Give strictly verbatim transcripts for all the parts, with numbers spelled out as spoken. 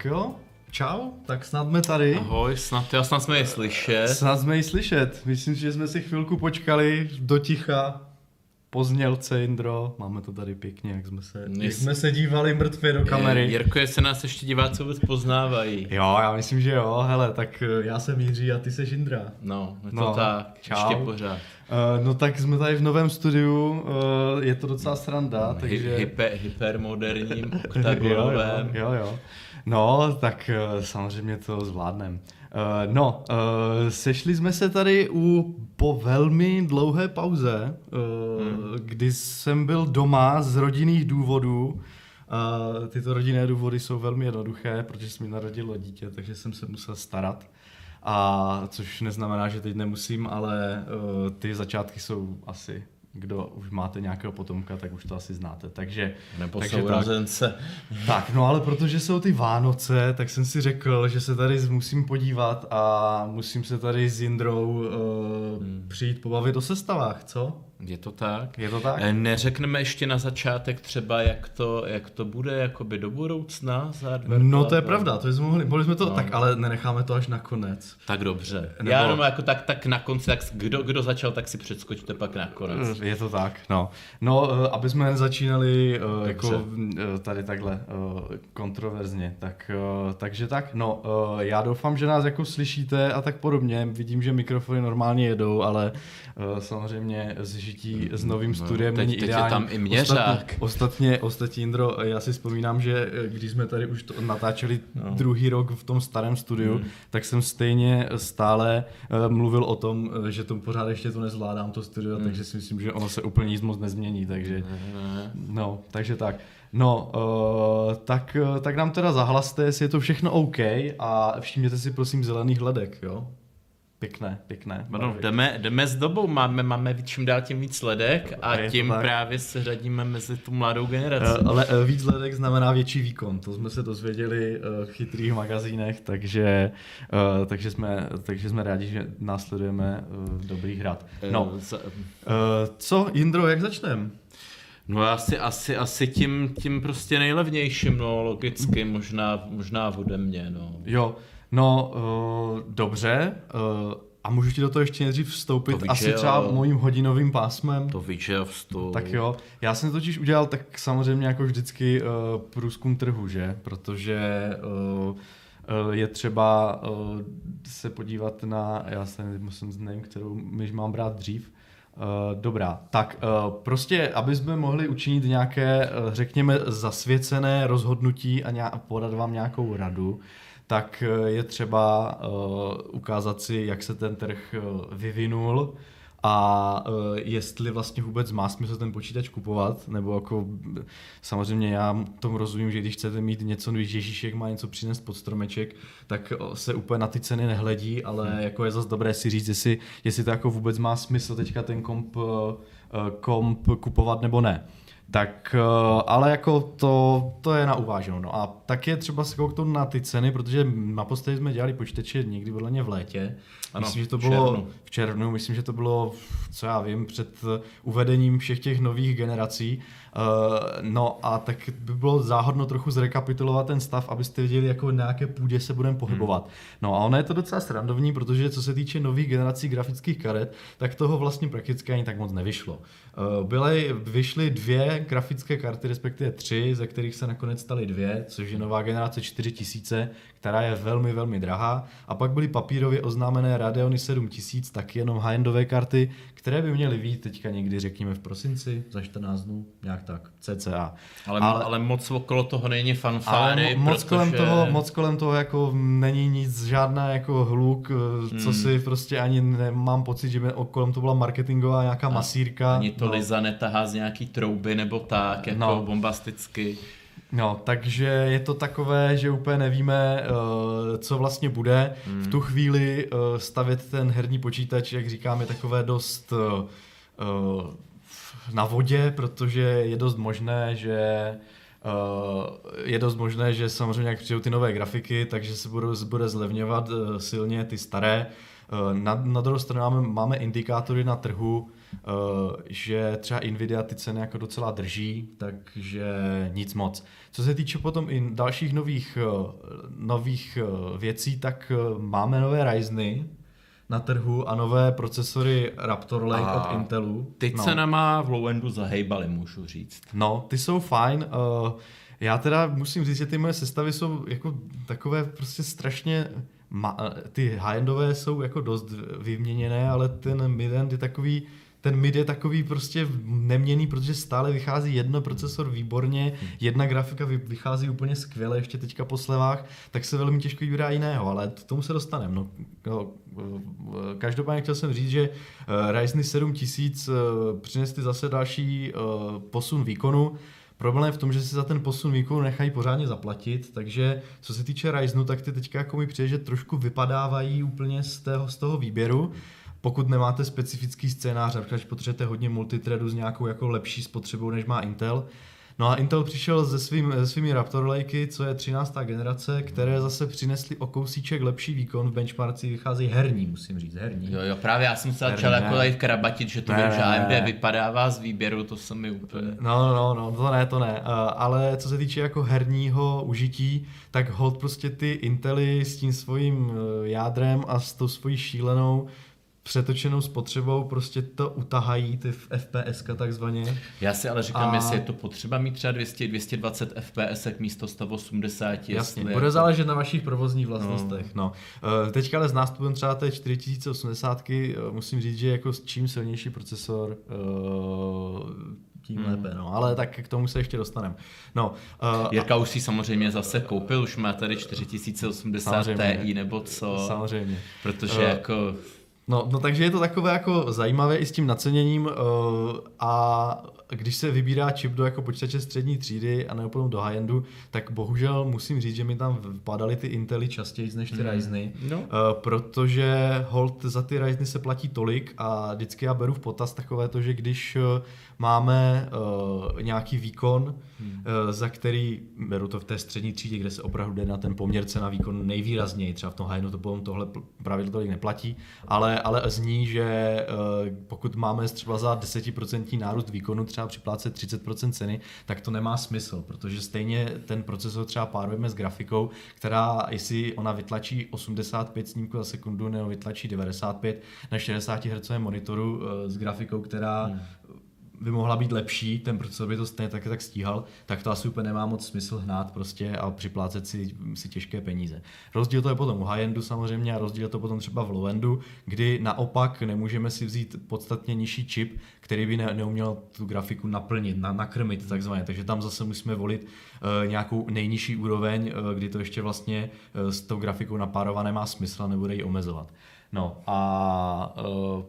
Tak jo, čau, tak snad jsme tady. Ahoj, snad, já snad jsme ji slyšet. Snad jsme ji slyšet, myslím, že jsme si chvilku počkali do ticha. Poznělce, Jindro, máme to tady pěkně, jak jsme se, jak jsme se dívali mrtvě do kamery. Jirko, jestli nás ještě diváci vůbec poznávají. Jo, já myslím, že jo, hele, tak já jsem Jiří a ty seš Jindra. No, je to No, tak, čau. ještě pořád. Uh, no tak jsme tady v novém studiu, uh, je to docela sranda, takže... Hy- hyper, hypermoderním, oktagonovém. jo, jo, jo. No, tak uh, samozřejmě to zvládnem. Uh, no, uh, sešli jsme se tady u, po velmi dlouhé pauze, uh, hmm. kdy jsem byl doma z rodinných důvodů. Uh, tyto rodinné důvody jsou velmi jednoduché, protože jsem mi narodilo dítě, takže jsem se musel starat. A což neznamená, že teď nemusím, ale uh, ty začátky jsou asi, kdo už máte nějakého potomka, tak už to asi znáte. Takže, Nebo takže sourozence. Tak, tak, no ale protože jsou ty Vánoce, tak jsem si řekl, že se tady musím podívat a musím se tady s Jindrou uh, hmm. přijít pobavit o sestavách, co? Je to tak? Je to tak? Neřekneme ještě na začátek třeba, jak to, jak to bude jakoby do budoucna? No to je pravda, to jsme mohli, mohli jsme to, no. Tak ale nenecháme to až na konec. Tak dobře. Nebo... Já jenom jako tak, tak na konci, tak kdo, kdo začal, tak si předskočte pak na konec. Je to tak, no. No, aby jsme nezačínali uh, jako tady takhle uh, kontroverzně, tak, uh, takže tak, no, uh, já doufám, že nás jako slyšíte a tak podobně. Vidím, že mikrofony normálně jedou, ale uh, samozřejmě zžití s novým no, studiem není teď ideální. Teď je tam i měřák. Ostatně, ostatně, ostatně, Jindro, já si vzpomínám, že když jsme tady už to natáčeli no. druhý rok v tom starém studiu, hmm. tak jsem stejně stále uh, mluvil o tom, uh, že to pořád ještě to nezvládám, to studio, hmm. takže si myslím, že ono se úplně nic moc nezmění, takže no, takže tak. No, uh, tak, tak nám teda zahlaste, jestli je to všechno OK a všimněte si prosím zelených ledek, jo? Pěkné, pěkné. No, jdeme, jdeme s dobou, máme, máme čím dál tím víc ledek a tím právě se řadíme mezi tu mladou generaci. Uh, ale uh, víc ledek znamená větší výkon, to jsme se dozvěděli uh, v chytrých magazínech, takže, uh, takže, jsme, takže jsme rádi, že následujeme uh, dobrý hrad. No, uh, za... uh, co, Jindro, jak začneme? No asi, asi, asi tím, tím prostě nejlevnějším, no logicky, možná, možná ode mě, no. Jo, no uh, dobře, uh, a můžu ti do toho ještě nejdřív vstoupit víš, asi třeba jo. mojím hodinovým pásmem? To víš, že vstup. Tak jo, já jsem totiž udělal tak samozřejmě jako vždycky uh, průzkum trhu, že, protože uh, uh, je třeba uh, se podívat na, já se musím nevím, kterou myš mám brát dřív. Uh, dobrá, tak uh, prostě, aby jsme mohli učinit nějaké, uh, řekněme, zasvěcené rozhodnutí a nějak, podat vám nějakou radu, tak uh, je třeba uh, ukázat si, jak se ten trh uh, vyvinul a uh, jestli vlastně vůbec má smysl ten počítač kupovat, nebo jako samozřejmě já tomu rozumím, že když chcete mít něco, když Ježíšek má něco přinést pod stromeček, tak se úplně na ty ceny nehledí, ale hmm. jako je zase dobré si říct, jestli, jestli to jako vůbec má smysl teďka ten komp, komp kupovat nebo ne. Tak, ale jako to, to je na uváženou. No a tak je třeba se kouknout na ty ceny, protože naposledy jsme dělali počítače někdy podle mě v létě. Ano, myslím, že to v bylo červnu. v červnu, myslím, že to bylo, co já vím, před uvedením všech těch nových generací. No a tak by bylo záhodno trochu zrekapitulovat ten stav, abyste věděli, jako na jaké půdě se budeme pohybovat. Hmm. No a ono je to docela srandovní, protože co se týče nových generací grafických karet, tak toho vlastně prakticky ani tak moc nevyšlo. Byly, vyšly dvě grafické karty, respektive tři, ze kterých se nakonec staly dvě, což je nová generace čtyři tisíce, která je velmi, velmi drahá. A pak byly papírově oznámené Radeony sedm tisíc, taky jenom high-endové karty, které by měly být teďka někdy, řekněme, v prosinci, za čtrnáct dnů, nějak tak, cca. Ale, ale, ale moc okolo toho není fanfáry, ale moc, protože... kolem toho, moc kolem toho jako není nic, žádná jako hluk, hmm. co si prostě ani nemám pocit, že by kolem to byla marketingová nějaká no, masírka. Ani to no. Liza netahá z nějaký trouby nebo tak, jako no. bombasticky. No, takže je to takové, že úplně nevíme, uh, co vlastně bude. Hmm. V tu chvíli uh, stavět ten herní počítač, jak říkám, je takové dost uh, uh, na vodě, protože je dost možné, že uh, je dost možné, že samozřejmě jak přijdou ty nové grafiky, takže se budou, bude zlevňovat uh, silně ty staré. Na, na druhou stranu máme, máme indikátory na trhu, že třeba Nvidia ty ceny jako docela drží, takže nic moc. Co se týče potom i dalších nových, nových věcí, tak máme nové Ryzeny na trhu a nové procesory Raptor Lake a od Intelu. Ty no. cenama v low-endu zahejbaly, můžu říct. No, ty jsou fajn. Já teda musím říct, že ty moje sestavy jsou jako takové prostě strašně... Ma- ty high-endové jsou jako dost vyměněné, ale ten mid-end je takový... Ten mid je takový prostě neměnný, protože stále vychází jedno procesor výborně, jedna grafika vychází úplně skvěle, ještě teďka po slevách, tak se velmi těžko vybírá jiného, ale k tomu se dostaneme. No, no, každopádně chtěl jsem říct, že Ryzen sedm tisíc přinesly zase další posun výkonu. Problém je v tom, že si za ten posun výkonu nechají pořádně zaplatit, takže co se týče Ryzenu, tak ty teďka jako mi přijde, že trošku vypadávají úplně z toho, z toho výběru. Pokud nemáte specifický scénář, například potřebujete hodně multithreadu s nějakou jako lepší spotřebou, než má Intel. No a Intel přišel se, svým, se svými Raptor Lakey, co je třináctá generace, které zase přinesly o kousíček lepší výkon, v benchmarkcích vycházejí herní, musím říct, herní. Jo, jo, právě já jsem se začal herní, jako tady krabatit, že to vím, že A M D vypadává z výběru, to se mi úplně... No, no, no, to ne, to ne, uh, ale co se týče jako herního užití, tak hold prostě ty Intely s tím svým jádrem a s tou svojí šílenou přetočenou spotřebou prostě to utahají ty FPSka takzvaně. Já si ale říkám, a... jestli je to potřeba mít třeba dvě stě, dvě stě dvacet F P S místo sto osmdesát. Jasně, bude to... záležet na vašich provozních vlastnostech. No. No. Teďka ale s nástupem třeba té čtyři tisíce osmdesát musím říct, že jako čím silnější procesor, tím hmm. lépe, no, ale tak k tomu se ještě dostaneme. No, uh, Jirka už si samozřejmě zase koupil, už má tady čtyři tisíce osmdesát Ti nebo co. Samozřejmě. Protože uh, jako... No, no takže je to takové jako zajímavé i s tím naceněním uh, a když se vybírá čip do jako počítače střední třídy a nebo potom do high-endu, tak bohužel musím říct, že mi tam vpadaly ty Intely častěji než ty mm. Ryzeny, no. uh, protože hold za ty Ryzeny se platí tolik a vždycky já beru v potaz takové to, že když máme uh, nějaký výkon, mm. uh, za který, beru to v té střední třídě, kde se opravdu jde na ten poměr cena výkon nejvýrazněji, třeba v tom high-endu to potom tohle pravidlo tolik neplatí, ale, ale zní, že uh, pokud máme třeba za deset procent nárůst výkonu, třeba připlácet třicet procent ceny, tak to nemá smysl, protože stejně ten procesor třeba párujeme s grafikou, která, jestli ona vytlačí osmdesát pět snímků za sekundu nebo vytlačí devadesát pět na šedesát hertzovém monitoru uh, s grafikou, která hmm. by mohla být lepší, ten procesor by to stejně tak, tak stíhal, tak to asi úplně nemá moc smysl hnát prostě a připlácet si, si těžké peníze. Rozdíl to je potom u high-endu samozřejmě a rozdíl to potom třeba v low-endu, kdy naopak nemůžeme si vzít podstatně nižší čip, který by ne, neuměl tu grafiku naplnit, na, nakrmit takzvaně, takže tam zase musíme volit uh, nějakou nejnižší úroveň, uh, kdy to ještě vlastně uh, s tou grafikou napárované má smysl a nebude ji omezovat. No a uh,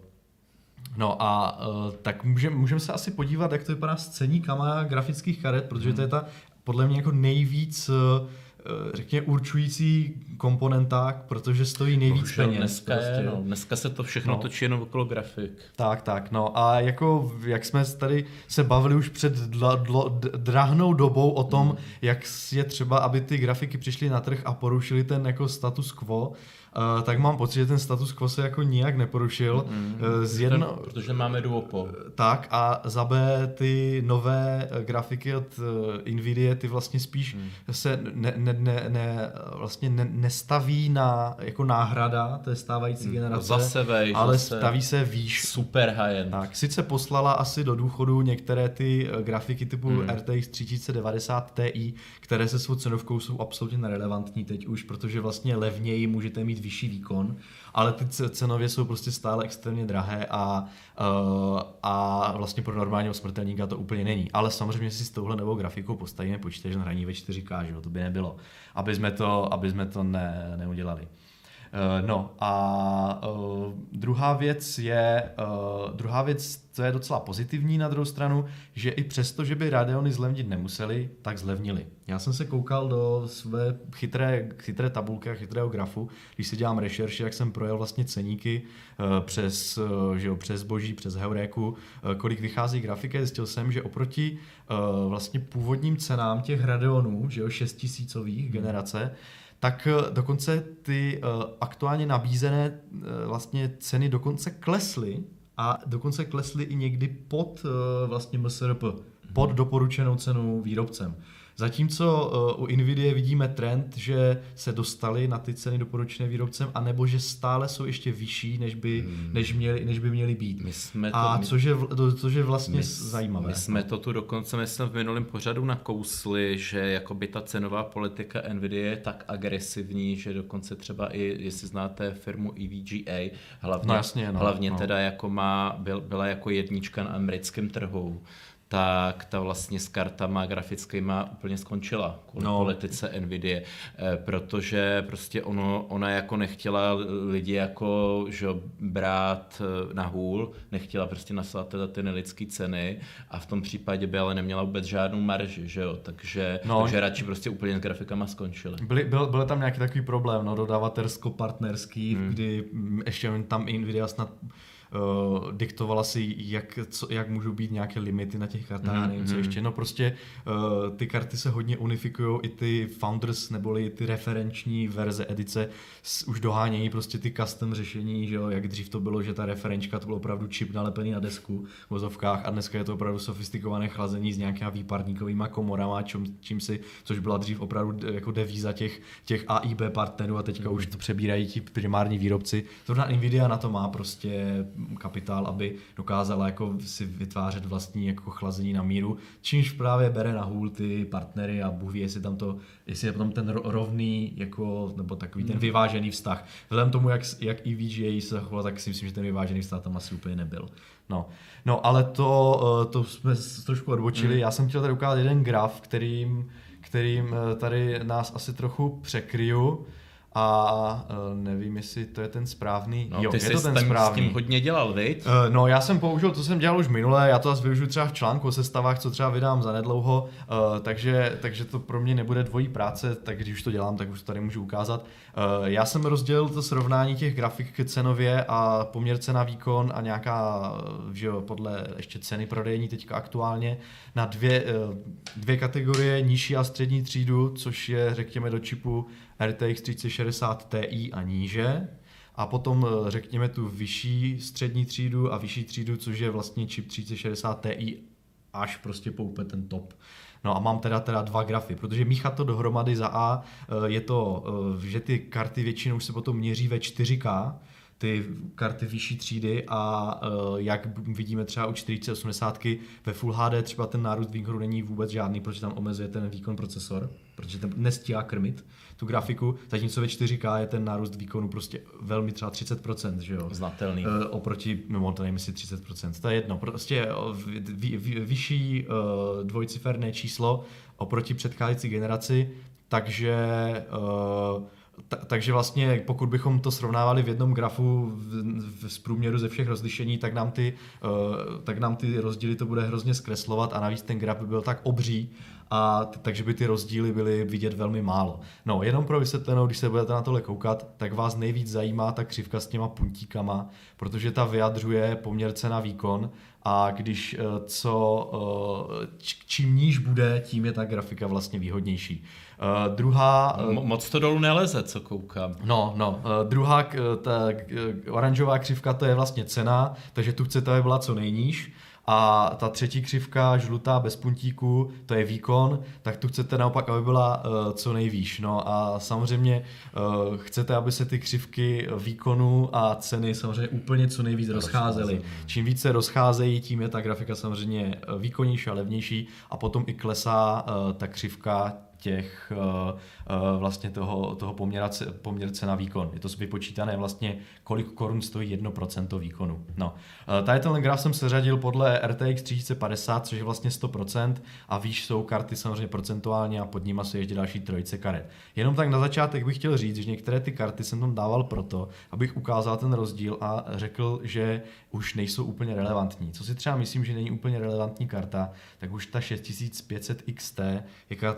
No a uh, tak můžeme můžem se asi podívat, jak to vypadá s ceníkama grafických karet, protože to je ta podle mě jako nejvíc uh, řekněme určující komponenta, protože stojí nejvíc Bohužel peněz. Dneska, prostě. je, no, dneska se to všechno no. točí jenom okolo grafik. Tak, tak, no a jako jak jsme tady se bavili už před dla, dlo, drahnou dobou o tom, hmm. jak je třeba, aby ty grafiky přišly na trh a porušili ten jako status quo, Uh, tak mám pocit, že ten status quo se jako nijak neporušil. Mm, uh, z jedno... ten, protože máme duopo. Tak a za B ty nové grafiky od uh, Nvidia, ty vlastně spíš mm. se ne, ne, ne, ne, vlastně ne, nestaví na jako náhrada té stávající mm. generace, zase vej, ale zase staví se výš. Super high-end. Tak, sice poslala asi do důchodu některé ty uh, grafiky typu mm. R T X tři tisíce devadesát Ti, které se svou cenovkou jsou absolutně nerelevantní teď už, protože vlastně levněji můžete mít vyšší výkon, ale ty cenově jsou prostě stále extrémně drahé a, uh, a vlastně pro normálního smrtelníka to úplně není. Ale samozřejmě si s touhle novou grafikou postavíme počítač na hraní ve čtyři ká, že to by nebylo, aby jsme to, aby jsme to ne, neudělali. Uh, no a uh, druhá věc je, uh, druhá věc, co je docela pozitivní na druhou stranu, že i přesto, že by Radeony zlevnit nemuseli, tak zlevnili. Já jsem se koukal do své chytré, chytré tabulky a chytrého grafu, když si dělám rešerši, jak jsem projel vlastně ceníky uh, přes, uh, že jo, přes Boží, přes Heuréku, uh, kolik vychází grafiky, zjistil jsem, že oproti uh, vlastně původním cenám těch Radeonů, že jo, šestitisícových generace, tak dokonce ty aktuálně nabízené vlastně ceny dokonce klesly a dokonce klesly i někdy pod vlastně M S R P, pod doporučenou cenu výrobcem. Zatímco uh, u Nvidia vidíme trend, že se dostali na ty ceny doporučené výrobcem, anebo že stále jsou ještě vyšší, než by, hmm. než měli, než by měly být. My jsme to, a my, což je, což je vlastně my, zajímavé. My jsme to tu dokonce, myslím, v minulém pořadu nakousli, že jakoby ta cenová politika Nvidia je tak agresivní, že dokonce třeba i, jestli znáte firmu E V G A, hlavně, no jasně, no, hlavně no. teda jako má, byl, byla jako jednička na americkém trhu, tak ta vlastně s kartama grafickýma úplně skončila kvůli no. politice Nvidia, eh, protože prostě ono, ona jako nechtěla lidi jako že brát na hůl, nechtěla prostě naslat teda ty nelidský ceny a v tom případě by ale neměla vůbec žádnou marži, že jo, takže, no. takže radši prostě úplně s grafikama skončili. Byly, byl, byl tam nějaký takový problém, no, dodavatelsko-partnerský, hmm. kdy ještě tam Nvidia snad Uh, diktovala si, jak, co, jak můžou být nějaké limity na těch kartách, mm, nevím co mm. ještě. No prostě uh, ty karty se hodně unifikují, i ty Founders neboli ty referenční verze edice s, už dohánějí prostě ty custom řešení, že jo, jak dřív to bylo, že ta referenčka to byl opravdu čip nalepený na desku v vozovkách a dneska je to opravdu sofistikované chlazení s nějakýma výparníkovýma komorama, čím, čím si, což byla dřív opravdu jako devíza těch, těch A I B partnerů a teďka mm. už to přebírají ti primární výrobci. Zrovna Nvidia na to má prostě kapitál, aby dokázala jako si vytvářet vlastní jako chlazení na míru, čímž právě bere na hůl ty partnery a Bůh ví, jestli tam to, jestli je potom ten rovný jako, nebo takový ten vyvážený vztah. Vzhledem tomu, jak, jak E V G A se zachoval, tak si myslím, že ten vyvážený vztah tam asi úplně nebyl. No, no ale to, to jsme trošku odbočili. Mm. Já jsem chtěl tady ukázat jeden graf, kterým, kterým tady nás asi trochu překryju. A uh, nevím, jestli to je ten správný. No, jo, ty je jsi to ten tam správný. s tím hodně dělal, viď? Uh, no, já jsem použil, to jsem dělal už minule, já to zase využiju třeba v článku o sestavách, co třeba vydám zanedlouho, uh, takže, takže to pro mě nebude dvojí práce, tak když už to dělám, tak už to tady můžu ukázat. Uh, já jsem rozdělil to srovnání těch grafik cenově a poměr cena výkon a nějaká, že jo, podle ještě ceny prodejní teďka aktuálně, na dvě, uh, dvě kategorie, nižší a střední třídu, což je, řekněme, do čipu R T X třicet šedesát Ti a níže. A potom řekněme tu vyšší střední třídu a vyšší třídu, což je vlastně čip třicet šedesát Ti až prostě po úplně ten top. No a mám teda, teda dva grafy, protože míchat to dohromady za A je to, že ty karty většinou se potom měří ve čtyři ká, ty karty vyšší třídy a uh, jak vidíme třeba u čtyřicet osmdesát ve Full H D třeba ten nárůst výkonu není vůbec žádný, protože tam omezuje ten výkon procesor, protože ten nestíhá krmit tu grafiku, zatímco ve čtyři ká je ten nárůst výkonu prostě velmi třeba třicet procent, že jo? Znatelný. Uh, oproti, no to nevím, jestli třicet procent, to je jedno, prostě vy, vy, vyšší uh, dvojciferné číslo oproti předcházející generaci, takže uh, Ta, takže vlastně pokud bychom to srovnávali v jednom grafu v, v, z průměru ze všech rozlišení, tak nám, ty, uh, tak nám ty rozdíly to bude hrozně zkreslovat a navíc ten graf by byl tak obří, a t- takže by ty rozdíly byly vidět velmi málo. No, jenom pro vysvětlenou, když se budete na tohle koukat, tak vás nejvíc zajímá ta křivka s těma puntíkama, protože ta vyjadřuje poměr cena výkon a když uh, co, uh, č- čím níž bude, tím je ta grafika vlastně výhodnější. Uh, druhá... Uh, Mo- moc to dolů neleze, co koukám. No, no. Uh, druhá, uh, ta uh, oranžová křivka, to je vlastně cena, takže tu chcete, aby byla co nejníž. A ta třetí křivka, žlutá, bez puntíku, to je výkon, tak tu chcete naopak, aby byla uh, co nejvýš. No a samozřejmě uh, chcete, aby se ty křivky výkonu a ceny samozřejmě úplně co nejvíc rozcházely. Čím více rozcházejí, tím je ta grafika samozřejmě výkonnější a levnější a potom i klesá uh, ta křivka těch uh, uh, vlastně toho, toho poměra, poměr cena výkon. Je to vypočítané vlastně, kolik korun stojí jedno procento výkonu. No. Uh, tady tenhle graf jsem seřadil podle R T X třicet padesát, což je vlastně sto procent a výš jsou karty samozřejmě procentuálně a pod nima se ježdí další trojice karet. Jenom tak na začátek bych chtěl říct, že některé ty karty jsem tam dával proto, abych ukázal ten rozdíl a řekl, že už nejsou úplně relevantní. Co si třeba myslím, že není úplně relevantní karta, tak už ta šest tisíc pět set X T je karta, která už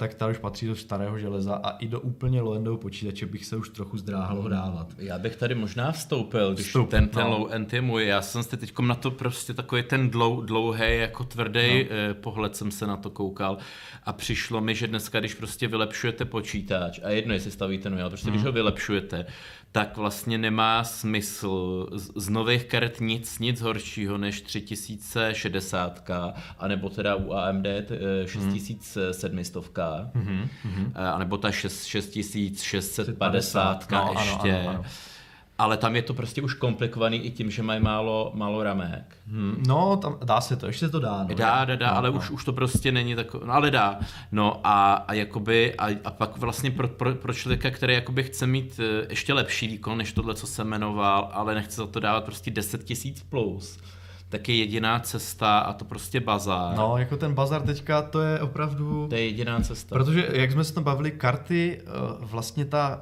patří do starého železa a i do úplně low-endového počítače bych se už trochu zdráhal ho dávat. Já bych tady možná vstoupil, když Vstup, ten, ten no. low-end je můj. Já jsem se teďkom na to prostě takový ten dlou, dlouhý, jako tvrdý no. eh, pohled jsem se na to koukal a přišlo mi, že dneska, když prostě vylepšujete počítač a jedno, jestli stavíte nový, ale prostě hmm. když ho vylepšujete, tak vlastně nemá smysl z, z nových karet nic, nic horšího než tři tisíce šedesát, anebo teda u A M D šest tisíc sedm set, mm-hmm. anebo ta šest tisíc šest set padesát no, ještě. Ano, ano, ano. Ale tam je to prostě už komplikovaný i tím, že mají málo, málo ramek. Hmm. No, tam dá se to, ještě se to dá. No, dá, dá, dá, no, ale no. Už, už to prostě není takové, no ale dá. No a, a jakoby, a, a pak vlastně pro, pro, pro člověka, který jakoby chce mít ještě lepší výkon, než tohle, co jsem jmenoval, ale nechce za to dávat prostě deset tisíc plus, tak je jediná cesta a to prostě bazar. No, jako ten bazar teďka, to je opravdu... To je jediná cesta. Protože, jak jsme se tam bavili, karty, vlastně ta...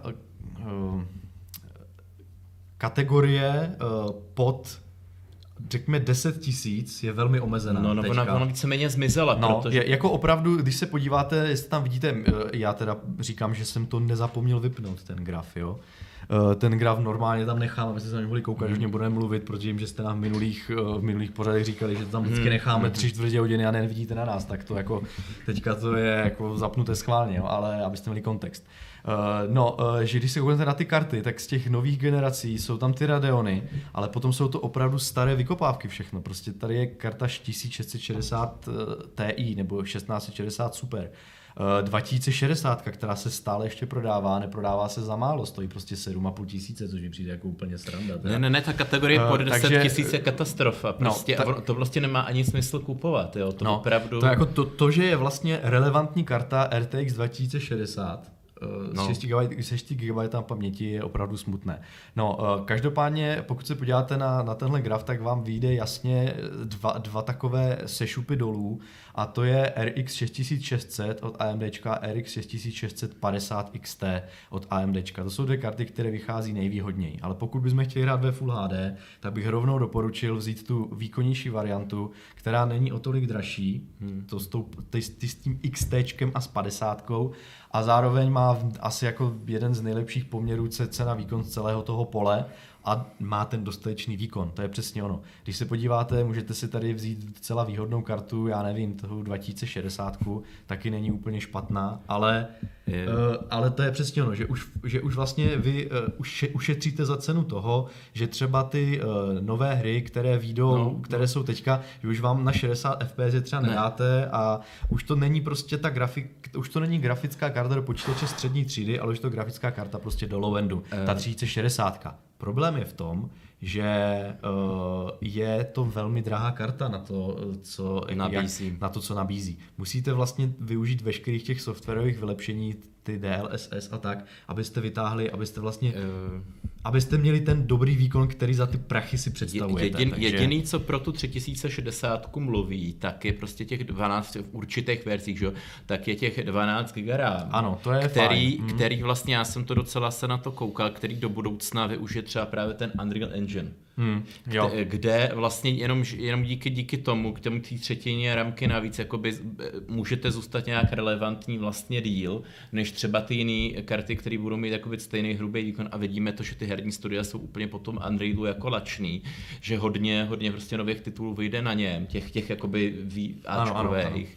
kategorie uh, pod, řekněme, deset tisíc je velmi omezená. No, no ona, ona víceméně zmizela. No, protože... je, jako opravdu, když se podíváte, jestli tam vidíte, uh, já teda říkám, že jsem to nezapomněl vypnout, ten graf, jo. Uh, ten graf normálně tam nechám, abyste se na něj mohli koukat, mm. že mě budeme mluvit, protože jim, že jste nám v minulých, uh, v minulých pořadech říkali, že to tam vždycky necháme tři čtvrtě hodiny a nevidíte na nás, tak to jako, teďka to je jako zapnuté schválně, jo, ale abyste měli kontext. Uh, no, uh, že když se kouknete na ty karty, tak z těch nových generací jsou tam ty Radeony, ale potom jsou to opravdu staré vykopávky všechno. Prostě tady je karta tisíc šest set šedesát Ti nebo šestnáct set šedesát Super. Uh, dva tisíce šedesát, která se stále ještě prodává, neprodává se za málo, stojí prostě sedm a půl tisíce, což mi přijde jako úplně sranda. Teda. Ne, ne, ne, ta kategorie pod uh, deset tisíc je katastrofa, prostě no, ta... to vlastně nemá ani smysl kupovat, jo, to no, opravdu... To, jako to, to, že je vlastně relevantní karta R T X dva tisíce šedesát, No. s šesti gigabajty paměti je opravdu smutné. No, každopádně, pokud se podíváte na, na tenhle graf, tak vám vyjde jasně dva, dva takové sešupy dolů a to je R X šest tisíc šest set od AMDčka a R X šest tisíc šest set padesát X T od AMDčka. To jsou dvě karty, které vychází nejvýhodněji, ale pokud bychom chtěli hrát ve Full H D, tak bych rovnou doporučil vzít tu výkonnější variantu, která není o tolik dražší, hmm. to s, tou, ty, ty s tím X T a s padesátkou, a zároveň má asi jako jeden z nejlepších poměrů cena výkon z celého toho pole a má ten dostatečný výkon. To je přesně ono. Když se podíváte, můžete si tady vzít docela výhodnou kartu, já nevím, toho dva tisíce šedesát, taky není úplně špatná, ale, uh, ale to je přesně ono, že už, že už vlastně vy uh, už ušetříte za cenu toho, že třeba ty uh, nové hry, které výjdou, no, které no. jsou teďka, že už vám na šedesát F P S třeba ne. nedáte a už to není prostě ta grafik, už to není grafická karta do počítače střední třídy, ale už to grafická karta prostě do low-endu, uh. ta tři tisíce šedesát. Problém je v tom, že uh, je to velmi drahá karta na to, co nabízí. Jak, na to, co nabízí. Musíte vlastně využít veškerých těch softwarových vylepšení, ty D L S S a tak, abyste vytáhli, abyste vlastně, uh, abyste měli ten dobrý výkon, který za ty prachy si představujete. Jedin, takže... Jediný, co pro tu tři tisíce šedesát mluví, tak je prostě těch dvanáct v určitých verzích, že? Tak je těch dvanáct giga RAM. Ano, to je který, fajn. který vlastně, já jsem to docela se na to koukal, který do budoucna využije třeba právě ten Unreal Engine. Hmm, jo. Kde, kde vlastně jenom, jenom díky, díky tomu, k tomu té třetině ramky navíc, jakoby můžete zůstat nějak relevantní vlastně díl, než třeba ty jiné karty, které budou mít jakoby stejný hrubý výkon, a vidíme to, že ty herní studia jsou úplně po tom Unrealu jako lačný, že hodně, hodně prostě nových titulů vyjde na něm, těch, těch jakoby áčkových.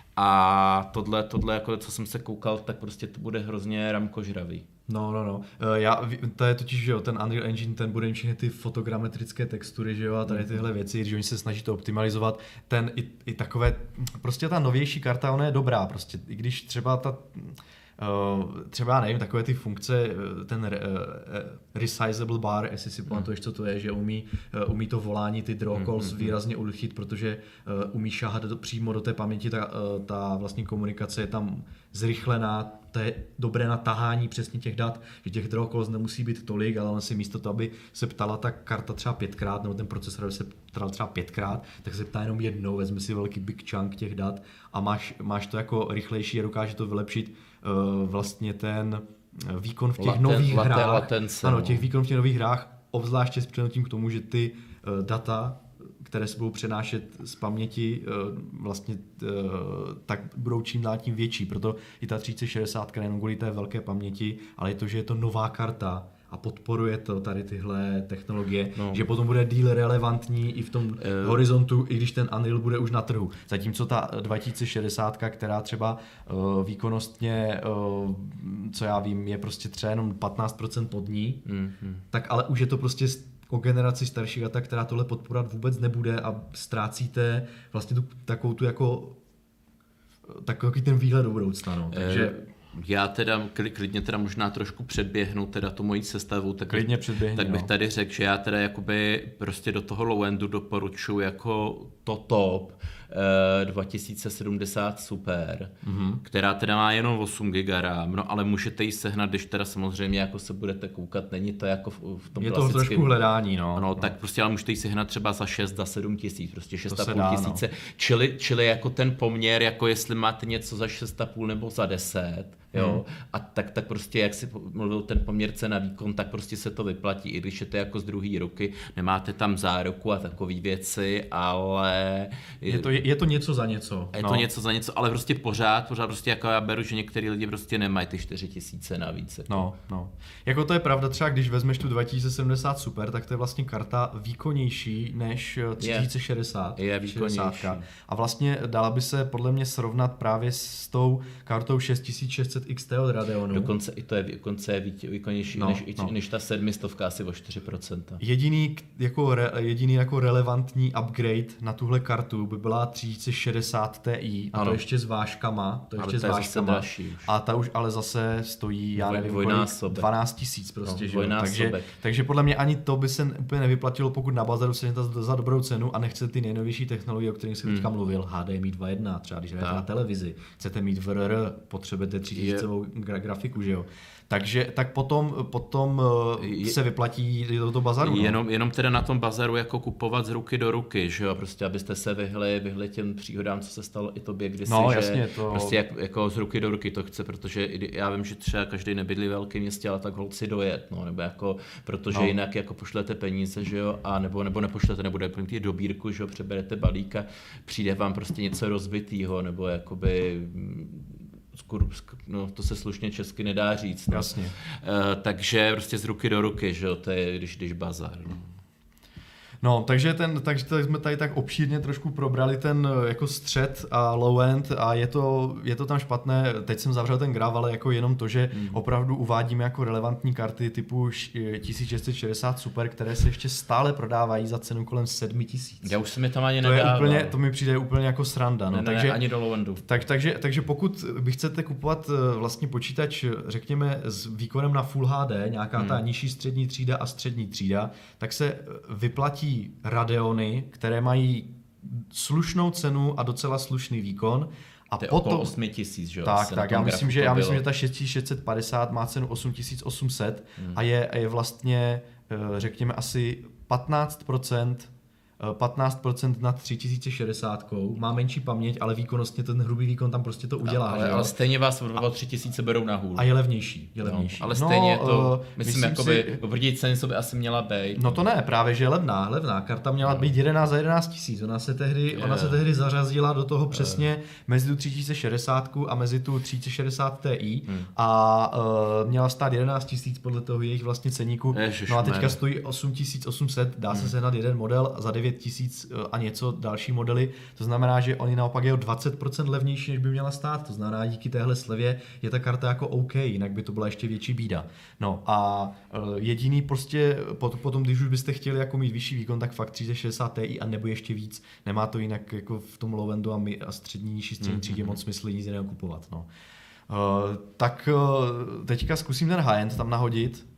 A tohle, tohle, jako co jsem se koukal, tak prostě to bude hrozně ramkožravý. No, no, no. Já, to je totiž, že jo, ten Unreal Engine, ten bude všechny ty fotogrametrické textury, že jo, a tady tyhle věci, že oni se snaží to optimalizovat. Ten i, i takové, prostě ta novější karta, ona je dobrá, prostě, i když třeba ta, třeba, já nevím, takové ty funkce, ten re, resizable bar, jestli si pamatuješ, co to je, že umí, umí to volání, ty draw calls mm, mm, výrazně urychlit, protože umí šáhat do, přímo do té paměti, ta, ta vlastně komunikace je tam zrychlená, to je dobré na tahání přesně těch dat, že těch draw calls nemusí být tolik, ale on si místo toho, aby se ptala ta karta třeba pětkrát, nebo ten procesor, aby se ptal třeba pětkrát, tak se ptá jenom jednou, vezme si velký big chunk těch dat a máš, máš to jako rychlejší a dokáže to vylepšit uh, vlastně ten výkon v těch Laten, nových laten, hrách. Latence, ano, no. těch výkon v těch nových hrách, obzvláště s přenutím k tomu, že ty uh, data, které se budou přenášet z paměti, vlastně tak budou čím dál tím větší. Proto i ta třicet šedesát nejenom kvůli té velké paměti, ale i to, že je to nová karta a podporuje to tady tyhle technologie, no. že potom bude díl relevantní i v tom uh, horizontu, i když ten Unreal bude už na trhu. Zatímco ta dva tisíce šedesát, která třeba uh, výkonnostně, uh, co já vím, je prostě třeba jenom patnáct procent pod ní, mm-hmm. tak ale už je to prostě o generaci starší data, která tohle podporovat vůbec nebude a ztrácíte vlastně tu, takovou tu jako takový ten výhled do budoucna. No. Takže uh. Já teda klidně teda možná trošku předběhnu teda tu mojí sestavu, tak, klidně předběhni, tak bych no. tady řekl, že já teda jakoby prostě do toho low-endu doporučuji jako to top eh, dva tisíce sedmdesát Super, mm-hmm. která teda má jenom osm giga RAM, no ale můžete ji sehnat, když teda samozřejmě jako se budete koukat, není to jako v, v tom je klasickém. Je to trošku hledání, no. No, no. tak prostě ale můžete ji sehnat třeba za šest, za sedm tisíc, prostě šest a půl dá, tisíce, no. čili, čili jako ten poměr, jako jestli máte něco za šest a půl nebo za deset, jo, hmm. a tak, tak prostě, jak si mluvil ten poměr cena výkon, tak prostě se to vyplatí, i když je to jako z druhé ruky, nemáte tam záruku a takové věci, ale... Je to, je to něco za něco. Je no. to něco za něco, ale prostě pořád, pořád prostě jako já beru, že některý lidi prostě nemají ty čtyři tisíce navíc. Jako. No, no. Jako to je pravda, třeba když vezmeš tu dva tisíce sedmdesát Super, tak to je vlastně karta výkonnější než tři tisíce šedesát. Je, je výkonnější. A vlastně dala by se podle mě srovnat právě s tou kartou šest tisíc šest set X T od Radeonu. Dokonce i to je, dokonce je výkonnější no, než, no. než ta sedmistovka asi o čtyři procenta. Jediný jako, re, jediný jako relevantní upgrade na tuhle kartu by byla tři tisíce šedesát Ti a ano. to ještě s vážkama. To ještě s vážkama. A ta už ale zase stojí, já nevím, dvanáct tisíc prostě. No, takže, takže podle mě ani to by se úplně nevyplatilo, pokud na bazaru se za dobrou cenu a nechcete ty nejnovější technologie, o kterých jsem hmm. teďka mluvil, H D M I dva tečka jedna, třeba když hrajete na televizi, chcete mít V R R, potřebujete tři tisíce gra- grafiku, že jo. Takže tak potom, potom je, se vyplatí do toho bazaru. Jenom, no? jenom teda na tom bazaru jako kupovat z ruky do ruky, že jo, prostě abyste se vyhli, vyhli těm příhodám, co se stalo i tobě kdysi, no, že jasně, to... prostě jak, jako z ruky do ruky to chce, protože já vím, že třeba každý nebydlí v velkém městě, ale tak holt si dojet, no, nebo jako, protože no. jinak jako pošlete peníze, že jo, a nebo, nebo nepošlete, nebo doplníte dobírku, že jo, přeberete balík a přijde vám prostě něco rozbitýho, nebo jakoby Skur, no, to se slušně česky nedá říct. No. Jasně. Uh, takže prostě z ruky do ruky, že jo, to je když, když bazar. No. No, takže, ten, takže jsme tady tak obšírně trošku probrali ten jako střed a low-end a je to, je to tam špatné, teď jsem zavřel ten graf, ale jako jenom to, že mm. opravdu uvádíme jako relevantní karty typu tisíc šest set šedesát Super, které se ještě stále prodávají za cenu kolem sedm tisíc. Já už jsem je tam ani to nedával. Je úplně, to mi přijde úplně jako sranda. No. Ne, ne, takže, ani do low-endu. Tak, takže, takže pokud by chcete kupovat vlastně počítač, řekněme, s výkonem na Full H D, nějaká mm. ta nižší střední třída a střední třída, tak se vyplatí Radeony, které mají slušnou cenu a docela slušný výkon. A to je potom osm tisíc, že jo? Tak, tak, já myslím, že, já myslím, že ta šest tisíc šest set padesát má cenu osm tisíc osm set hmm. a je, je vlastně, řekněme, asi patnáct procent patnáct procent na tři tisíce šedesát, má menší paměť, ale výkonnostně ten hrubý výkon tam prostě to udělá. Ale, ale stejně vás o tři tisíce berou na hůl. A je levnější, je levnější. No, ale stejně no, to, uh, myslím, myslím jakoby, oproti ceně by asi měla být. No to ne, právě, že je levná, levná. Karta měla no. být jedenáct za jedenáct tisíc. Ona se tehdy, yeah. ona se tehdy zařazila do toho přesně yeah. mezi tu tři tisíce šedesát a mezi tu tři tisíce šedesát Ti hmm. a uh, měla stát jedenáct tisíc podle toho jejich vlastně ceníku. Ježiš, no a teďka stojí osm tisíc osm set, dá hmm. se sehnat jeden model za devět tisíc a něco další modely, to znamená, že oni naopak je o dvacet procent levnější, než by měla stát, to znamená, díky téhle slevě je ta karta jako OK, jinak by to byla ještě větší bída. No a jediný prostě, potom, když už byste chtěli jako mít vyšší výkon, tak fakt tři tisíce šedesát Ti a nebo ještě víc, nemá to jinak jako v tom low-endu a, my, a střední, nižší střední třídě mm-hmm. moc smysl nic jiného kupovat. No. Uh, tak uh, teďka zkusím ten high-end tam nahodit.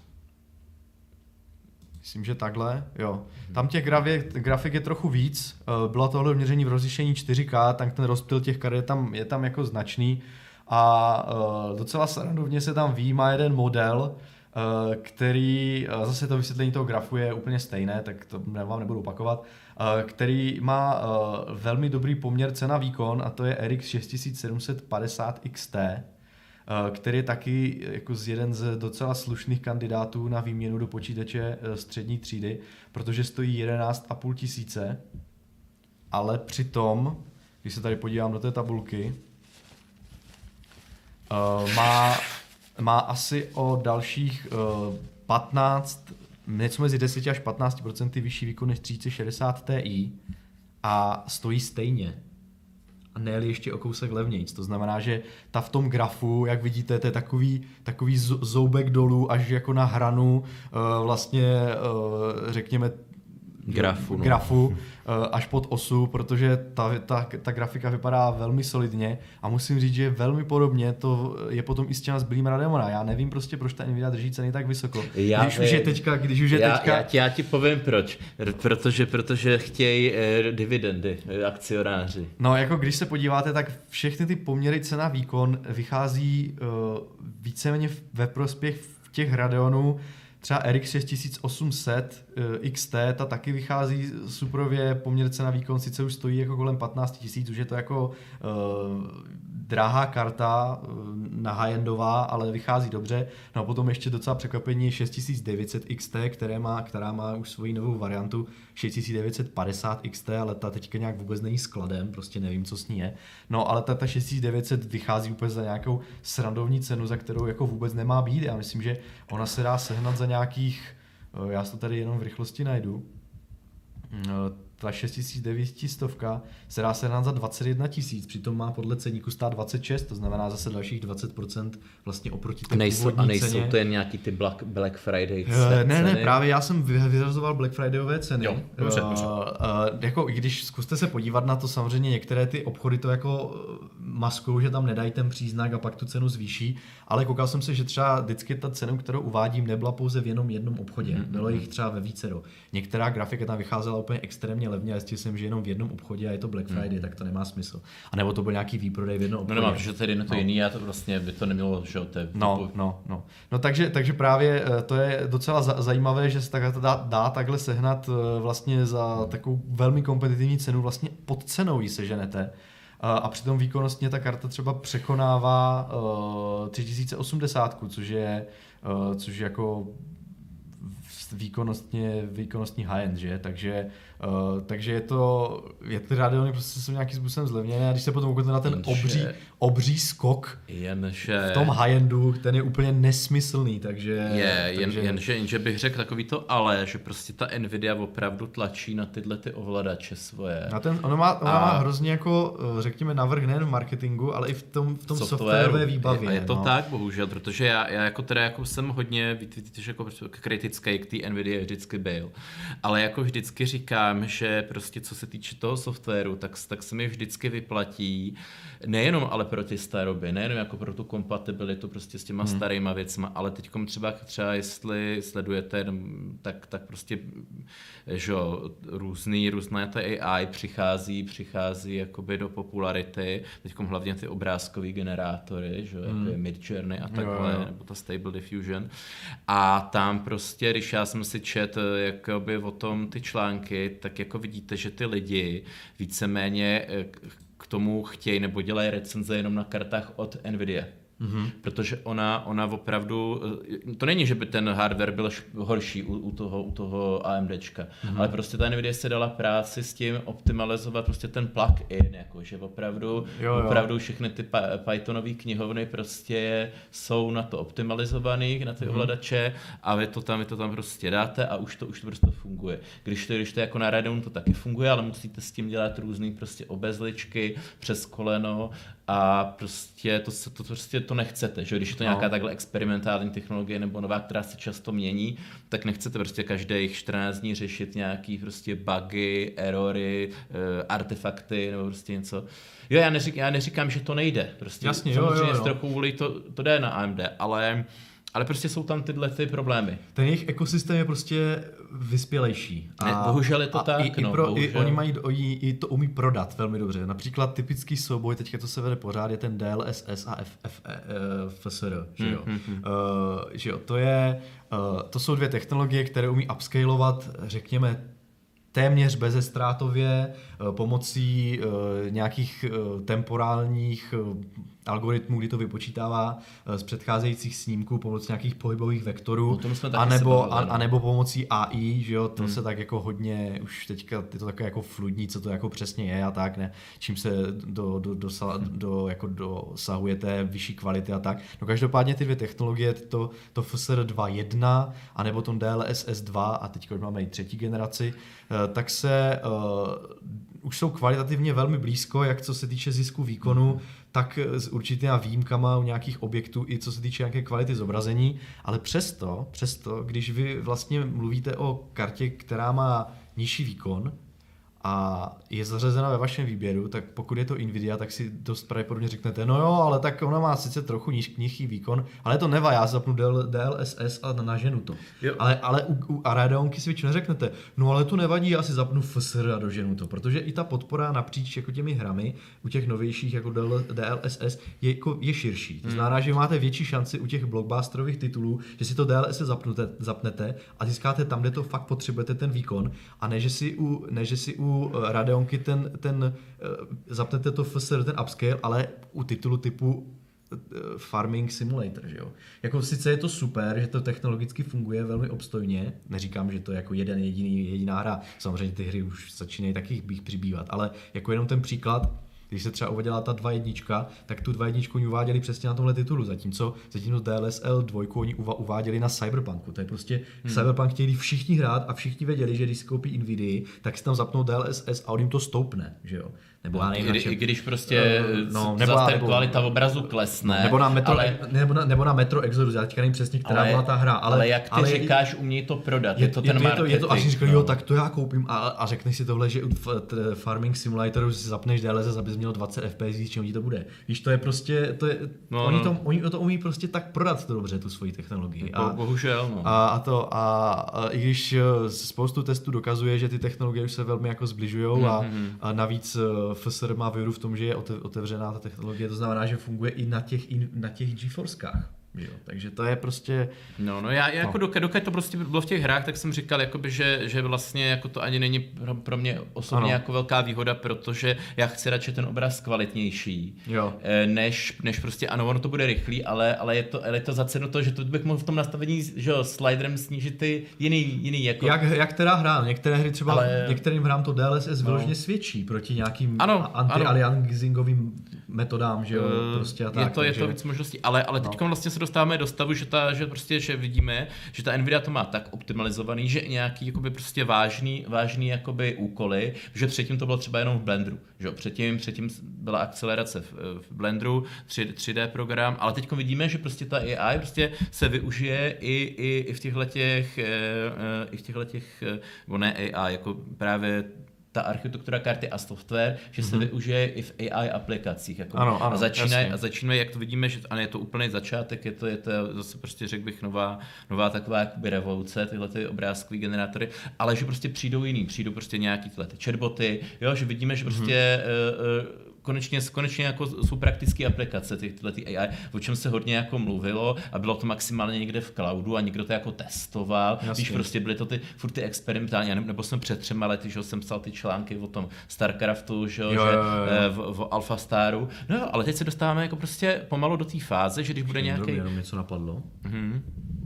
Myslím, že takhle, jo. Tam těch grafik, grafik je trochu víc, bylo tohle měření v rozlišení čtyři ká, tak ten rozptyl těch karet je tam, je tam jako značný a uh, docela srandovně se tam výjímá jeden model, uh, který, uh, zase to vysvětlení toho grafu je úplně stejné, tak to vám nebudu opakovat, uh, který má uh, velmi dobrý poměr cena výkon a to je R X šest tisíc sedm set padesát X T. který je taky jako z jeden z docela slušných kandidátů na výměnu do počítače střední třídy, protože stojí jedenáct a půl tisíce, ale přitom, když se tady podívám do té tabulky, má, má asi o dalších patnáct, něco mezi deset až patnáct procent vyšší výkon než třicet šedesát Ti a stojí stejně. A ne ještě o kousek levnějc. To znamená, že ta v tom grafu, jak vidíte, to je takový, takový zoubek dolů až jako na hranu vlastně řekněme grafu, no. grafu až pod osu, protože ta, ta, ta grafika vypadá velmi solidně a musím říct, že velmi podobně to je potom i s těma zbylýma Radeona. Já nevím prostě, proč ta Nvidia drží ceny tak vysoko. Já když vím. už je teďka, když už je já, teďka... Já, ti, já ti povím proč. Protože, protože chtějí eh, dividendy akcionáři. No jako když se podíváte, tak všechny ty poměry cena výkon vychází uh, víceméně ve prospěch těch Radeonů. Třeba R X šest osm set uh, X T, ta taky vychází suprově, poměr cena výkon sice už stojí jako kolem patnáct tisíc, už je to jako uh, drahá karta, uh, na high-endová, ale vychází dobře. No a potom ještě docela překvapení šest tisíc devět set X T, které má, která má už svoji novou variantu šest tisíc devět set padesát X T, ale ta teďka nějak vůbec není skladem, prostě nevím, co s ní je. No ale ta, ta šest tisíc devět set vychází úplně za nějakou srandovní cenu, za kterou jako vůbec nemá být. Já myslím, že ona se dá sehnat za nějakých, já to tady jenom v rychlosti najdu, ta šest tisíc devět set se dá sehnat za dvacet jedna tisíc, přitom má podle ceníku stát dvacet šest, to znamená zase dalších dvacet procent vlastně oproti té nejsou, původní a nejsou ceně. To jen nějaký ty Black, Black Friday ceny? Ne, ne, právě já jsem vyrazoval Black Fridayové ceny. Jo, dobře, dobře. Uh, uh, jako i když zkuste se podívat na to, samozřejmě některé ty obchody to jako maskují, že tam nedají ten příznak a pak tu cenu zvýší, ale koukal jsem se, že třeba vždycky ta cena, kterou uvádím, nebyla pouze v jednom jednom obchodě, mm-hmm. bylo jich třeba ve vícero. Některá grafika tam vycházela úplně extrémně levně a zjistil jsem, že jenom v jednom obchodě a je to Black Friday, mm. tak to nemá smysl. A nebo to byl nějaký výprodej v jednom obchodě. No nemá, protože tady je to no. jiný, já to vlastně by to nemělo, že to je... No, no, no. No takže, takže právě to je docela zajímavé, že se tak dá, dá takhle sehnat vlastně za takovou velmi kompetitivní cenu, vlastně pod cenou ji seženete. A přitom výkonnostně ta karta třeba překonává uh, tři tisíce osmdesát, což je, uh, což je jako výkonnostně, výkonnostní high-end, že? Takže, uh, takže je to, je ty Radeony prostě jsou nějakým způsobem zlevněné a když se potom ukážete na ten jenže, obří, obří skok jenže, v tom high-endu, ten je úplně nesmyslný, takže... Je, jen, takže... jenže, jenže bych řekl takový to ale, že prostě ta Nvidia opravdu tlačí na tyhle ty ovladače svoje. Na ten, ona má, ona a... má hrozně jako, řekněme, navrh nejen v marketingu, ale i v tom, v tom softwarové výbavě. A je to no. tak, bohužel, protože já, já jako teda jako jsem hodně, víte, že jako kritický k té Nvidia vždycky byl, ale jako vždycky říkám, že prostě co se týče toho softwaru, tak, tak se mi vždycky vyplatí, nejenom ale pro ty staroby, nejenom jako pro tu kompatibilitu prostě s těma hmm. starýma věcma, ale teďkom třeba, třeba jestli sledujete, tak, tak prostě, že různý, různá ta A I přichází, přichází jakoby do popularity, teďkom hlavně ty obrázkový generátory, že hmm. jako je Midjourney a takhle, jo, jo. nebo ta Stable Diffusion. A tam prostě, když já jsem si čet jakoby o tom ty články, tak jako vidíte, že ty lidi víceméně k tomu chtějí nebo dělají recenze jenom na kartách od Nvidia. Mm-hmm. Protože ona, ona opravdu, to není, že by ten hardware byl horší u, u toho, u toho AMDčka, mm-hmm. ale prostě ta Nvidia se dala práci s tím optimalizovat prostě ten plug-in, jako, že opravdu, jo, jo. opravdu všechny ty Pythonové knihovny prostě jsou na to optimalizovaný, na ty mm-hmm. ovladače a vy to tam, vy to tam prostě dáte a už to, už to prostě funguje. Když to, když to jako na Radeonu to taky funguje, ale musíte s tím dělat různý prostě obezličky přes koleno a prostě to, to, to prostě to nechcete, že když je to nějaká no. takhle experimentální technologie nebo nová, která se často mění, tak nechcete prostě každých čtrnáct dní řešit nějaký prostě bugy, erory, uh, artefakty nebo prostě něco. Jo, já, neřík, já neříkám, že to nejde. Prostě jasně, samozřejmě jo, jo, jo. s trochu vůli to, to jde na A M D, ale ale prostě jsou tam tyhle ty problémy. Ten jejich ekosystém je prostě vyspělejší. A, ne, bohužel je to tak. I, no, i, pro, i oni mají, i, i to umí prodat velmi dobře. Například typický souboj, teďka to se vede pořád, je ten D L S S a F S R, že jo. Mm, mm, mm. Uh, že jo, to je, uh, to jsou dvě technologie, které umí upscalovat, řekněme, téměř bezestrátově pomocí nějakých temporálních algoritmů, kdy to vypočítává z předcházejících snímků pomocí nějakých pohybových vektorů, anebo, a, a nebo pomocí A I, že jo, to hmm. se tak jako hodně, už teďka je to takové jako fludní, co to jako přesně je a tak, ne, čím se do, do, do, do, jako dosahuje té vyšší kvality a tak. No každopádně ty dvě technologie, to, to F S R dva tečka jedna, anebo tom D L S S dva a teďka už máme i třetí generaci, tak se uh, už jsou kvalitativně velmi blízko, jak co se týče zisku výkonu, tak s určitýma výjimkama u nějakých objektů i co se týče nějaké kvality zobrazení, ale přesto, přesto, když vy vlastně mluvíte o kartě, která má nižší výkon a je zařazena ve vašem výběru, tak pokud je to Nvidia, tak si dost pravděpodobně řeknete, no jo, ale tak ona má sice trochu niž, nižší výkon, ale to nevá, já zapnu D L S S a naženu to. Jo. Ale, ale u, u Radeonky si většinou řeknete, no ale to nevadí, já si zapnu F S R a doženu to, protože i ta podpora napříč jako těmi hrami u těch novějších jako D L S S je, jako, je širší. To znamená, že máte větší šanci u těch blockbusterových titulů, že si to D L S S zapnete, zapnete a získáte tam, kde to fakt potřebujete ten výkon, a ne, že si u, ne, že si u Radeonky ten, ten zapnete to F S R, ten upscale, ale u titulu typu Farming Simulator, že jo. Jako sice je to super, že to technologicky funguje velmi obstojně, neříkám, že to je jako jeden jediný, jediná hra, samozřejmě ty hry už začínají taky bych přibývat, ale jako jenom ten příklad, když se třeba uváděla ta dva jednička, tak tu dva jedničku oni uváděli přesně na tomhle titulu, zatímco, zatímco D L S L dva oni uváděli na Cyberpunku. To je prostě hmm. Cyberpunk chtěli všichni hrát a všichni věděli, že když si koupí Nvidia, tak si tam zapnou D L S S a on jim to stoupne, že jo. Nebo já nevím, I když prostě uh, no, nebo, zase nebo, kvalita obrazu klesne. Nebo na Metro, ale, nebo na, nebo na Metro Exodus, já teďka nevím přesně, která ale, byla ta hra. Ale, ale jak ty ale, říkáš, umějí to prodat, je, je to ten je, marketing. Je to, až si říkali, jo, tak to já koupím a, a řekneš si tohle, že v t, Farming Simulatoru si zapneš D L S S, abys měl dvacet F P S, s čím ti to bude. Víš, to je prostě, to je, no, oni, no. To, oni to umí prostě tak prodat to dobře, tu svoji technologii. A, bohužel, no. A, a to, a, a i když spoustu testů dokazuje, že ty technologie už se velmi jako zbližujou mm-hmm. a, a navíc F S R má výhodu v tom, že je otevřená ta technologie, to znamená, že funguje i na těch, i na těch GeForcekách. Jo, takže to je prostě... No, no já, já no. jako dokud, dokud to prostě bylo v těch hrách, tak jsem říkal, jakoby, že, že vlastně jako to ani není pro, pro mě osobně ano. jako velká výhoda, protože já chci radši ten obraz kvalitnější, jo. Než, než prostě, ano, ono to bude rychlý, ale, ale je to, ale je to za cenu toho, že to bych mohl v tom nastavení, že jo, sliderem snížit ty jiný, jiný jako... Jak, jak teda hra, některé hry třeba, ale... některým hrám to D L S S vyloženě no. svědčí proti nějakým anti-aliasingovým metodám, že jo, uh, prostě a tak. Je to, takže... je to víc možností, ale, ale teď no. vlastně se dostáváme do stavu, že, ta, že prostě, že vidíme, že ta Nvidia to má tak optimalizovaný, že nějaký jakoby prostě vážný, vážný jakoby úkoly, že předtím to bylo třeba jenom v Blenderu, že předtím, předtím byla akcelerace v, v Blenderu, tři dé program, ale teď vidíme, že prostě ta A I prostě se využije i, i, i v těchhletěch, i v těchhletěch, nebo ne A I, jako právě ta architektura karty a software, že se mm-hmm. využije i v A I aplikacích. Jako ano, ano, a začínají, a začínají, jak to vidíme, že ano, je to úplný začátek, je to, je to zase prostě řekl bych nová, nová taková jakoby revoluce, tyhle ty obrázkový generátory, ale že prostě přijdou jiný, přijdou prostě nějaký tyhle ty chatboty, jo, že vidíme, že prostě mm-hmm. uh, uh, Konečně, konečně jako jsou praktické aplikace tyhle ty A I, o čem se hodně jako mluvilo a bylo to maximálně někde v cloudu a někdo to jako testoval, když prostě byly to ty furt ty experimentální, nebo jsem před třema lety, že jsem psal ty články o tom StarCraftu, že, jo, že jo, jo. V, v Alpha Staru, no jo, ale teď se dostáváme jako prostě pomalu do té fáze, že když bude nějaký... Dobrý, jenom něco napadlo. Mhm.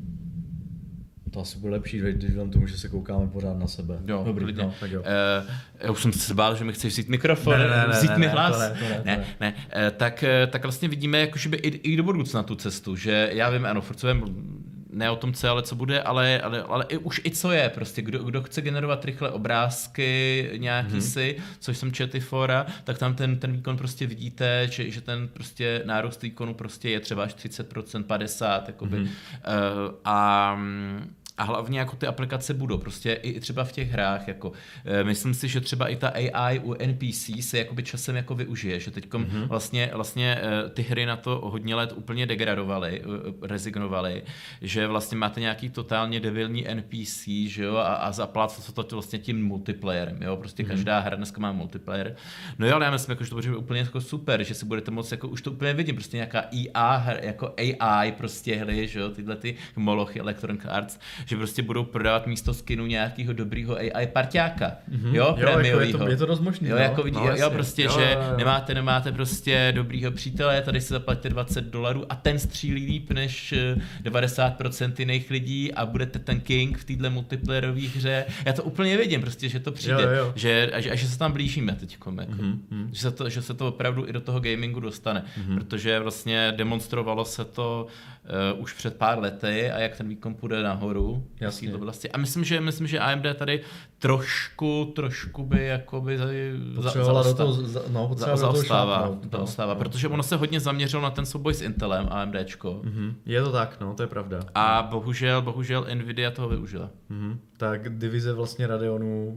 To asi bude lepší, když vám tomu, že se koukáme pořád na sebe. Jo, dobrý, no, tak jo. Uh, já už jsem se bál, že mi chceš vzít mikrofon, ne, ne, ne, vzít ne, mi ne, hlas. To ne, to ne, to ne. ne, ne. Uh, tak, tak vlastně vidíme, jako, že by i, i do budoucna tu cestu, že já vím, ano, furt ne o tom, co, ale co bude, ale, ale, ale i, už i co je, prostě kdo, kdo chce generovat rychle obrázky nějaký mm-hmm. si, což jsem četl fora, tak tam ten, ten výkon prostě vidíte, že, že ten prostě nárůst výkonu prostě je třeba až třicet procent, padesát procent, jakoby. Mm-hmm. Uh, a A hlavně jako ty aplikace budou, prostě i třeba v těch hrách, jako e, myslím si, že třeba i ta A I u N P C se jakoby časem jako využije, že teďkom mm-hmm. vlastně, vlastně e, ty hry na to hodně let úplně degradovaly, e, rezignovaly, že vlastně máte nějaký totálně debilní N P C, že jo, a, a zaplácá se to vlastně tím multiplayerem, jo, prostě mm-hmm. každá hra dneska má multiplayer. No jo, ale já myslím, jako, že to bude úplně jako super, že si budete moct, jako už to úplně vidím, prostě nějaká I A, jako A I prostě hry, že jo, tyhle ty molochy Electronic Arts, že prostě budou prodávat místo skinu nějakého dobrýho A I parťáka, mm-hmm. jo, jo jako je, to, je to dost možný, jo, no? jako vidí, no, jo, jo, prostě, jo, že jo, jo. nemáte, nemáte prostě dobrýho přítele, tady si zaplatíte dvacet dolarů a ten střílí líp než devadesát procent jiných lidí a budete ten king v téhle multiplayerové hře. Já to úplně vidím, prostě, že to přijde, jo, jo. Že, a, že, a že se tam blížíme teďkom, jako. Mm-hmm. že, se to, že se to opravdu i do toho gamingu dostane, mm-hmm. protože vlastně demonstrovalo se to uh, už před pár lety a jak ten výkon půjde nahoru. Jasně. Oblasti. A myslím, že myslím, že A M D tady trošku, trošku by jakoby potřebovala do toho, za, no, potřebovala za, do toho zaostává, šlápnout, no, zaostává, no, protože ono se hodně zaměřilo na ten souboj s Intelem AMDčko. Mm-hmm. Je to tak, no, to je pravda. A bohužel, bohužel Nvidia toho využila. Mm-hmm. Tak divize vlastně Radeonu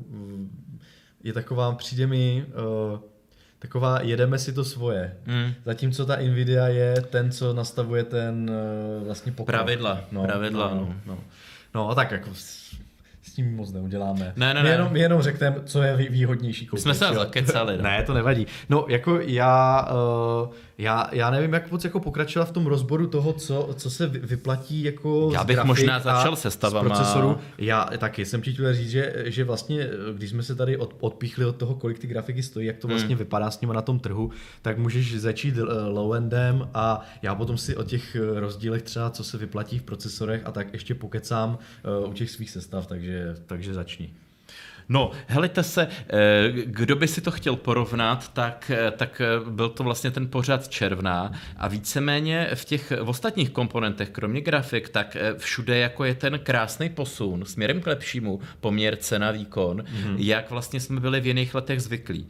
je taková, přijde mi uh, taková, jedeme si to svoje. Mm. Zatímco ta Nvidia je ten, co nastavuje ten uh, vlastně pokrok. Pravidla, no, pravidla, no. no. no. No a tak jako s tím moc neuděláme. Ne, ne, my ne. jenom, my jenom řekneme, co je výhodnější koupit. Jsme se zakecali. No. Ne, to nevadí. No jako já, uh, já, já nevím, jak moc jako pokračovat v tom rozboru toho, co, co se vyplatí jako já z bych možná začal se sestavama. procesoru. Já taky jsem ti chtěl říct, že, že vlastně, když jsme se tady od, odpíchli od toho, kolik ty grafiky stojí, jak to vlastně hmm. vypadá s nimi na tom trhu, tak můžeš začít low-endem a já potom si o těch rozdílech třeba, co se vyplatí v procesorech a tak ještě pokecám uh, u těch svých sestav, takže, takže začni. No, helejte se, kdo by si to chtěl porovnat, tak, tak byl to vlastně ten pořad června a víceméně v těch v ostatních komponentech, kromě grafik, tak všude jako je ten krásný posun směrem k lepšímu, poměr cena výkon, mm-hmm. jak vlastně jsme byli v jiných letech zvyklí.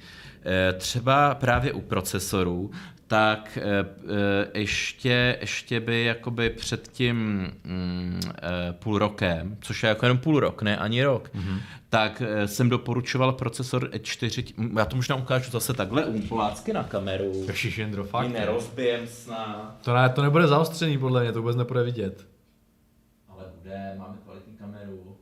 Třeba právě u procesorů, tak e, ještě, ještě by jakoby před tím mm, e, půl rokem, což je jako jenom půl rok, ne ani rok, mm-hmm. tak e, jsem doporučoval procesor E čtyři, já to možná ukážu zase takhle umpolácky na kameru. Ježiš, Jindro, fakt. My nerozbijem snad. To, ne, to nebude zaostřený podle mě, to vůbec nebude vidět. Ale bude, máme kvalitní kameru.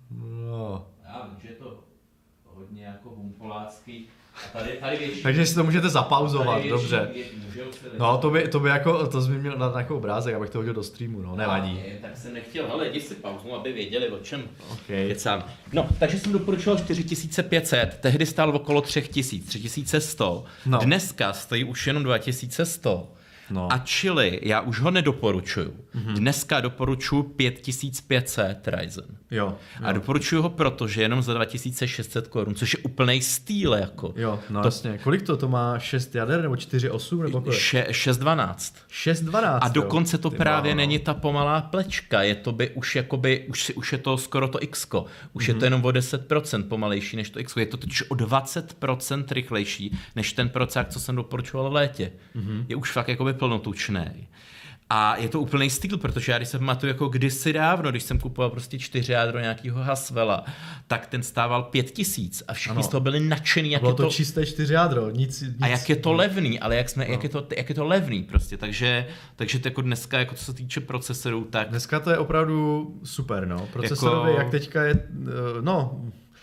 No. Já vím, že je to hodně jako umpolácký. A tady, tady větší, takže si to můžete zapauzovat, větší, dobře. Větší, no to by, to by jako, to jsi mi měl na nějakou obrázek, abych to hodil do streamu, no, nevadí. Je, tak jsem nechtěl, hele, jdi si pauzu, aby věděli, o čem okay. kecám. No, takže jsem doporučoval čtyři tisíce pět set, tehdy stál okolo tři tisíce, tři tisíce sto, no. Dneska stojí už jenom dva tisíce sto. No. A čili, já už ho nedoporučuju. Mm-hmm. Dneska doporučuju pět tisíc pět set Ryzen. Jo, jo. A doporučuju ho proto, že jenom za dva tisíce šest set korun, což je úplnej stýl, jako. Jo, no to... jasně. Kolik to? To má šest jader nebo čtyři osm nebo kolik? šest dvanáct. šest dvanáct. A dokonce to Ty právě má, no. není ta pomalá plečka, je to by už jakoby, už, už je to skoro to X-ko. Už mm-hmm. je to jenom o deset procent pomalejší než to X-ko. Je to totiž o dvacet procent rychlejší než ten procák, co jsem doporučoval v létě. Mm-hmm. Je už fakt jakoby plnotučnej. A je to úplný styl, protože já když se pamatuju jako kdysi dávno, když jsem kupoval prostě čtyři jádro nějakého Haswella, tak ten stával pět tisíc a všichni ano. z toho byli nadšený. Jak bylo je to, to čisté čtyři jádro, nic, nic. A jak je to levný, ale jak, jsme, no. jak, je to, jak je to levný prostě, takže, takže to jako dneska, jako co se týče procesorů, tak... Dneska to je opravdu super, no. Procesorově, jako... jak teďka je, no...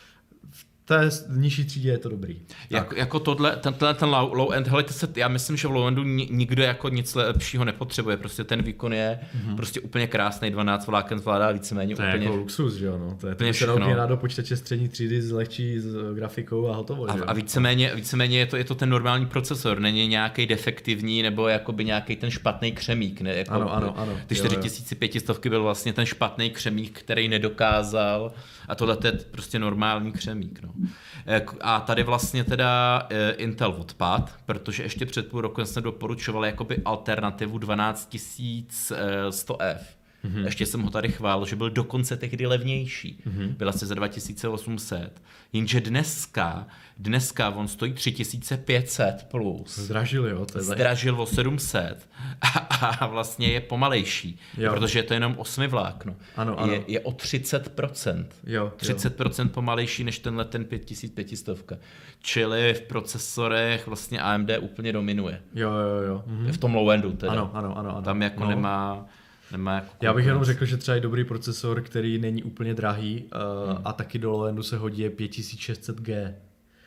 V té nižší třídě je to dobrý. Jak, jako tohle, tenhle ten low, low end, helejte se, já myslím, že v low endu nikdo jako nic lepšího nepotřebuje, prostě ten výkon je mm-hmm. prostě úplně krásný, dvanáct vláken zvládá víceméně to úplně. To je jako luxus, že jo, no. To je úplně to, že se do počítače střední třídy zlehčí s grafikou a hotovo, a, že jo. A víceméně, víceméně je, to, je to ten normální procesor, není nějaký defektivní nebo jakoby nějaký ten špatný křemík, ne? Jako, ano, ano, ano. Ty čtyři tisíce pět set byl vlastně ten špatný křemík, který nedokázal a tohle je prostě normální křemík, no. A tady vlastně teda Intel odpad, protože ještě před půl rokem jsem doporučoval jakoby alternativu dvanáct tisíc sto F. Mm-hmm. Ještě jsem ho tady chválil, že byl dokonce tehdy levnější. Mm-hmm. Byl asi za dva tisíce osm set. Jenže dneska, dneska on stojí tři tisíce pět set plus. Zdražil, jo. To je Zdražil o sedm set a, a vlastně je pomalejší, jo. Protože je to jenom osmi vlákno. Ano, ano. Je, je o třicet procent. Jo, třicet procent pomalejší než tenhle ten pět tisíc pět set. Čili v procesorech vlastně A M D úplně dominuje. Jo, jo, jo. Mhm. V tom low endu teda. Ano, ano, ano. ano. Tam jako no. nemá... Jako Já bych jenom řekl, že třeba je dobrý procesor, který není úplně drahý uh, hmm. a taky do low-endu se hodí je pět tisíc šest set G.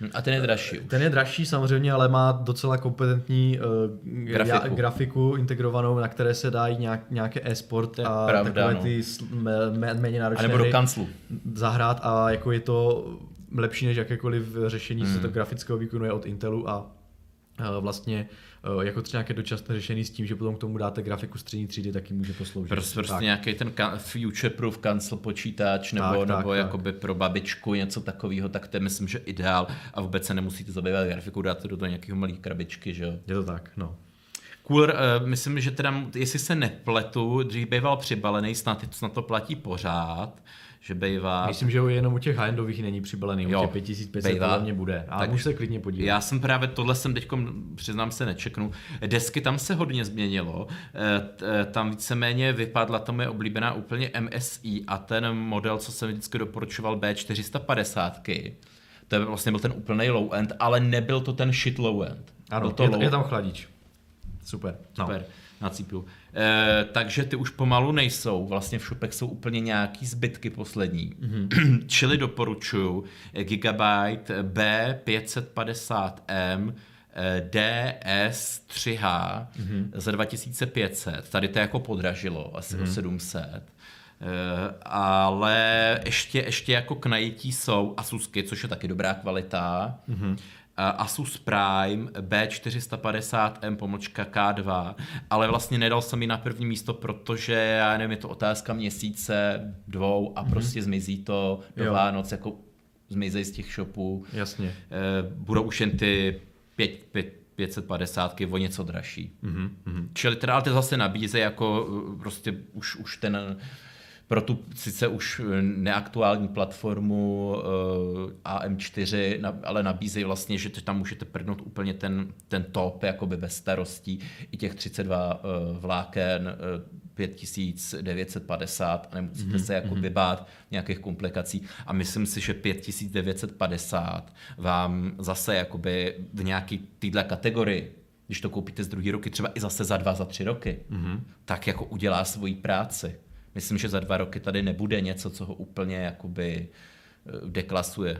A ten je dražší už. Ten je dražší samozřejmě, ale má docela kompetentní uh, grafiku. Ja, grafiku integrovanou, na které se dají nějak, nějaké e-sport a pravda, takové no. ty mé, méně náročné a nebo do kanclu. zahrát a jako je to lepší než jakékoliv řešení, hmm. co to grafického výkonu je od Intelu a uh, vlastně uh, jako třeba nějaké dočasné řešení s tím, že potom k tomu dáte grafiku střední třídy, taky může posloužit. Prostě, prostě nějaký ten future-proof cancel počítač nebo, tak, nebo tak, jakoby tak. pro babičku něco takového, tak to je myslím, že ideál a vůbec se nemusíte zabývat grafikou, dáte do toho nějakého malý krabičky, že jo. Je to tak, no. Cooler, uh, myslím, že teda, jestli se nepletu, dřív býval přibalený, snad, snad to platí pořád, že bývá... Myslím, že jenom u těch high-endových není přibalený, jo, u těch pět tisíc pět set podle mě bude, ale můžu se klidně podívat. Já jsem právě, tohle jsem teďkom, přiznám se, nečeknu. Desky tam se hodně změnilo, tam víceméně vypadla, to moje oblíbená úplně M S I a ten model, co jsem vždycky doporučoval B čtyři sta padesát. To vlastně byl ten úplný low-end, ale nebyl to ten shit low-end. Ano, to je, low... je tam chladič. Super. Super. No. Na C P U. E, takže ty už pomalu nejsou, vlastně v shopech jsou úplně nějaký zbytky poslední. Mm-hmm. Čili doporučuju Gigabyte B pět set padesát M D S tři H mm-hmm. za dva tisíce pět set. Tady to jako podražilo asi mm-hmm. o sedm set. Uh, ale ještě, ještě jako k najítí jsou Asusky, což je taky dobrá kvalita. Mm-hmm. Uh, Asus Prime B čtyři sta padesát M pomlčka K dva, ale vlastně nedal jsem ji na první místo, protože já nevím, je to otázka měsíce, dvou a mm-hmm. prostě zmizí to do jo. Vánoc, jako zmizí z těch shopů. Jasně. Uh, budou už jen ty pět set padesát o něco dražší. Mm-hmm. Čili teda, ale ty zase nabízejí jako prostě už, už ten pro tu sice už neaktuální platformu uh, A M čtyři, na, ale nabízejí vlastně, že tam můžete prdnout úplně ten, ten top jakoby bez starostí i těch třicet dva uh, vláken, uh, pět tisíc devět set padesát a nemusíte mm-hmm. se jako vybát nějakých komplikací a myslím si, že pět tisíc devět set padesát vám zase jakoby v nějaký téhle kategorii, když to koupíte z druhé ruky, třeba i zase za dva, za tři roky, mm-hmm. tak jako udělá svoji práci. Myslím, že za dva roky tady nebude něco, co ho úplně jakoby deklasuje.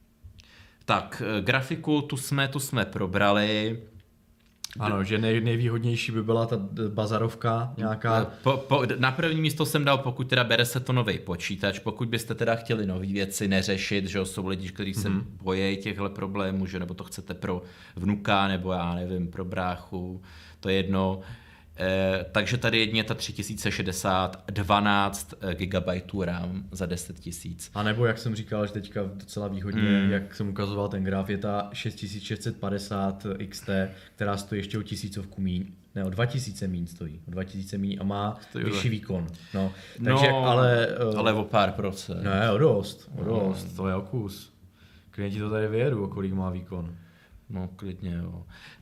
Tak, grafiku tu jsme, tu jsme probrali. Ano, že nej, nejvýhodnější by byla ta bazarovka nějaká. Po, po, na první místo jsem dal, pokud teda bere se to nový počítač, pokud byste teda chtěli nové věci neřešit, že jsou lidi, kteří se mm-hmm. bojí těchto problémů, že nebo to chcete pro vnuka, nebo já nevím, pro bráchu, to je jedno. Eh, takže tady jedině ta tři tisíce šedesát, dvanáct gigabajtů RAM za deset tisíc. A nebo jak jsem říkal, že teďka docela výhodně, mm. jak jsem ukazoval ten graf, je ta šest tisíc šest set padesát X T, která stojí ještě o tisícovku míň. Ne, o dva tisíce míň stojí, o dva tisíce míň a má stojí vyšší výkon. No, takže, no ale, ale o pár procent. Ne, o dost, o dost, no. To je o kus. Klienti to tady vyjedou, o kolik má výkon. No, klidně jo.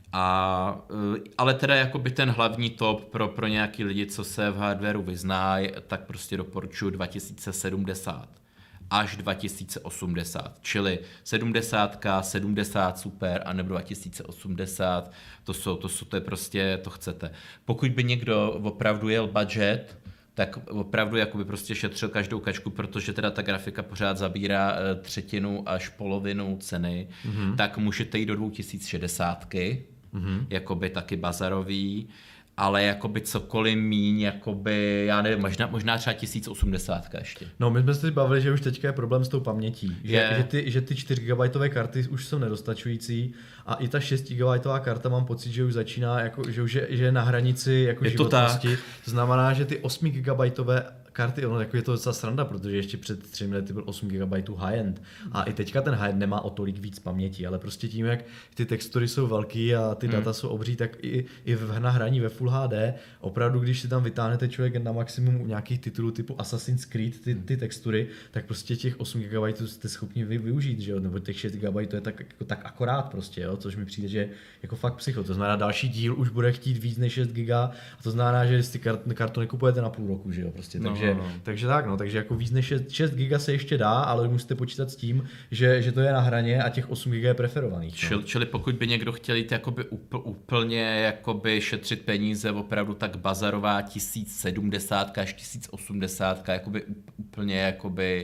A, ale teda jakoby ten hlavní top pro, pro nějaký lidi, co se v hardwareu vyznají, tak prostě doporučuji dva tisíce sedmdesát až dva tisíce osmdesát, čili sedmdesát, sedmdesát super, anebo dva tisíce osmdesát, to jsou, to jsou, to je prostě, to chcete. Pokud by někdo opravdu jel budget, tak opravdu jakoby prostě šetřil každou kačku, protože teda ta grafika pořád zabírá třetinu až polovinu ceny, mm-hmm. tak můžete jít do dva tisíce šedesát, mm-hmm. jakoby taky bazarový, ale jakoby cokoliv míň, jakoby, já nevím, možná, možná třeba tisíc osmdesát ještě. No, my jsme se bavili, že už teďka je problém s tou pamětí, že, je. že, ty, že ty čtyři gigabajtové karty už jsou nedostačující a i ta šest gigabajtová karta mám pocit, že už začíná, jako, že už je, že je na hranici jako je životnosti. To, to znamená, že ty osm gigabajtové karty, ono jako je to docela sranda, protože ještě před třemi lety byl osm gigabajtů high-end a i teďka ten high-end nemá o tolik víc paměti, ale prostě tím, jak ty textury jsou velký a ty hmm. data jsou obří, tak i, i v nahraní ve Full H D, opravdu, když si tam vytáhnete člověk na maximum u nějakých titulů typu Assassin's Creed, ty, ty textury, tak prostě těch osm gigabajtů jste schopni vy, využít, že jo? Nebo těch šest gigabajtů je tak, jako, tak akorát prostě, jo? Což mi přijde, že je jako fakt psycho. To znamená, další díl už bude chtít víc než šest giga a to znamená, že si kart, kartu nekupujete na půl roku, že jo? Prostě, no. takže, no. takže tak, no, takže jako víc než šest giga se ještě dá, ale musíte počítat s tím, že, že to je na hraně a těch osm giga je preferovaných. No. Čili, čili pokud by někdo chtěl jít jakoby upl, úplně jakoby šetřit peníze, opravdu tak bazarová tisíc sedmdesát až tisíc osmdesát, jakoby úplně jakoby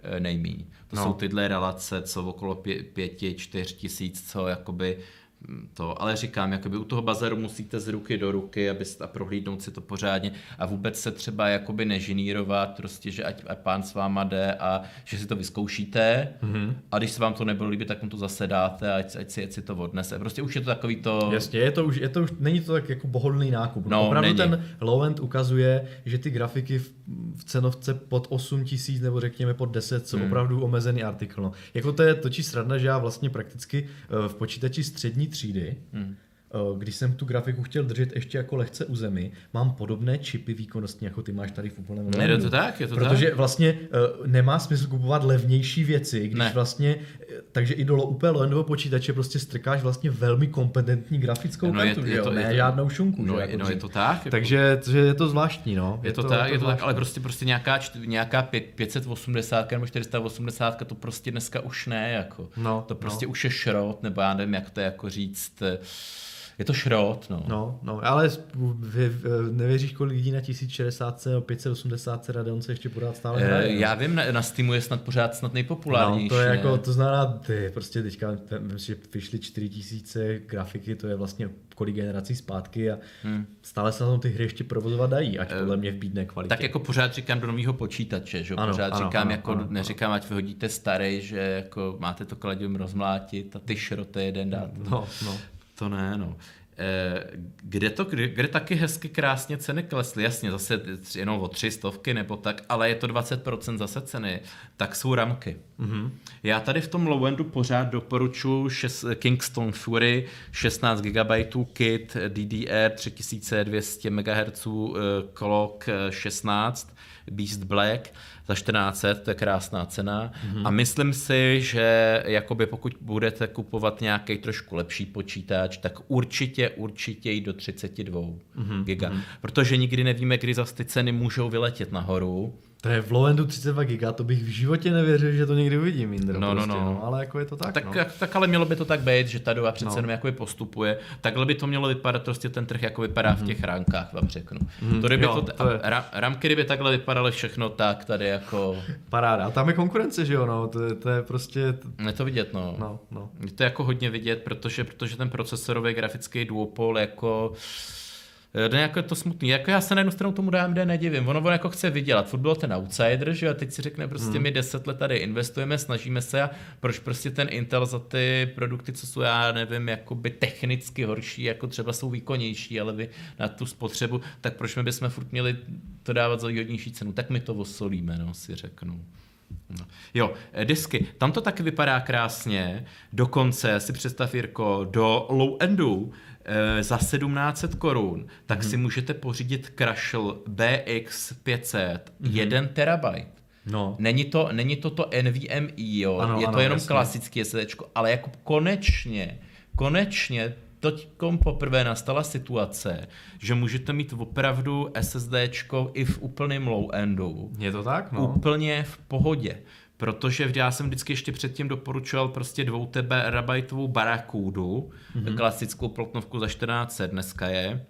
nejmíň. To no. jsou tyhle relace, co okolo pě, pěti, čtyř tisíc, co jakoby to, ale říkám, jakoby u toho bazaru musíte z ruky do ruky, abyste a prohlídnout si to pořádně a vůbec se třeba jakoby nežinírovat, prostě, že ať, ať pán s váma jde a že si to vyzkoušíte mm-hmm. a když se vám to nebylo líbit, tak mu to zase dáte a ať, ať, si, ať si to odnese. Prostě už je to takový to... Jasně, je to už, je to už, není to tak jako pohodlný nákup. No, opravdu není. Ten low-end ukazuje, že ty grafiky v, v cenovce pod osm tisíc nebo řekněme pod deset jsou mm. opravdu omezený artikl. No. Jako to je točí sranda, že já vlastně prakticky v počítači střední třídy, hmm. když jsem tu grafiku chtěl držet ještě jako lehce u zemi, mám podobné čipy výkonnostní, jako ty máš tady v úplném ne, je to tak, je to protože tak. vlastně uh, nemá smysl kupovat levnější věci, když ne. vlastně, takže i do úplně low-endového počítače prostě strkáš vlastně velmi kompetentní grafickou no, kartu, je, je to, ne je to, žádnou šunku. No, že, je, jako, no je to tak. Jako, takže že je to zvláštní, no. Je, je to, to tak, je to tak, ale prostě, prostě nějaká, nějaká pět set osmdesát nebo čtyři sta osmdesát to prostě dneska už ne, jako. No, to prostě no. už je šrot, nebo já nevím, jak to jako říct. Je to šrot, no. No, no, ale nevěříš, kolik lidí na tisíc šedesát nebo pět set osmdesát Radeon se ještě pořád stále hraje? E, já vím, na, na Steamu je snad pořád snad nejpopulárnější. No, to je ne? Jako, to znamená, ty, prostě teďka, že vyšly čtyři tisíce grafiky, to je vlastně kolik generací zpátky a hmm. stále se na tom ty hry ještě provozovat dají, ať podle mě v bídné kvalitě. Tak jako pořád říkám do nového počítače, že? Ano, pořád ano, říkám, ano, jako ano, neříkám, ano. ať vyhodíte starý, že jako máte to kladium rozmlátit a ty šroty jeden dát. No, no. To ne, no. Kde, to, kde, kde taky hezky krásně ceny klesly, jasně zase jenom o tři stovky nebo tak, ale je to dvacet procent zase ceny, tak jsou ramky. Mm-hmm. Já tady v tom low-endu pořád doporučuji šest, Kingston Fury šestnáct gigabajtů kit D D R tři tisíce dvě stě megahertzů clock šestnáct Beast Black za čtrnáct set, to je krásná cena. Mm-hmm. A myslím si, že jakoby pokud budete kupovat nějaký trošku lepší počítač, tak určitě, určitě jít do třicet dva mm-hmm. giga. Mm-hmm. Protože nikdy nevíme, kdy zase ty ceny můžou vyletět nahoru. To je v low-endu třicet dva giga, to bych v životě nevěřil, že to někdy uvidím, Indro, no, prostě, no, no. no, ale jako je to tak. Tak, no. tak, tak ale mělo by to tak být, že ta doba přece jenom no. jako postupuje. Takhle by to mělo vypadat, prostě ten trh jako vypadá mm-hmm. v těch ránkách, vám řeknu. Mm-hmm. To, kdyby jo, to, to je... ra, rámky, kdyby takhle vypadaly všechno tak, tady jako... Paráda, a tam je konkurence, že jo, no, to, je, to je prostě... Je to vidět, no. no, no. Je to jako hodně vidět, protože, protože ten procesorový grafický duopol jako... Ne, jako je to smutný. Jako já se na jednu stranu tomu D A M D nedivím. Ono, ono jako chce vydělat. Furt byl ten outsider, že a teď si řekne prostě hmm. my deset let tady investujeme, snažíme se a proč prostě ten Intel za ty produkty, co jsou, já nevím, jakoby technicky horší, jako třeba jsou výkonnější, ale vy na tu spotřebu, tak proč my bychom furt měli to dávat za výhodnější cenu? Tak my to osolíme, no, si řeknu. No. Jo, disky, tam to taky vypadá krásně, dokonce si představ, Jirko, do low-endu e, za sedmnáct set korun, tak mm-hmm. si můžete pořídit Crashel B X pět set, mm-hmm. jeden terabajt. No. Není to, není to to NVMe, jo, ano, je to ano, jenom jasně. klasický S S D, ale jako konečně, konečně teďkom poprvé nastala situace, že můžete mít opravdu SSDčko i v úplném low-endu. Je to tak, no. Úplně v pohodě. Protože já jsem vždycky ještě předtím doporučoval prostě dvou terabajtovou Barracudu, mm-hmm. klasickou plotnovku za čtrnáct set dneska je,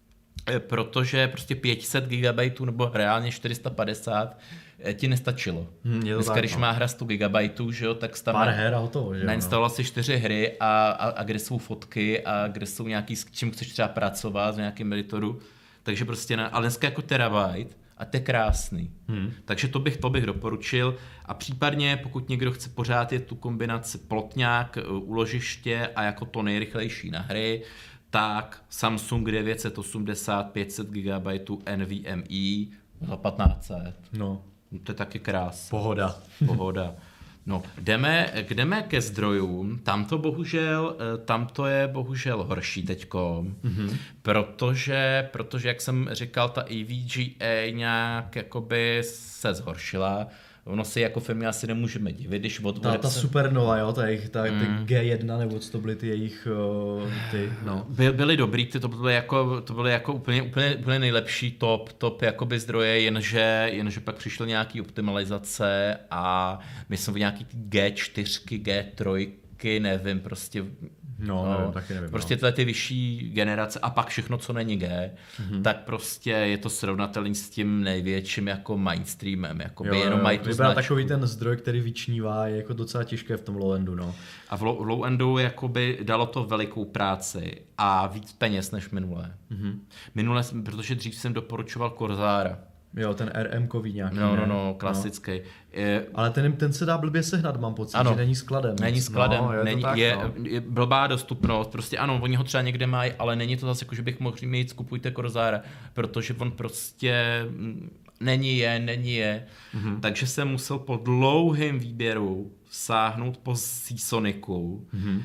protože prostě pět set gigabajtů nebo reálně čtyři sta padesát ti nestačilo. Hmm, dneska, tak, když no. má hra sto gigabajtů, že jo, tak tam pár her a hotovo, že jo. Nainstaloval si čtyři hry a, a, a kde jsou fotky a kde jsou nějaký, s čím chceš třeba pracovat, s nějakým editoru. Takže prostě, na, ale dneska jako terabajt a to je krásný. Hmm. Takže to bych, to bych doporučil a případně, pokud někdo chce pořád je tu kombinaci plotňák, úložiště a jako to nejrychlejší na hry, tak Samsung devět set osmdesát pět set gigabajtů NVMe za patnáct set. No. To je taky krás. Pohoda. Pohoda. No, jdeme, jdeme ke zdrojům, tam to bohužel, tam to je bohužel horší teďko, mm-hmm. protože, protože, jak jsem říkal, ta E V G A nějak jakoby se zhoršila. Ono si jako firmy asi nemůžeme divit, když od... Ta, ta Supernova, jo, ta jejich, ta, mm. ty G jedna, nebo co to byly ty jejich, uh, ty, no. By, byly dobrý, ty to byly jako, to byly jako úplně, úplně, úplně nejlepší top, top jakoby zdroje, jenže, jenže pak přišly nějaký optimalizace a my jsme nějaký ty G čtyři, G tři, nevím, prostě No, no nevím, taky nevím. Prostě no. tyhle ty vyšší generace a pak všechno, co není G, mm-hmm. tak prostě je to srovnatelný s tím největším jako mainstreamem, jako by jenom mají tu značku. Takový ten zdroj, který vyčnívá, je jako docela těžké v tom low-endu, no. A v low-endu jakoby dalo to velikou práci a víc peněz než minulé. Mm-hmm. Minule, protože dřív jsem doporučoval Corsaira. Jo, ten RMkový nějaký. No, no, no, klasický. No. Je... Ale ten, ten se dá blbě sehnat, mám pocit, ano. že není skladem. Není skladem, no, je, není, tak, je, no. je blbá dostupnost, prostě ano, oni ho třeba někde mají, ale není to zase jako, že bych mohl mít, kupujte Corsaira, protože on prostě není je, není je. Mm-hmm. Takže jsem musel po dlouhém výběru sáhnout po Seasonicu, mm-hmm.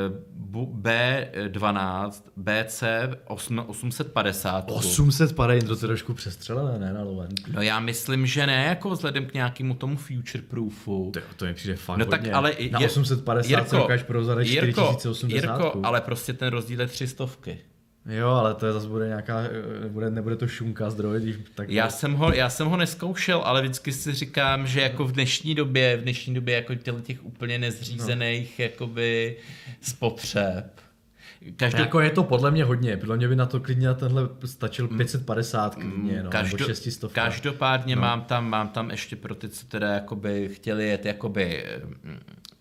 bé dvanáct, bé cé osm set padesát. osm set padesát, to je trošku přestřelené, ne, na low-end. No já myslím, že ne, jako vzhledem k nějakému tomu future proofu. To, to mi přijde fakt no hodně. Tak, ale na je, osm set padesát Jirko, se dokáž prozadit čtyři tisíce osmdesát. Jirko, ale prostě ten rozdíl je tři stovky. Jo, ale to je zase bude nějaká, nebude, nebude to šunka zdroj, když tak... Já jsem ho, já jsem ho neskoušel, ale vždycky si říkám, že jako v dnešní době, v dnešní době jako těch úplně nezřízených no. jakoby spotřeb. Každou... Jako je to podle mě hodně, podle mě by na to klidně na tenhle stačil pět set padesát klidně, no, Každo... nebo šest set. Každopádně no. mám, tam, mám tam ještě pro ty, co teda jakoby chtěli jet jakoby mm,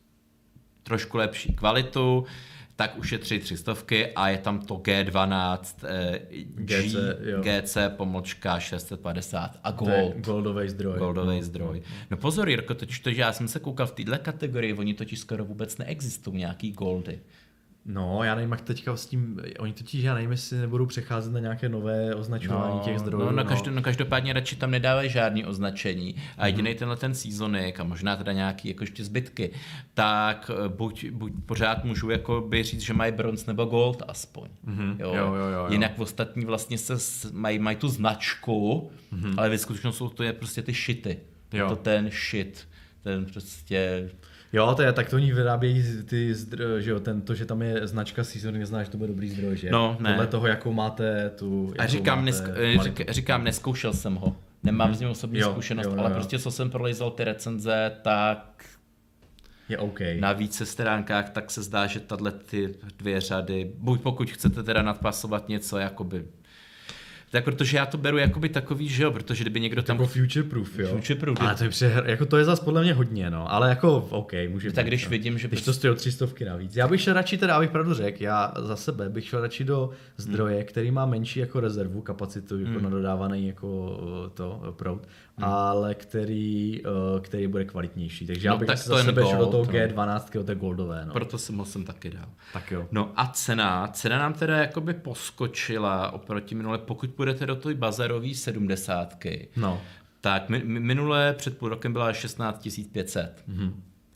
trošku lepší kvalitu, tak už je tři tři stovky a je tam to G dvanáct, eh, G, G C, G C pomlčka šest set padesát a Gold. Goldový zdroj. Goldový no. zdroj. No pozor, Jirko, totiž to, že já jsem se koukal v této kategorii, oni totiž skoro vůbec neexistují nějaký Goldy. No, já nevím, jak teďka s tím, oni totiž, já nevím, jestli nebudou přecházet na nějaké nové označování no, těch zdrojů. No, no, no. Každý, no každopádně radši tam nedávají žádný označení a jediný mm-hmm. tenhle ten Seasonic a možná teda nějaký jako ještě zbytky, tak buď, buď pořád můžu jako by říct, že mají bronze nebo gold aspoň. Mm-hmm. Jo? Jo, jo, jo, Jinak jo. ostatní vlastně se mají, mají tu značku, mm-hmm. ale ve skutečnosti jsou to je prostě ty shity. Jo. To ten shit, ten prostě... Jo, to je, tak to oni vyrábějí ty, zdro, že jo, ten, to, že tam je značka Season, neznamená, že to bude dobrý zdroj, že? No, ne. Podle toho, jakou máte tu... A říkám, nesk, řík, říkám, neskoušel jsem ho. Nemám hmm. z něj osobní jo, zkušenost, jo, jo, ale jo. prostě co jsem prolejzal ty recenze, tak... Je OK. Na více stránkách, tak se zdá, že tahle ty dvě řady, buď pokud chcete teda nadpasovat něco, jakoby... Tak protože já to beru jakoby takový, že jo, protože kdyby někdo tam... Jako future proof, jo. Future proof. Ale to je, přehr... jako to je zase podle mě hodně, no, ale jako OK, může Tak být, když no. vidím, že... Když to stojí o tři stovky navíc. Já bych šel radši teda, abych pravdu řekl, já za sebe bych šel radši do zdroje, hmm. který má menší jako rezervu, kapacitu, jako hmm. na dodávaný jako to proud, hmm. ale který, který bude kvalitnější. Takže no, já bych tak za sebe gold, šel do toho no. G dvanáct, do té goldové, no. Proto jsem ho sem taky dal. Tak jo. No a cena, cena nám teda jakoby poskočila oproti minule, pokud půjdete do té bazarový sedmdesátky, no. tak mi, minule před půl rokem byla šestnáct tisíc pět set. Mm-hmm.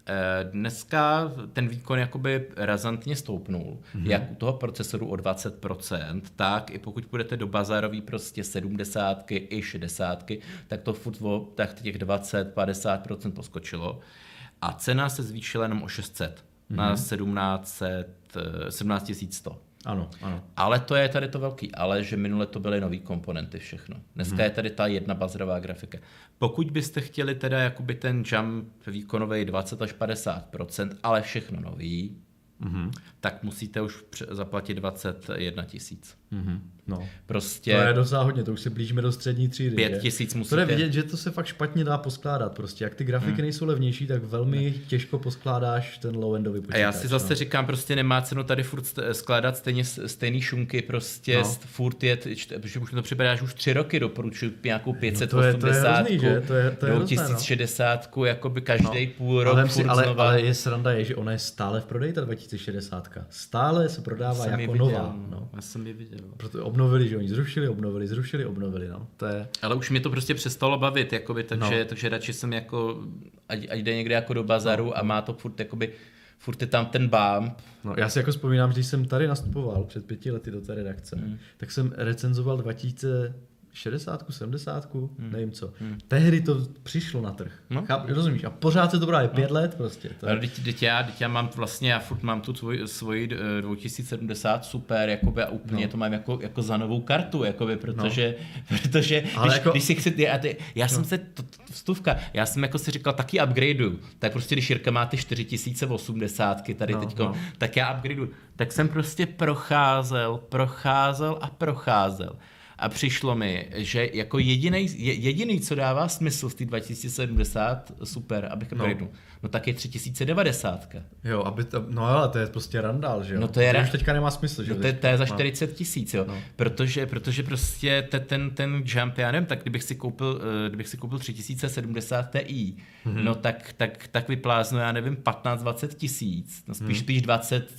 Dneska ten výkon jakoby razantně stoupnul, mm-hmm. jak u toho procesoru o dvacet procent, tak i pokud půjdete do bazarový prostě sedmdesátky i šedesátky, tak to furt o, tak těch dvacet padesát procent poskočilo a cena se zvýšila jenom o šest set mm-hmm. na sedmnáct tisíc sto. Ano, ano. Ale to je tady to velký, ale že minule to byly nový komponenty všechno. Dneska hmm. je tady ta jedna bazarová grafika. Pokud byste chtěli teda jakoby ten jump výkonový dvacet až padesát procent, ale všechno nový, mm-hmm. tak musíte už zaplatit dvacet jedna tisíc. Mm-hmm. No. Prostě... To je docela hodně, to už se blížíme do střední třídy. Pět tisíc musíte... To je vidět, že to se fakt špatně dá poskládat. Prostě jak ty grafiky hmm. nejsou levnější, tak velmi těžko poskládáš ten low-endový počítač. A já si zase no. říkám, prostě nemá cenu tady furt skládat stejně, stejný šunky, prostě no. furt je, protože už mi to připadá, že už tři roky doporučuji nějakou pět set osmdesát, no tisíc šedesát, no. jakoby každý no. půl rok ale, furt ale, znova. ale je sranda je, že ona je stále v prodeji, ta dva tisíce šedesát. Stále se prodává jako nová. No. Já jsem ji viděl. Proto obnovili, že oni zrušili, obnovili, zrušili, obnovili, no. To je... Ale už mě to prostě přestalo bavit, jakoby, takže, no. takže radši jsem jako, ať, ať jde někde jako do bazaru no. a má to furt, jakoby, furt je tam ten bump. No, já si jako vzpomínám, když jsem tady nastupoval před pěti lety do té redakce, hmm. tak jsem recenzoval dva tisíce šedesátku, sedmdesátku, Hmm. nevím co. Hmm. Tehdy to přišlo na trh. No. Cháp, rozumíš? A pořád se to brá, je pět no. let prostě. To je... Ale teď, teď, já, teď já mám vlastně, já furt mám tu svoj, svoji dva tisíce sedmdesát super, jakoby, a úplně no. to mám jako, jako za novou kartu, jakoby, protože, no. protože když, jako... když si chci, já, ty, já no. jsem se, to, to, vstuvka, já jsem jako si říkal, taky upgradeu, tak prostě když Jirka má ty čtyři tisíce osmdesát tady no, teďko, no. tak já upgradeu, tak jsem prostě procházel, procházel a procházel. A přišlo mi, že jako jediný, jediný co dává smysl v té dva tisíce sedmdesát, super, abych upgradeu, no. no tak je tři tisíce devadesát. Jo, aby to, no ale to je prostě randál, že jo? No to je to už teďka nemá smysl, že jo? No to, je, to je za čtyřicet tisíc, jo. No. Protože, protože prostě te, ten, ten jump, já nevím, tak kdybych si koupil, kdybych si koupil tři tisíce sedmdesát Ti, mm-hmm. no tak, tak, tak vypláznu, já nevím, patnáct dvacet tisíc, no spíš, mm. spíš dvacet,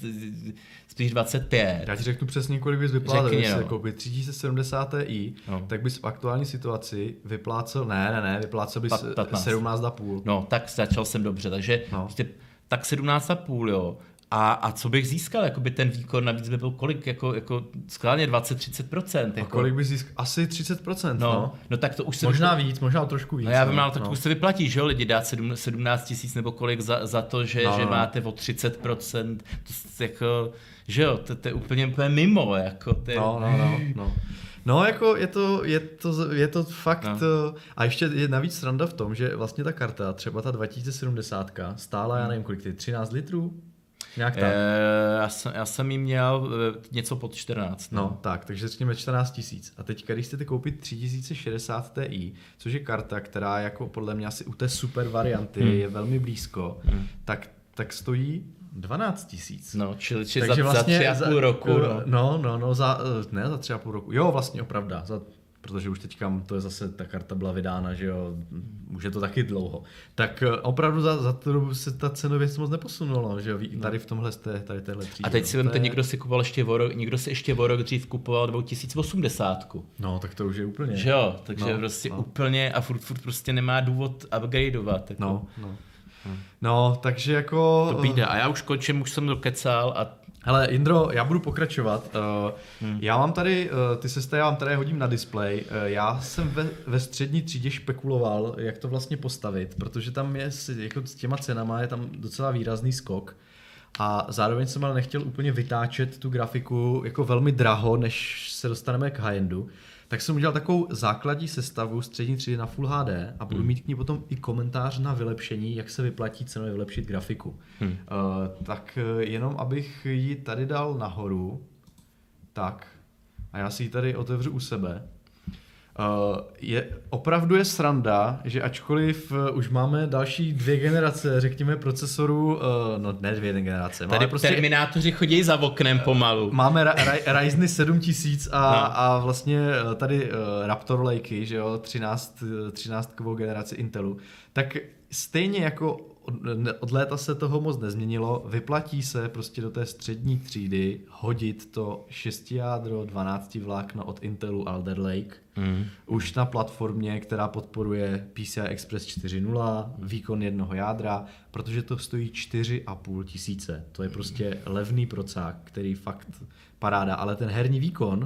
spíš dvacet pět. Já ti řeknu přesně, kolik bys vyplácel, když no. si koupit tři tisíce sedmdesát Ti, no. tak bys v aktuální situaci vyplácel, ne, ne, ne, vyplácel bys sedmnáct a půl. No, tak začal jsem dobře, takže no. prostě, tak sedmnáct a půl, jo. A, a co bych získal, jakoby ten výkon navíc by byl kolik, jako, jako skladně dvacet až třicet procent. Jako. A kolik bys získal? Asi třicet procent, no. no. No tak to už se možná vyplatí. víc, možná trošku víc. No já vím, ale tak no. už se vyplatí, že jo, lidi dát sedmnáct tisíc nebo kolik za, za to, že, no, že no. máte o třicet procent, to jako, že jo, to, to je úplně, úplně mimo, jako. To je... No, no, no, no. No, jako je to, je to, je to fakt, no. A ještě je navíc sranda v tom, že vlastně ta karta, třeba ta dva tisíce sedmdesát stála, hmm. já nevím kolik, ty třináct litrů? Nějak tak. E, já, jsem, já jsem jí měl něco pod čtrnáct. No, no tak, takže řekněme čtrnáct tisíc. A teď, když chcete koupit tři tisíce šedesát Ti, což je karta, která jako podle mě asi u té super varianty hmm. je velmi blízko, hmm. tak, tak stojí dvanáct tisíc. No, čili, čili za, vlastně za tři a půl za, roku. No, no, no, no za, ne za tři a půl roku. Jo, vlastně opravda, za, protože už teďka to je zase, ta karta byla vydána, že jo, už je to taky dlouho. Tak opravdu za, za tu dobu se ta cenově moc neposunula, že jo, tady v tomhle, tady téhle třídě. A teď si vemte, je... někdo si kupoval ještě o rok, někdo si ještě o rok dřív kupoval dva tisíce osmdesát. No, tak to už je úplně. Že jo, takže no, prostě no. úplně a furt, furt prostě nemá důvod upgradeovat. Jako. No, no. Hmm. No, takže jako... To bída. A já už končím, už jsem dokecal a... Hele, Jindro, já budu pokračovat. Uh, hmm. Já mám tady, uh, ty sesté, já vám tady hodím na displej. Uh, já jsem ve, ve střední třídě špekuloval, jak to vlastně postavit, protože tam je jako s těma cenama je tam docela výrazný skok. A zároveň jsem ale nechtěl úplně vytáčet tu grafiku jako velmi draho, než se dostaneme k high-endu. Tak jsem udělal takovou základní sestavu střední třídy na Full H D a budu hmm. mít k ní potom i komentář na vylepšení, jak se vyplatí cenově vylepšit grafiku. Hmm. Uh, tak jenom abych ji tady dal nahoru, tak a já si ji tady otevřu u sebe. Uh, je, opravdu je sranda, že ačkoliv uh, už máme další dvě generace, řekněme, procesorů, uh, no ne dvě generace. Tady prostě, terminátoři chodí za oknem pomalu. Máme ra, ra, Ryzeny sedm tisíc a, no. a vlastně tady uh, Raptor Lakey, že jo, třináct, třináctkovou generaci Intelu, tak stejně jako od léta se toho moc nezměnilo, vyplatí se prostě do té střední třídy hodit to šest jádro dvanáct vlákno od Intelu Alder Lake, mm. už na platformě, která podporuje P C I Express čtyři tečka nula, výkon jednoho jádra, protože to stojí čtyři a půl tisíce. To je prostě levný procák, který fakt paráda, ale ten herní výkon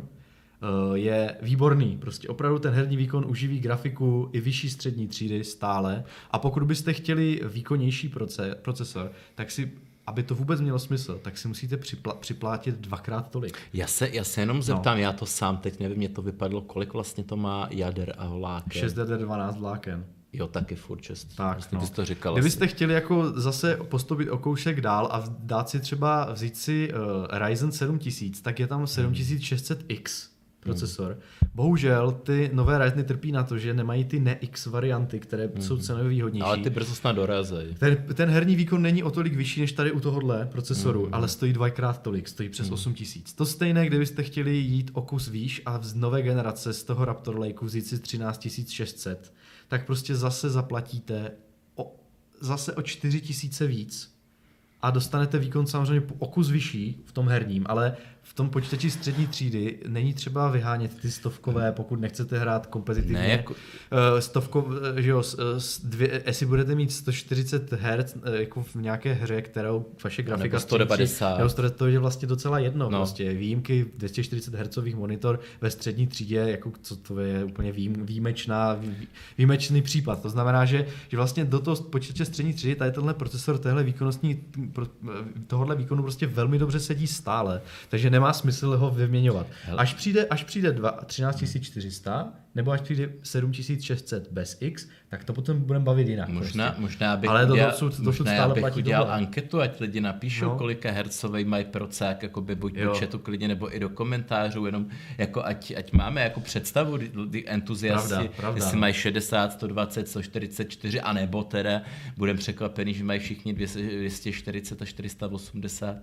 je výborný. Prostě opravdu ten herní výkon uživí grafiku i vyšší střední třídy stále. A pokud byste chtěli výkonnější proce, procesor, tak si, aby to vůbec mělo smysl, tak si musíte připla- připlátit dvakrát tolik. Já se, já se jenom zeptám, no. já to sám teď nevím, mě to vypadlo, kolik vlastně to má jader a vláken. šest jader dvanáct vláken. Jo, taky furt šest. Tak, vlastně no. bys to říkal. Kdybyste asi. chtěli jako zase postoupit o kousek dál a dát si třeba vzít si uh, Ryzen sedm tisíc, tak je tam sedm tisíc šest set X. procesor. Hmm. Bohužel ty nové Ryzeny trpí na to, že nemají ty ne X varianty, které hmm. jsou cenově výhodnější. Ale ty brzo snad dorazí. Ten, ten herní výkon není o tolik vyšší než tady u tohohle procesoru, hmm. ale stojí dvakrát tolik, stojí přes hmm. osm tisíc. To stejné, kdybyste chtěli jít o kus výš a z nové generace z toho Raptor Lakeu vzít si třináct tisíc šest set, tak prostě zase zaplatíte o, zase o čtyři tisíce víc a dostanete výkon samozřejmě o kus vyšší v tom herním, ale v tom počítači střední třídy není třeba vyhánět ty stovkové, pokud nechcete hrát kompetitivně. Ne, jako... Stovko, že jo, dvě, jestli budete mít sto čtyřicet hertz jako v nějaké hře, kterou vaše grafika sto devadesát. Nebo sto devadesát, to je vlastně docela jedno. No. Prostě výjimky dvě stě čtyřicet hertzových monitor ve střední třídě, jako co to je úplně výjim, výjimečná, vý, výjimečný případ. To znamená, že, že vlastně do toho počítače střední třídy tady tenhle procesor téhle výkonnostní, tohohle výkonu prostě velmi dobře sedí stále, takže nemá smysl ho vyměňovat. Až přijde, až přijde třináct tisíc čtyři sta, nebo až přijde sedm tisíc šest set bez X, tak to potom budeme bavit jinak. Možná, prostě. možná bych Ale udělal, dosud, dosud možná stále bych platí udělal tohle. anketu, ať lidi napíšou, no. kolika hercovej mají procák, jakoby buď do chatu klidně, nebo i do komentářů, jenom jako ať, ať máme jako představu, ty entuziasti, pravda, pravda, jestli no. mají šedesát, sto dvacet, sto čtyřicet čtyři, anebo teda budeme překvapený, že mají všichni dvě stě čtyřicet a čtyři sta osmdesát.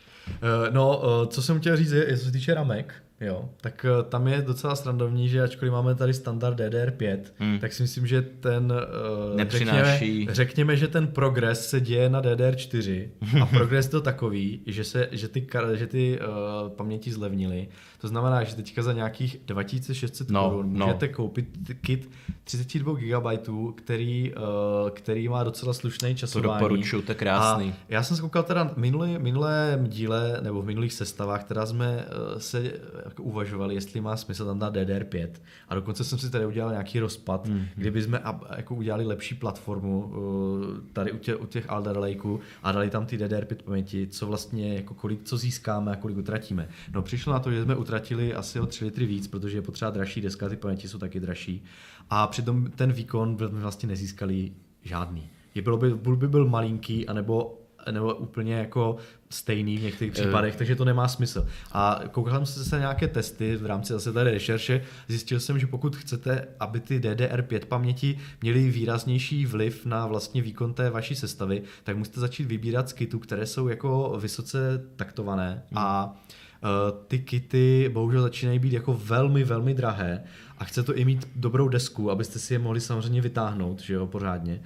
No, co jsem chtěl říct, je, co se týče ramek, jo, tak tam je docela srandovní, že ačkoliv máme tady standard D D R pět, hmm. tak si myslím, že ten, řekněme, řekněme, že ten progres se děje na D D R čtyři a progres to takový, že, se, že ty, že ty uh, paměti zlevnily. To znamená, že teďka za nějakých dva tisíce šest set no, korun no. můžete koupit kit třicet dva gigabajtů, který, uh, který má docela slušný časování. To doporučuju, to je krásný. A já jsem se koukal teda minulý, minulém díle, nebo v minulých sestavách, která jsme uh, se jako uvažovali, jestli má smysl tam dát D D R pět. A dokonce jsem si tady udělal nějaký rozpad, mm. kdyby jsme jako udělali lepší platformu uh, tady u těch, u těch Alder Lakeů a dali tam ty D D R pět paměti, co vlastně, jako kolik, co získáme a kolik utratíme. No přišlo na to, že jsme utratili asi o tři litry víc, protože je potřeba dražší deska, ty paměti jsou taky dražší. A přitom ten výkon vlastně nezískali žádný. Je bylo by, by byl malinký, anebo nebo úplně jako stejný v některých případech, takže to nemá smysl. A koukal jsem se na nějaké testy v rámci zase tady rešerše, zjistil jsem, že pokud chcete, aby ty D D R pět paměti měly výraznější vliv na vlastně výkon té vaší sestavy, tak musíte začít vybírat z kitů, které jsou jako vysoce taktované hmm. a Uh, ty kity bohužel začínají být jako velmi, velmi drahé a chce to i mít dobrou desku, abyste si je mohli samozřejmě vytáhnout, že jo, pořádně.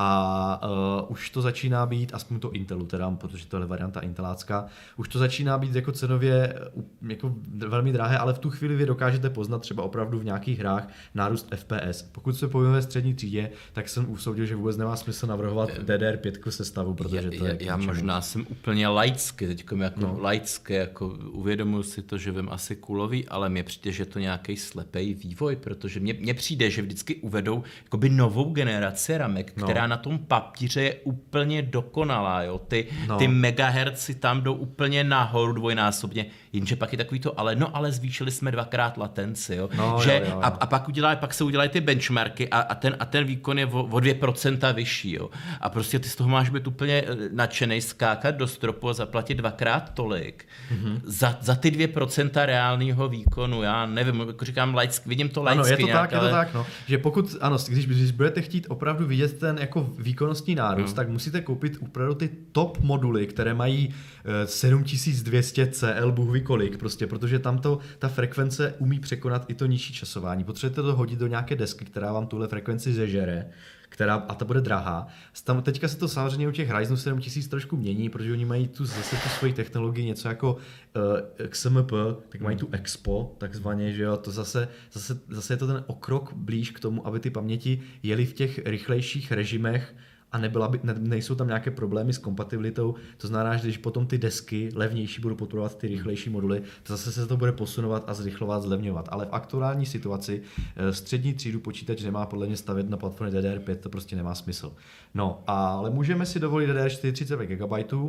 A uh, už to začíná být, aspoň to Intelu teda, protože to je varianta intelácká, už to začíná být jako cenově uh, jako velmi drahé, ale v tu chvíli vy dokážete poznat třeba opravdu v nějakých hrách nárůst F P S. Pokud se povíme ve střední třídě, tak jsem usoudil, že vůbec nemá smysl navrhovat D D R pět sestavu, protože to je... Já, já možná jsem úplně laicky, teďko jako no. laicky, jako uvědomuji si to, že vím asi kulový, ale mně přijde, že to nějaký slepej vývoj, protože mně, mně přijde, že vždycky uvedou jakoby novou generaci ramek, která no. na tom papíře je úplně dokonalá, jo. Ty, no. ty megahertzy tam jdou úplně nahoru dvojnásobně, jenže pak je takový to, ale no ale zvýšili jsme dvakrát latenci, jo. No, že, jo, jo, jo. A, a pak, udělá, pak se udělají ty benchmarky a, a, ten, a ten výkon je o, o dvě procenta vyšší, jo. A prostě ty z toho máš být úplně nadšenej, skákat do stropu a zaplatit dvakrát tolik mm-hmm. za, za ty dvě procenta reálného výkonu, já nevím, jako říkám laicky, vidím to laicky. Ano, je to nějak, tak, ale... je to tak, no. Že pokud, ano, když, když budete chtít opravdu vidět ten jako výkonnostní nárůst, hmm. tak musíte koupit opravdu ty top moduly, které mají uh, sedm tisíc dvě stě C L, bůh ví kolik, prostě, protože tam to, ta frekvence umí překonat i to nižší časování. Potřebujete to hodit do nějaké desky, která vám tuhle frekvenci zežere, která, a ta bude drahá. Tam, teďka se to samozřejmě u těch Ryzenů sedm tisíc trošku mění, protože oni mají tu zase tu svoji technologii něco jako uh, X M P, tak mají tu Expo, takzvaně, že jo, to zase, zase, zase je to ten okrok blíž k tomu, aby ty paměti jeli v těch rychlejších režimech a nebyla by, ne, nejsou tam nějaké problémy s kompatibilitou, to znamená, že když potom ty desky levnější budou podporovat ty rychlejší moduly, to zase se to bude posunovat a zrychlovat, zlevňovat. Ale v aktuální situaci střední třídu počítač nemá podle mě stavět na platformě D D R pět, to prostě nemá smysl. No, ale můžeme si dovolit D D R čtyři třicet pět gigabajtů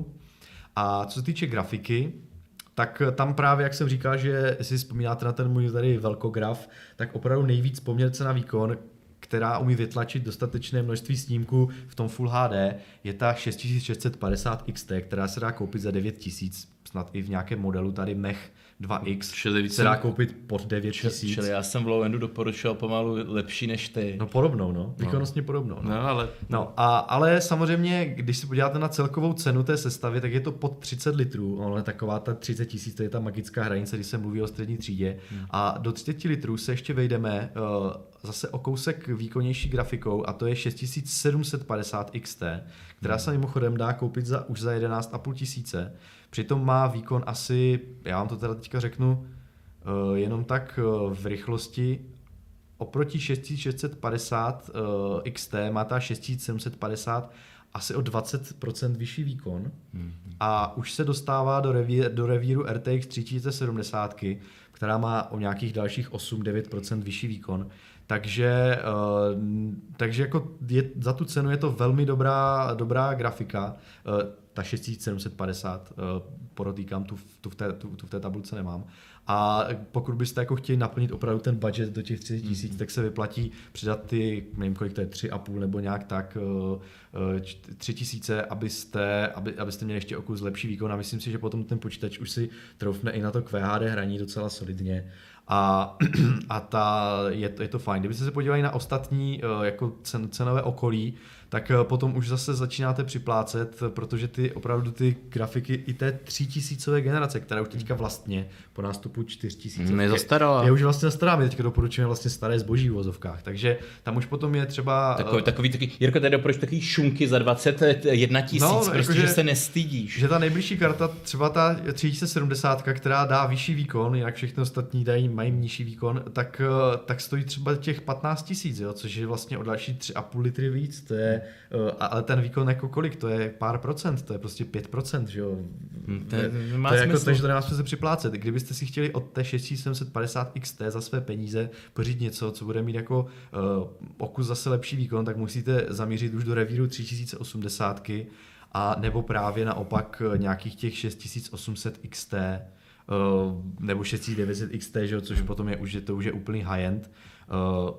a co se týče grafiky, tak tam právě, jak jsem říkal, že si vzpomínáte na ten můj tady velkograf, tak opravdu nejvíc poměr cena výkon, která umí vytlačit dostatečné množství snímků v tom Full H D, je ta šest tisíc šest set padesát X T, která se dá koupit za devět tisíc, snad i v nějakém modelu tady Mech dva X, čili se dá koupit pod devět tisíc. Čili já jsem v low-endu doporučoval pomalu lepší než ty. No podobnou, no. Výkonnostně no. podobnou. No. No, ale... No, a, ale samozřejmě, když se podíváte na celkovou cenu té sestavy, tak je to pod třicet litrů. Ono je taková ta třicet tisíc, to je ta magická hranice, když se mluví o střední třídě. Hmm. A do třicet litrů se ještě vejdeme uh, zase o kousek výkonnější grafikou a to je šest tisíc sedm set padesát X T, která se mimochodem dá koupit za, už za jedenáct a půl tisíce. Přitom má výkon asi, já vám to teda teďka řeknu, uh, jenom tak uh, v rychlosti, oproti šest tisíc šest set padesát uh, X T má ta šest tisíc sedm set padesát asi o dvacet procent vyšší výkon mm-hmm. a už se dostává do, reví, do revíru R T X tři tisíce sedmdesát, která má o nějakých dalších osm až devět procent vyšší výkon. Takže, uh, takže jako je, za tu cenu je to velmi dobrá, dobrá grafika. Uh, ta šest tisíc sedm set padesát, uh, podotýkám, tu, tu, v té, tu, tu v té tabulce nemám. A pokud byste jako chtěli naplnit opravdu ten budget do těch třicet tisíc, mm-hmm. tak se vyplatí přidat ty, nevím kolik to je, tři a půl nebo nějak tak, tři tisíce, abyste, aby, abyste měli ještě o kus lepší výkon. A myslím si, že potom ten počítač už si troufne i na to Q H D hraní docela solidně. A, a ta, je, to, je to fajn. Kdybyste se podívali na ostatní jako cen, cenové okolí, tak potom už zase začínáte připlácet, protože ty opravdu ty grafiky i té třítisícové generace, která už teďka vlastně po nástupu čtyři tisíce je zastarala. Je už vlastně zastará, my teďka doporučujeme vlastně staré zboží v vozovkách, takže tam už potom je třeba... Takový, takový, takový Jirko, tady doporučuješ takový šunky za dvacet jedna tisíc, no, prostě, jako, že, že se nestydíš. Že ta nejbližší karta, třeba ta tři tisíce sedmdesát, která dá vyšší výkon, jinak všechny ostatní dají, mají nižší výkon, tak, tak stojí třeba těch patnáct tisíc, jo, což je vlastně o další tři a půl litry víc, to je, ale ten výkon jako kolik, to je pár procent, to je prostě pět procent, že jo. Hmm, to, je, to je jako, takže to nemá smysl připlácet. Kdybyste si chtěli od té šest tisíc sedm set padesát X T za své peníze pořídit něco, co bude mít jako uh, okus zase lepší výkon, tak musíte zamířit už do revíru tři tisíce osmdesát a nebo právě naopak nějakých těch šest tisíc osm set X T uh, nebo šest tisíc devět set X T, že jo, což potom je už, je to už je úplný high-end. Uh,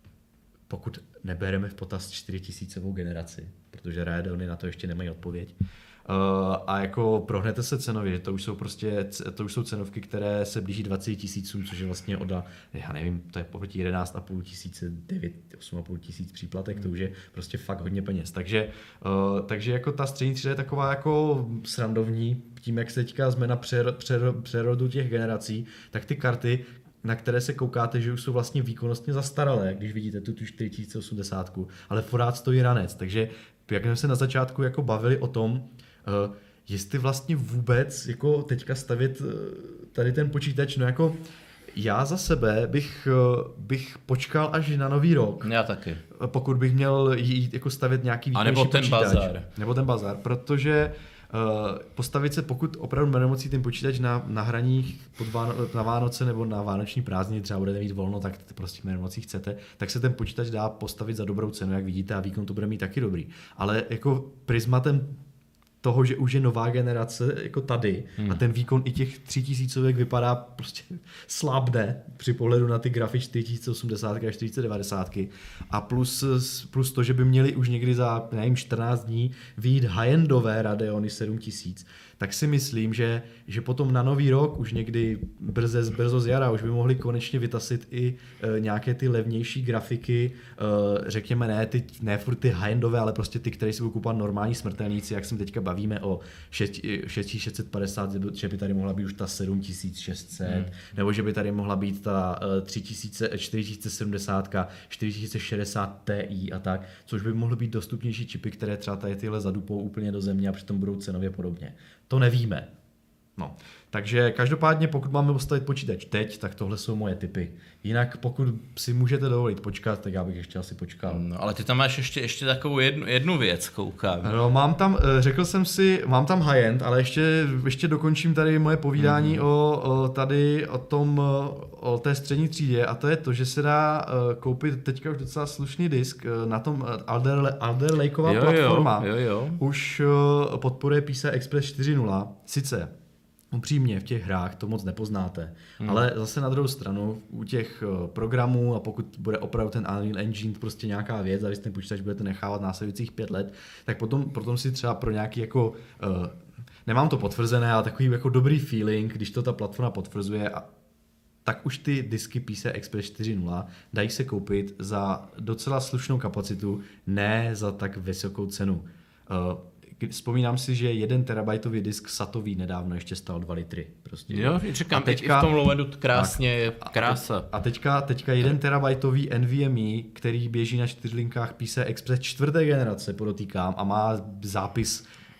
pokud nebereme v potaz čtyřitisícovou generaci, protože Radeony na to ještě nemají odpověď. Uh, a jako prohnete se cenově, že to už jsou prostě, to už jsou cenovky, které se blíží dvacet tisíců, což je vlastně od, já nevím, to je poproti jedenáct a půl tisíce, devět, osm a půl tisíc příplatek, to už je prostě fakt hodně peněz. Takže, uh, takže jako ta střední třída je taková jako srandovní, tím jak se teďka jsme na přer, přer, přerodu těch generací, tak ty karty, na které se koukáte, že už jsou vlastně výkonnostně zastaralé, když vidíte tu, tu čtyři tisíce osmdesát, ale pořád stojí ranec. Takže jak jsme se na začátku jako bavili o tom, uh, jestli vlastně vůbec jako teďka stavět uh, tady ten počítač, no jako já za sebe bych, uh, bych počkal až na nový rok. Já taky. Pokud bych měl jít jako stavět nějaký výkonnější počítač. A nebo ten bazar. Nebo ten bazar, protože Uh, postavit se, pokud opravdu bude nemocí ten počítač na, na hraní pod Váno, na Vánoce nebo na vánoční prázdniny, třeba budete mít volno, tak prostě nemocí chcete, tak se ten počítač dá postavit za dobrou cenu, jak vidíte, a výkon to bude mít taky dobrý. Ale jako prismatem toho, že už je nová generace jako tady hmm. a ten výkon i těch tři tisícovek vypadá prostě slábne při pohledu na ty grafy čtyři tisíce osmdesát a čtyři tisíce devadesát a plus, plus to, že by měli už někdy za nevím, čtrnáct dní vyjít high-endové Radeony sedm tisíc, tak si myslím, že, že potom na nový rok už někdy brze, brzo z jara už by mohli konečně vytasit i e, nějaké ty levnější grafiky, e, řekněme ne, ty, ne furt ty high-endové, ale prostě ty, které si budou kupovat normální smrtelníci, jak se teď bavíme o šest tisíc šest set padesát, že by tady mohla být už ta sedm tisíc šest set, hmm. nebo že by tady mohla být ta tři tisíce, čtyři tisíce sedmdesát, čtyři tisíce šedesát Ti a tak, což by mohly být dostupnější čipy, které třeba tady tyhle zadupou úplně do země a přitom budou cenově podobně. To nevíme. No. Takže každopádně, pokud máme postavit počítač teď, tak tohle jsou moje tipy. Jinak pokud si můžete dovolit počkat, tak já bych ještě asi počkal. No, ale ty tam máš ještě, ještě takovou jednu, jednu věc, koukám. No, mám tam, řekl jsem si, mám tam high-end, ale ještě, ještě dokončím tady moje povídání mm-hmm. o, o tady, o tom, o té střední třídě, a to je to, že se dá koupit teďka už docela slušný disk na tom Alder, Alder Lakeová jo, platforma. Jo, jo. Už podporuje P C I Express čtyři tečka nula, sice upřímně v těch hrách to moc nepoznáte, hmm. ale zase na druhou stranu u těch programů, a pokud bude opravdu ten Unreal Engine prostě nějaká věc a vy ten počítač budete nechávat následujících pět let, tak potom, potom si třeba pro nějaký jako, uh, nemám to potvrzené, ale takový jako dobrý feeling, když to ta platforma potvrzuje, a tak už ty disky P C I Express čtyři tečka nula dají se koupit za docela slušnou kapacitu, ne za tak vysokou cenu. Uh, Vzpomínám si, že jeden terabajtový disk satový nedávno ještě stál dva litry. Prostě. Jo, říkám, teďka, i v tom low-endu krásně je krása. A teďka, teďka jeden terabajtový NVMe, který běží na čtyřlinkách P C I Express čtvrté generace, podotýkám, a má zápis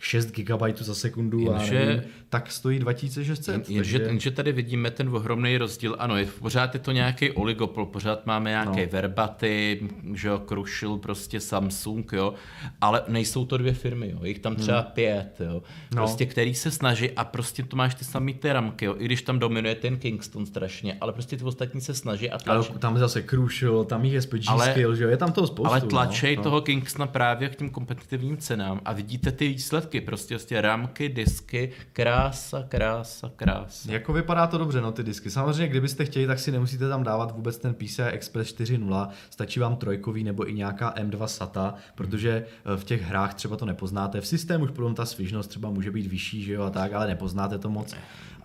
šest gigabajtů za sekundu Jenže, a nevím, tak stojí dva tisíce šest set. Jen, takže... jenže tady vidíme ten ohromný rozdíl. Ano, je, pořád je to nějaký oligopol, pořád máme nějaké no. Verbaty, že jo, Crucial, prostě Samsung, jo, ale nejsou to dvě firmy, jo, jich tam třeba hmm. pět, jo, prostě, no. který se snaží a prostě to máš ty samý ty ramky, jo, i když tam dominuje ten Kingston strašně, ale prostě ty ostatní se snaží a tlačí. Ale tam zase Crucial, tam jich je spíš G-Skill, že jo, je tam toho spoustu. Ale tlačej no. toho Kingstona právě k těm kompetitivním cenám a vidíte ty výsledky, prostě, prostě ramky, disky, krása, krása, krása. Jako vypadá to dobře, no ty disky. Samozřejmě, kdybyste chtěli, tak si nemusíte tam dávat vůbec ten P C I Express čtyři tečka nula, stačí vám trojkový nebo i nějaká M dva SATA, protože v těch hrách třeba to nepoznáte. V systému už potom ta svižnost třeba může být vyšší, že jo, a tak, ale nepoznáte to moc.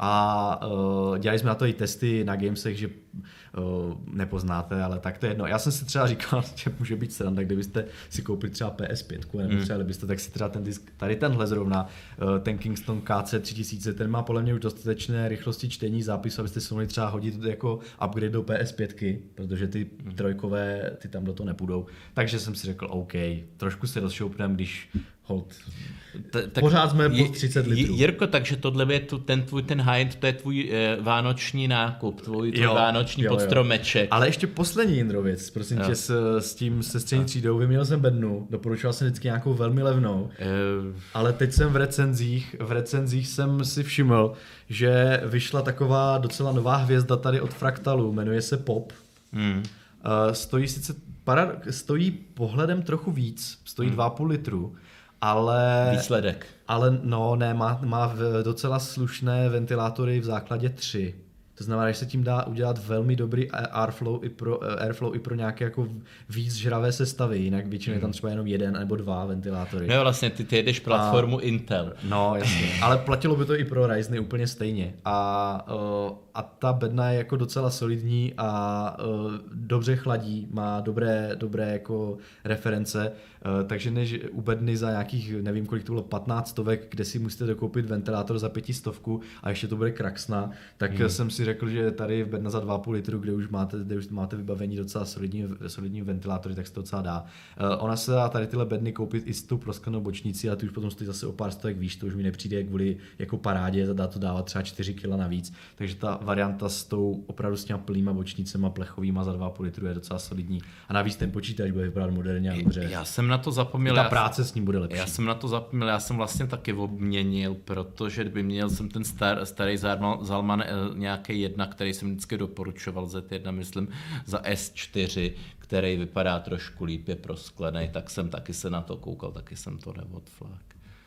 A uh, dělali jsme na to i testy na Gamesech, že uh, nepoznáte, ale tak to je jedno. Já jsem si třeba říkal, že může být sranda, kdybyste si koupili třeba P S pět, nebo mm. třeba byste, tak si třeba ten disk, tady tenhle zrovna, uh, ten Kingston K C tři tisíce, ten má podle mě už dostatečné rychlosti čtení zápisu, abyste si mohli třeba hodit jako upgrade do P S pět, protože ty mm. trojkové, ty tam do toho nepůjdou. Takže jsem si řekl, OK, trošku se rozšoupnem, když hold. Ta, tak pořád jsme pod třicet litrů. Jirko, takže tohle je tu, ten tvůj, ten high-end, to je tvůj eh, vánoční nákup, tvůj, tvůj jo, vánoční jo, podstromeček. Ale ještě poslední Jindro věc, prosím jo. tě, s, s tím se střední třídou, vyměnil jsem bednu, doporučoval jsem vždycky nějakou velmi levnou, uh. ale teď jsem v recenzích, v recenzích jsem si všiml, že vyšla taková docela nová hvězda tady od Fractalu, jmenuje se Pop. Hmm. Uh, stojí sice, para, stojí pohledem trochu víc, stojí hmm. dva a půl litru, ale... Výsledek. Ale no, ne, má, má docela slušné ventilátory v základě tři. To znamená, že se tím dá udělat velmi dobrý airflow i pro, airflow i pro nějaké jako víc žravé sestavy, jinak většinou je tam třeba jenom jeden nebo dva ventilátory. No vlastně, ty, ty jedeš platformu a, Intel. No jasně, ale platilo by to i pro Ryzeny úplně stejně. A, uh, a ta bedna je jako docela solidní a uh, dobře chladí, má dobré, dobré jako reference, uh, takže než u bedny za nějakých, nevím kolik to bylo, patnáct stovek, kde si musíte dokoupit ventilátor za pětistovku a ještě to bude kraxna, tak hmm. jsem si řekl, že tady bedna za dva a půl litru, kde už máte, kde už máte vybavení docela solidní, solidní ventilátory, tak se to docela dá. Uh, ona se dá tady tyhle bedny koupit i s tou prosklenou bočnicí, ale ty už potom stojí zase o pár stovek výš, to už mi nepřijde kvůli jako parádě, dá to dávat třeba čtyři kila navíc, takže ta varianta s tou opravdu s těma plnýma bočnicema plechovýma za dva a půl litru je docela solidní a navíc ten počítač bude vypadat moderně a dobře. Já jsem na to zapomněl. Ta práce s ním bude lepší. Já jsem na to zapomněl, já jsem vlastně taky obměnil, protože kdyby měl jsem ten star, starý Zalman nějaký jedna, který jsem vždycky doporučoval, Z jedna myslím, za S čtyři, který vypadá trošku líp, je prosklený, tak jsem taky se na to koukal, taky jsem to neodflák.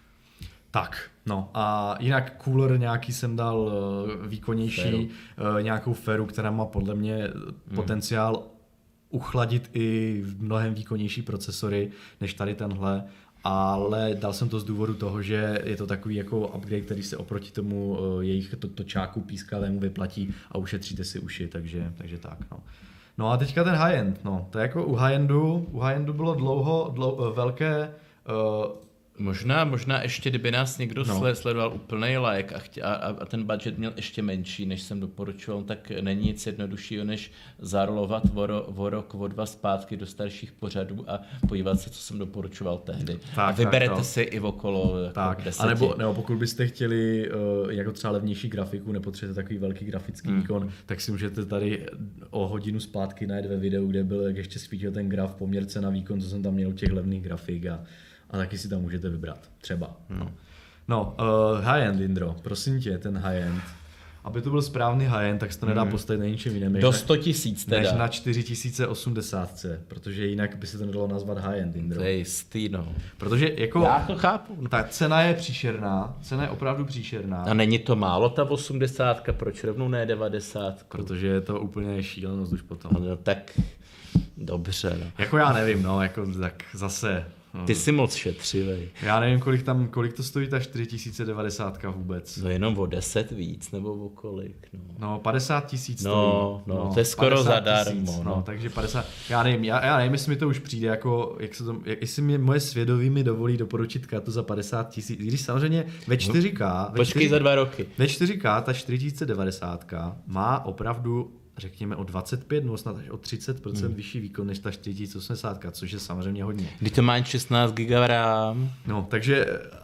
Tak, no a jinak cooler nějaký jsem dal uh, výkonnější, uh, nějakou Feru, která má podle mě hmm. potenciál uchladit i mnohem výkonnější procesory než tady tenhle, ale dal jsem to z důvodu toho, že je to takový jako upgrade, který se oproti tomu uh, jejich to, točáku pískavému vyplatí a ušetříte si uši, takže, takže tak, no. No a teďka ten high-end, no, to je jako u high-endu, u high-endu bylo dlouho, dlouho velké uh, Možná, možná ještě, kdyby nás někdo no. sledoval úplnej like a, chtě, a, a ten budget měl ještě menší, než jsem doporučoval, tak není nic jednoduššího, než zarolovat o, o rok, o dva zpátky do starších pořadů a podívat se, co jsem doporučoval tehdy. Tak, a vyberete tak, si i okolo jako deseti. A nebo, nebo pokud byste chtěli uh, jako třeba levnější grafiku, nepotřebujete takový velký grafický hmm. výkon, tak si můžete tady o hodinu zpátky najít ve videu, kde byl, jak ještě svítil ten graf, poměr cena výkon, co jsem tam měl těch levných grafik a A taky si tam můžete vybrat, třeba. No, no uh, high-end, Indro, prosím tě, ten high-end. Aby to byl správný high-end, tak se to nedá hmm. postavit na ničem jiném. Do sto tisíc teda. Než na čtyři tisíce osmdesát, protože jinak by se to nedalo nazvat high-end, Indro. To je jistý, no. Protože jako... Já to chápu. No. Ta cena je příšerná, cena je opravdu příšerná. A není to málo, ta osmdesátka, proč rovnou ne devadesát? Protože je to úplně šílenost už potom. No tak dobře, no. Jako já nevím, no, jako tak zase... Ty jsi moc šetřivej. Já nevím, kolik tam, kolik to stojí ta čtyři tisíce devadesát vůbec. No jenom o deset víc, nebo o kolik, no. No padesát tisíc stojí. No, no, no, to je skoro zadarmo. No. no, takže padesát, já nevím, já, já nevím, jestli mi to už přijde, jako, jak se to, jestli mi moje svědomí mi dovolí doporučit kartu za padesát tisíc, když samozřejmě ve čtyři ká, no, počkej za dva roky. Ve čtyři ká ta čtyři tisíce devadesát má opravdu řekněme o dvacet pět nebo snad až o třicet procent hmm. vyšší výkon než ta čtyři tisíce osmdesát, což je samozřejmě hodně. Když to má šestnáct giga RAM. No, takže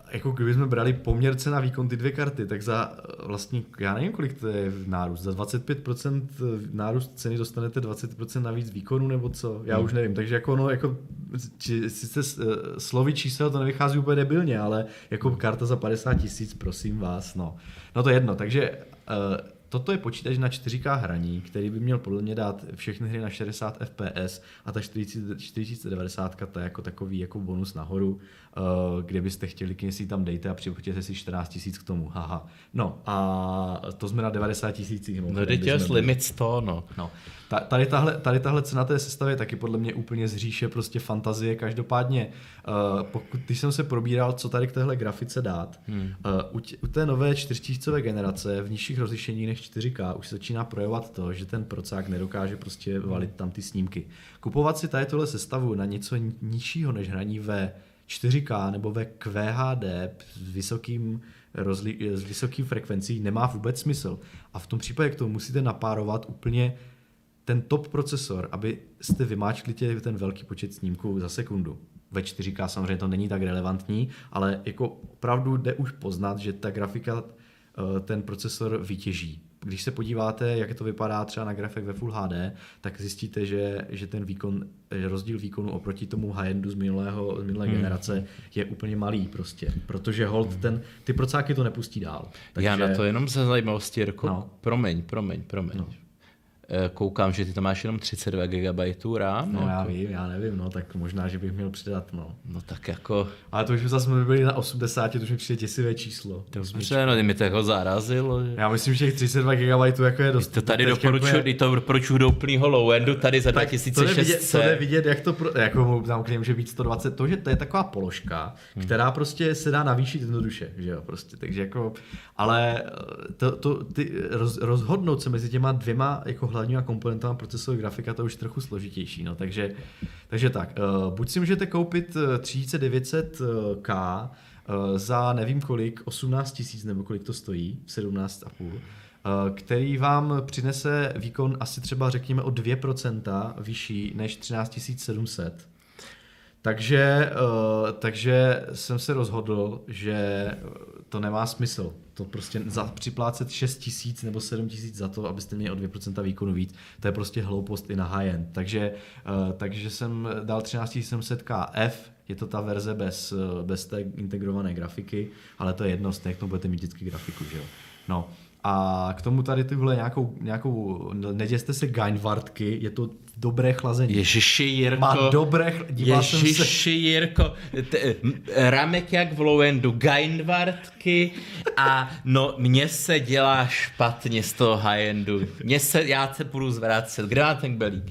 jako kdybychom brali poměr cena výkon ty dvě karty, tak za vlastně, já nevím, kolik to je nárůst, za dvacet pět procent nárůst ceny dostanete dvacet procent navíc výkonu, nebo co? Já hmm. už nevím, takže jako no, jako či, sice slovy čísel to nevychází úplně debilně, ale jako karta za padesát tisíc, prosím vás, no. No to je jedno, takže uh, toto je počítač na čtyři ká hraní, který by měl podle mě dát všechny hry na šedesát ef pé es a ta čtyři tisíce devadesát to je jako takový jako bonus nahoru, kde byste chtěli, když si tam dejte a připočtěte si čtrnáct tisíc k tomu, haha. No a to jsme na devadesát tisících. No teď je limit sto, no. no. Tady tahle, tady tahle cena té sestavy je taky podle mě úplně z říše prostě fantazie. Každopádně, pokud, když jsem se probíral, co tady k téhle grafice dát, hmm. u, tě, u té nové čtyřtisícové generace v nižších rozlišeních než čtyři ká už se začíná projevovat to, že ten procák nedokáže prostě valit tam ty snímky. Kupovat si tady tohle sestavu na něco nižšího než hraní ve čtyři ká nebo ve Q H D s vysokým, rozli- s vysokým frekvencí nemá vůbec smysl. A v tom případě k tomu musíte napárovat úplně ten top procesor, aby jste vymáčkli tě ten velký počet snímků za sekundu. Ve čtyři ká samozřejmě to není tak relevantní, ale jako opravdu jde už poznat, že ta grafika ten procesor vytěží. Když se podíváte, jak to vypadá třeba na grafech ve Full H D, tak zjistíte, že, že ten výkon, rozdíl výkonu oproti tomu high-endu z, minulého, z minulé hmm. generace je úplně malý prostě, protože hold ten, ty procáky to nepustí dál. Takže... Já na to jenom ze zajímavosti, Jirko, no. promiň, promiň, promiň. No. Koukám, že ty tam máš jenom třicet dva gigabajtů RAM. No jako... já vím, já nevím, no tak možná, že bych měl přidat, no. No tak jako... Ale to už by zase byli na osmdesát, to už mi přijde děsivé číslo. To dobře, no mi to jako zarazilo. Že... Já myslím, že těch třicet dva gigabajtů jako je dost... To tady doporučuji, jako je... to doporučuji do úplného low-endu tady za dva tisíce šest set. To jde vidět, jak to, pro... jako tam klidně může být sto dvacet, to, že to je taková položka, hmm. která prostě se dá navýšit jednoduše, že jo, prostě, takže jako... Ale to, to, ty roz, rozhodnout se mezi těma dvěma jako hlavníma komponentama procesové grafika, to už je trochu složitější, no, takže, takže tak, uh, buď si můžete koupit tři tisíce devět set ká uh, za nevím kolik, osmnáct tisíc nebo kolik to stojí, sedmnáct a půl, uh, který vám přinese výkon asi třeba řekněme o dvě procenta vyšší než třináct tisíc sedm set. Takže, uh, takže jsem se rozhodl, že to nemá smysl. To prostě za, připlácet šest tisíc nebo sedm tisíc za to, abyste měli o dvě procenta výkonu víc, to je prostě hloupost i na high-end. Takže, uh, takže jsem dal třináct tisíc sedm set ká ef, je to ta verze bez, bez té integrované grafiky, ale to je jedno, stejně k tomu budete mít vždycky grafiku, že jo. No. A k tomu tady tyhle nějakou, nějakou neděste se Gainvartky, je to dobré chlazení. Ježiši Jirko. Má dobré, díval jsem se. Ježiši Jirko, T- ramek jak v low-endu, Gainvartky a no mně se dělá špatně z toho high-endu. Mně se, já se půjdu zvracet. Kde má ten belík?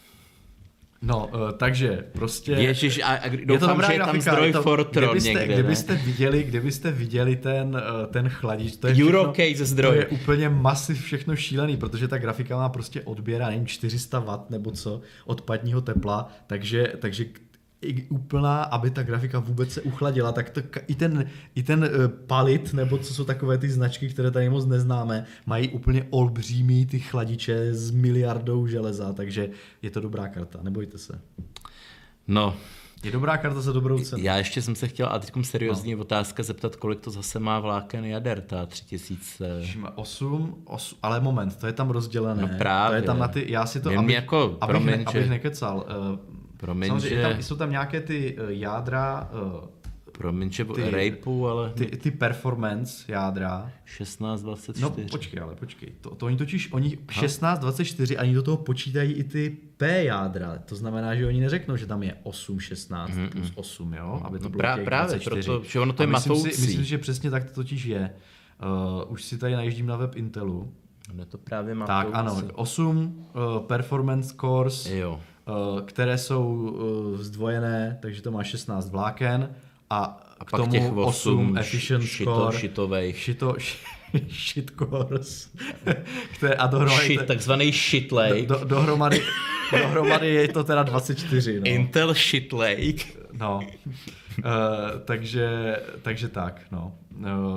No, uh, takže prostě... Ježiš, a, a doufám, že je tam zdroj to, Fortron kdybyste, někde, kdybyste viděli, kdybyste viděli ten, ten chladič, to je, všechno, zdroj. To je úplně masiv, všechno šílený, protože ta grafika má prostě odběr, nevím, čtyři sta wattů nebo co, odpadního tepla, takže, takže i úplná, aby ta grafika vůbec se uchladila, tak to, i ten, i ten uh, palit, nebo co jsou takové ty značky, které tady moc neznáme, mají úplně olbřímý ty chladiče s miliardou železa, takže je to dobrá karta, nebojte se. No. Je dobrá karta za dobrou cenu. Já ještě jsem se chtěl, a teď seriózní no. otázka, zeptat, kolik to zase má vláken jader, ta tři tisíce. osm, osm, ale moment, to je tam rozdělené. No právě. To je tam na ty, já si to, abych, jako, abych, promiň, ne, abych nekecal. Uh, Promiň, samozřejmě že... tam, jsou tam nějaké ty uh, jádra, uh, promiň, že ty, rejpu, ale... Ty, ty performance jádra. šestnáct dvacet čtyři. No počkej, ale počkej. To, to oni totiž, oni šestnáct dvacet čtyři, ani do toho počítají i ty P jádra. To znamená, že oni neřeknou, že tam je osm šestnáct mm-hmm. plus osm, jo? Aby to no bylo právě, právě, proto, že ono to je myslím matoucí. Si, myslím si, že přesně tak to totiž je. Uh, už si tady najíždím na web Intelu. No to právě matoucí. Tak ano, osm uh, performance cores, jo. Uh, které jsou uh, zdvojené, takže to má šestnáct vláken a A k pak tomu těch osm efficient šito, score, šitovejch. Šito, shit cores, které, a dohromady, shit, takzvaný shit lake. Do, do, dohromady, dohromady je to teda dvacet čtyři. No. Intel shit lake. No, uh, takže, takže tak, no. Uh,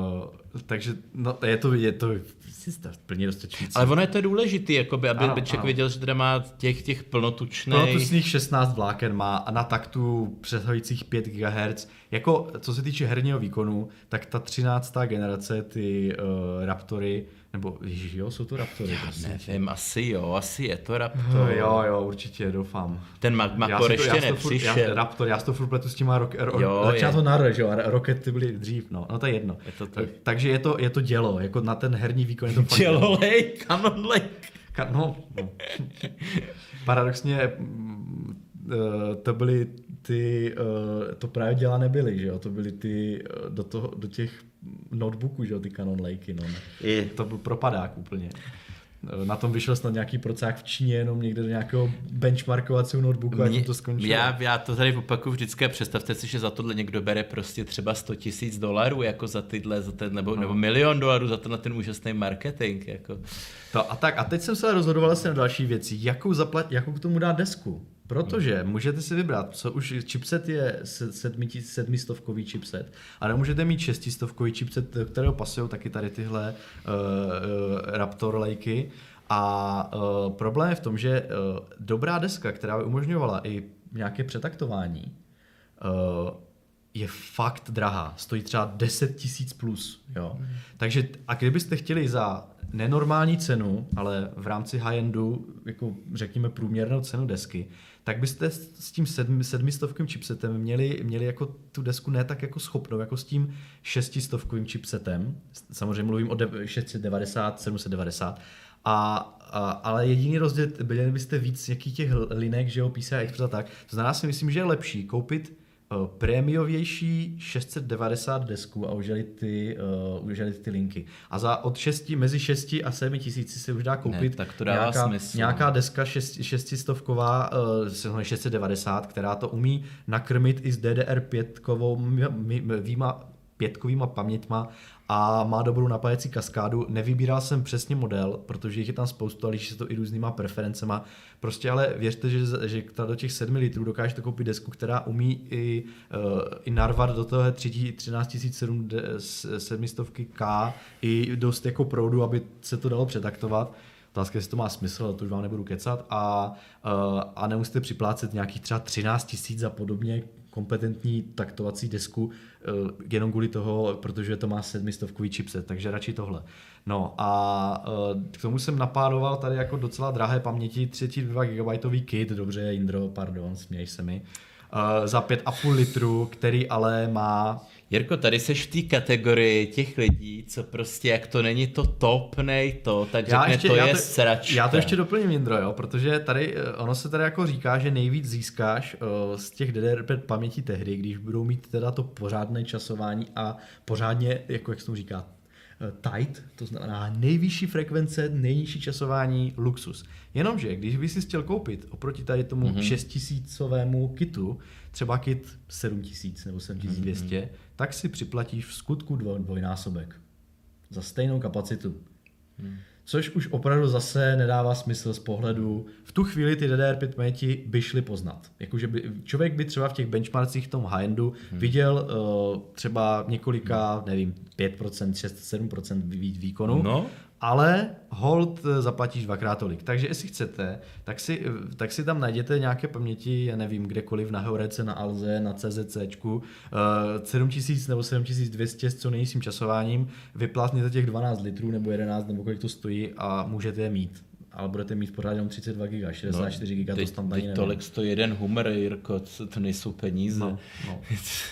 takže no, je to, je to plně dostačující. Ale ono je to důležitý, jakoby, aby ano, člověk ano. viděl, že teda má těch, těch plnotučných... Plnotučných šestnáct vláken má a na taktu přesahujících pět gigahertzů. Jako, co se týče herního výkonu, tak ta třináctá generace, ty uh, Raptory, nebo ježiš, jo, jsou to Raptory. Já nevím, asi jo, asi je to Raptor. Uh, jo, jo, určitě, doufám. Ten Makor ještě já nepřišel. Já, Raptor, já si to furt pletu s těma rock, ro, jo, začíná to na R, že jo, Rocket ty byly dřív, no, no to je jedno. Je to tak. Takže je to, je to dělo, jako na ten herní výkon je to fakt dělo. Dělo, hej, Canon Lake. Ka- no, no. Paradoxně to byly ty, to právě děla nebyly, že jo, to byly ty do, toho, do těch notebooků, že jo, ty Canon Lakey, no. Je. To byl propadák úplně. Na tom vyšel snad nějaký procák v Číně, jenom někde do nějakého benchmarkovacího notebooku, a to skončilo. Já, já to tady opakuju vždycky, představte si, že za tohle někdo bere prostě třeba sto tisíc dolarů, jako za tyhle, za ten, nebo, no. nebo milion dolarů za tenhle ten úžasný marketing, jako. To, a tak, a teď jsem se rozhodoval se na další věci, jakou zaplat, jakou k tomu dát desku. Protože můžete si vybrat, co už chipset je sedmi, sedmistovkový chipset, ale můžete mít šestistovkový chipset, do kterého pasují taky tady tyhle uh, uh, Raptor Lakey. A uh, problém je v tom, že uh, dobrá deska, která by umožňovala i nějaké přetaktování, uh, je fakt drahá. Stojí třeba deset tisíc plus. Jo. Mm. Takže a kdybyste chtěli za nenormální cenu, ale v rámci high-endu, jako řekněme průměrnou cenu desky, tak byste s tím sedmi, sedmistovkovým chipsetem měli, měli jako tu desku ne tak jako schopnou, jako s tím šestistovkovým chipsetem. Samozřejmě mluvím o šest set devadesát, sedm set devadesát. A, a, ale jediný rozdíl, byli byste víc nějakých těch linek, že jo, P C I Express a tak. To znamená si myslím, že je lepší koupit uh, prémiovější šest set devadesát desku a uželit ty, uh, uželit ty linky. A za od šesti, mezi šesti a sedmi tisíci se už dá koupit ne, tak to dává nějaká, smysl. nějaká deska šest, šestistovková, uh, šest set devadesát, která to umí nakrmit i s D D R pětkovýma pětkovýma paměťma a má dobrou napájecí kaskádu. Nevybíral jsem přesně model, protože jich je tam spoustu, ale liší se to i různýma preferencema. Prostě ale věřte, že, že do těch sedmi litrů dokážete koupit desku, která umí i, uh, i narvat do toho třináct tisíc sedm set K i dost jako proudu, aby se to dalo přetaktovat. Otázka, jestli to má smysl, ale to už vám nebudu kecat. A, uh, a nemusíte připlácet nějakých třeba třináct tisíc a podobně kompetentní taktovací desku uh, jenom kvůli toho, protože to má sedmistovkový chipset, takže radši tohle. No a uh, k tomu jsem napádoval tady jako docela drahé paměti, třicet dva gigabajtový kit, dobře Jindro, pardon, směješ se mi, uh, za pět a půl litru, který ale má... Jirko, tady seš v té kategorii těch lidí, co prostě jak to není to top, nej to, tak já řekne, ještě, to já je to, sračka. Já to ještě doplním, Jindro, jo, protože tady ono se tady jako říká, že nejvíc získáš uh, z těch D D R pět paměti tehdy, když budou mít teda to pořádné časování a pořádně, jako jak se to říká, tight, to znamená nejvyšší frekvence, nejnižší časování, luxus. Jenomže, když bys si chtěl koupit oproti tady tomu mm-hmm. šesttisícovému kitu, třeba kit sedm tisíc nebo sedm tisíc dvě stě, mm-hmm. tak si připlatíš v skutku dvoj, dvojnásobek za stejnou kapacitu. Mm. Což už opravdu zase nedává smysl z pohledu, v tu chvíli ty D D R pět paměti by šly poznat. Jakože by, člověk by třeba v těch benchmarkcích v tom high-endu hmm. viděl uh, třeba několika, hmm. nevím, pět procent, šest, sedm procent výkonu, no. ale hold zaplatíš dvakrát tolik. Takže jestli chcete, tak si, tak si tam najděte nějaké paměti, já nevím, kdekoliv na Heurece, na Alze, na CZCčku, uh, sedm tisíc nebo sedm tisíc dvě stě s co nejnižším časováním, vyplátněte těch dvanáct litrů nebo jedenáct nebo kolik to stojí a můžete je mít. Ale budete mít pořád jenom třicet dva giga, šedesát čtyři giga, no, to tam tady nevím. Tolik stojí jeden Hummer, Jirko, to nejsou peníze. No, no.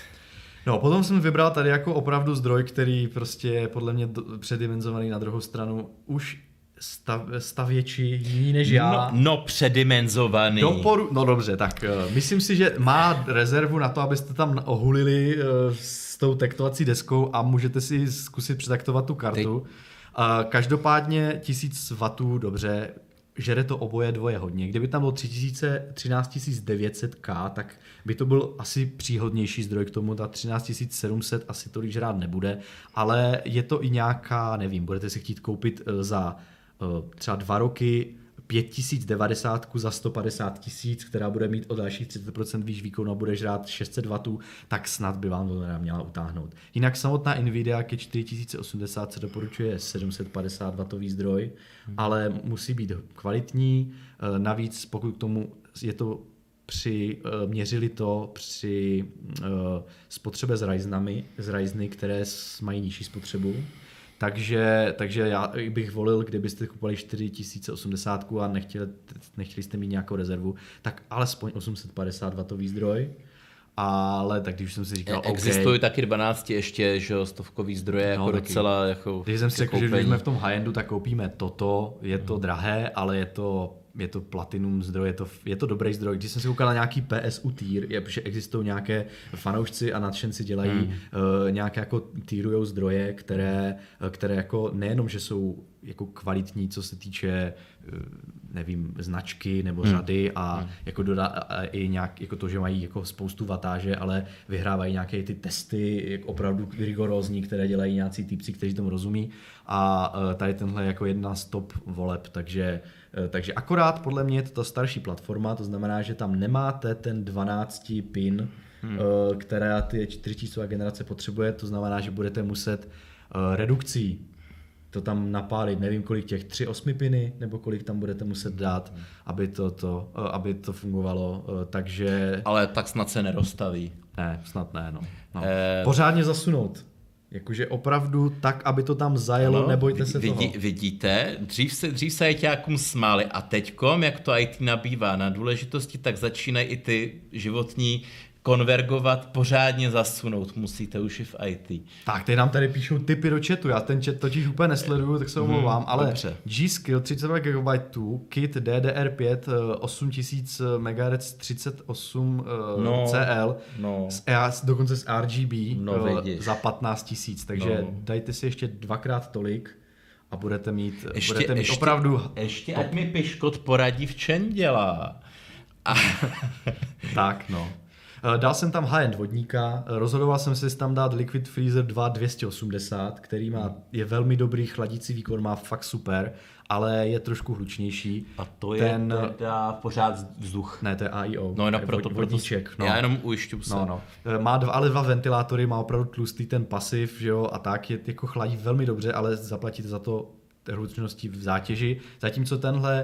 No, potom jsem vybral tady jako opravdu zdroj, který prostě je podle mě předimenzovaný, na druhou stranu už stav, stavěči jiný než já. No, no předimenzovaný. Doporu... No dobře, tak uh, myslím si, že má rezervu na to, abyste tam ohulili uh, s tou taktovací deskou a můžete si zkusit přetaktovat tu kartu. Ty... Uh, každopádně tisíc wattů, dobře, žere to oboje dvoje hodně. Kdyby tam bylo třináct tisíc devět set K, tak by to byl asi příhodnější zdroj k tomu, ta třináct tisíc sedm set asi tolik žrát nebude, ale je to i nějaká, nevím, budete si chtít koupit za uh, třeba dva roky pět tisíc devadesát za sto padesát tisíc, která bude mít o dalších třicet procent výš výkonu a bude žrát šest set wattů, tak snad by vám to měla utáhnout. Jinak samotná Nvidia ke čtyři tisíce osmdesát se doporučuje sedm set padesát wattů zdroj, hmm. ale musí být kvalitní, navíc pokud k tomu je to při, měřili to při uh, spotřebe s Ryzenami, s Ryzeny, které mají nižší spotřebu. Takže, takže já bych volil, kdybyste kupovali čtyři tisíce osmdesát a nechtěli, nechtěli jste mít nějakou rezervu, tak alespoň osm set padesát wattů zdroj. Ale tak když jsem si říkal, existují okay, taky dvanáct ještě, že stovkový zdroje, no, jako taky. docela jako když jsem si řekl, že když jsme v tom high-endu, tak koupíme toto, je to hmm. drahé, ale je to, je to platinum zdroj, je to, je to dobrý zdroj. Když jsem si koukal na nějaký P S U tier, je, protože existují nějaké fanoušci a nadšenci dělají hmm. uh, nějaké jako tierujou zdroje, které, které jako nejenom, že jsou jako kvalitní, co se týče nevím, značky nebo řady hmm. a hmm. jako dodá a i nějak jako to, že mají jako spoustu watáže, ale vyhrávají nějaké ty testy jako opravdu rigorózní, které dělají nějací týpci, kteří tomu rozumí a tady tenhle jako jedna z top voleb, takže takže akorát podle mě je to ta starší platforma, to znamená, že tam nemáte ten dvanáct pin, hmm. která ty čtyřtisícová generace potřebuje, to znamená, že budete muset redukcí to tam napálit, nevím kolik těch, tři osmi piny, nebo kolik tam budete muset dát, aby to, to, aby to fungovalo, takže... Ale tak snad se neroztaví. Ne, snad ne, no. no. Eh... Pořádně zasunout. Jakože opravdu tak, aby to tam zajelo, ano, nebojte se vidí, toho. Vidíte, dřív se, dřív se ajťákům smáli a teďkom, jak to í té nabývá na důležitosti, tak začínají i ty životní konvergovat, pořádně zasunout musíte už i v í té. Tak, teď nám tady píšou tipy do chatu, já ten chat totiž úplně nesleduju, tak se omlouvám, hmm, ale dobře. G-Skill třicet dva gigabajtů, kit D D R pět osm tisíc megahertzů třicet osm no, C L, no. s, dokonce s R G B no, za patnáct tisíc, takže no. dajte si ještě dvakrát tolik a budete mít, ještě, budete mít ještě, opravdu Ještě top. Ať mi Piškot poradí, v čem dělá. A... tak, no. Dal jsem tam high-end vodníka, rozhodoval jsem se, jestli tam dát Liquid Freezer dva dvě stě osmdesát, který má, je velmi dobrý chladící výkon, má fakt super, ale je trošku hlučnější. A to je Ten... teda pořád vzduch. Ne, to je A I O. No, je proto, vodníček. No. Já jenom ujišťuju se. No, no. Má dva, ale dva ventilátory, má opravdu tlustý ten pasiv, že jo, a tak, je, jako chladí velmi dobře, ale zaplatíte za to hlučností v zátěži, zatímco tenhle,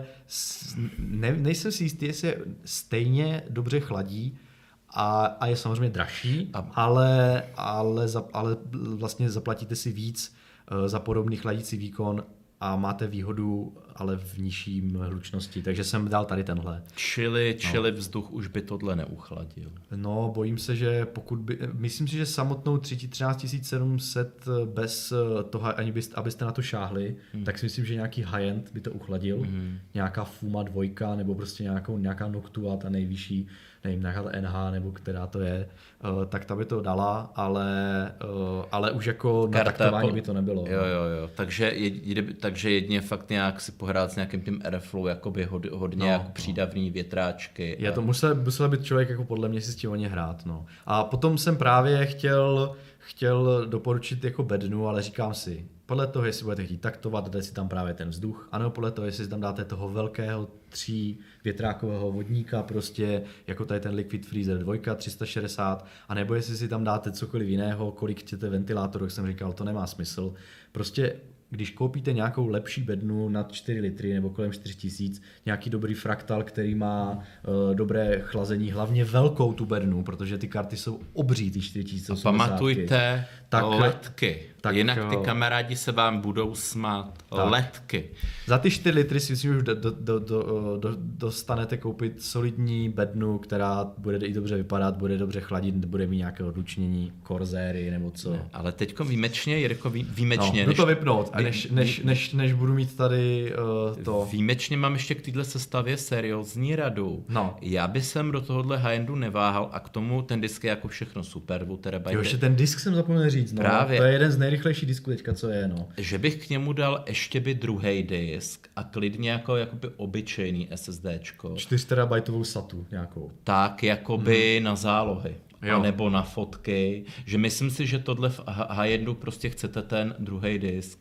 ne, nejsem si jistý, jestli stejně dobře chladí, A, a je samozřejmě dražší, ale, ale, za, ale vlastně zaplatíte si víc uh, za podobný chladící výkon a máte výhodu, ale v nižším hlučnosti. Takže jsem dal tady tenhle. Čili, čili no. Vzduch už by tohle neuchladil. No, bojím se, že pokud by... Myslím si, že samotnou třináct tisíc sedm set bez toho, ani byste, abyste na to šáhli, hmm. tak si myslím, že nějaký high-end by to uchladil. Hmm. Nějaká Fuma dvojka, nebo prostě nějakou, nějaká Noctua, ta nejvyšší, nevím, nějaká ta N H, nebo která to je, uh, tak ta by to dala, ale, uh, ale už jako na taktování po... by to nebylo. Jo, jo, jo. Takže, jed, takže jedině fakt nějak si pohrát s nějakým tím airflow, jakoby hod, hodně no, jako přídavný větráčky. Je a... to musel, musel být člověk jako podle mě si s tím hodně hrát. No. A potom jsem právě chtěl, chtěl doporučit jako bednu, ale říkám si, podle toho, jestli budete chtít taktovat, dáte si tam právě ten vzduch, anebo podle toho, jestli si tam dáte toho velkého tří větrákového vodníka, prostě jako tady ten Liquid Freezer dva tři sta šedesát, anebo jestli si tam dáte cokoliv jiného, kolik chcete ventilátorů, jak jsem říkal, to nemá smysl. Prostě když koupíte nějakou lepší bednu nad čtyři litry nebo kolem čtyři tisíc, nějaký dobrý fraktal, který má uh, dobré chlazení, hlavně velkou tu bednu, protože ty karty jsou obří, ty čtyři tisíce osmdesát. A pamatujte tak, ledky, tak, jinak ty kamarádi se vám budou smát. Tak. Ledky. Za ty čtyři litry si myslím, že do, do, do, do, do, dostanete koupit solidní bednu, která bude i dobře vypadat, bude dobře chladit, bude mít nějaké odlučnění, korzéry nebo co. Ne, ale teďko výjimečně, Jirko, výjimečně. No, než, to vypnout, a než, než, než, než budu mít tady uh, to. Výjimečně mám ještě k této sestavě seriózní radu. No. Já bych sem do tohohle high-endu neváhal a k tomu ten disk je jako všechno super, dva terabajty. Jo, ještě ten disk jsem zapomněl říct, no. Právě. To je jeden z nejrychlejších disků teďka, co je, no. Že bych k němu dal ještě by druhý disk a klidně jako jakoby obyčejný SSDčko. čtyři terabajtovou satu nějakou. Tak jakoby hmm. na zálohy. Jo. Nebo na fotky. Že myslím si, že tohle v high-endu prostě chcete ten druhý disk.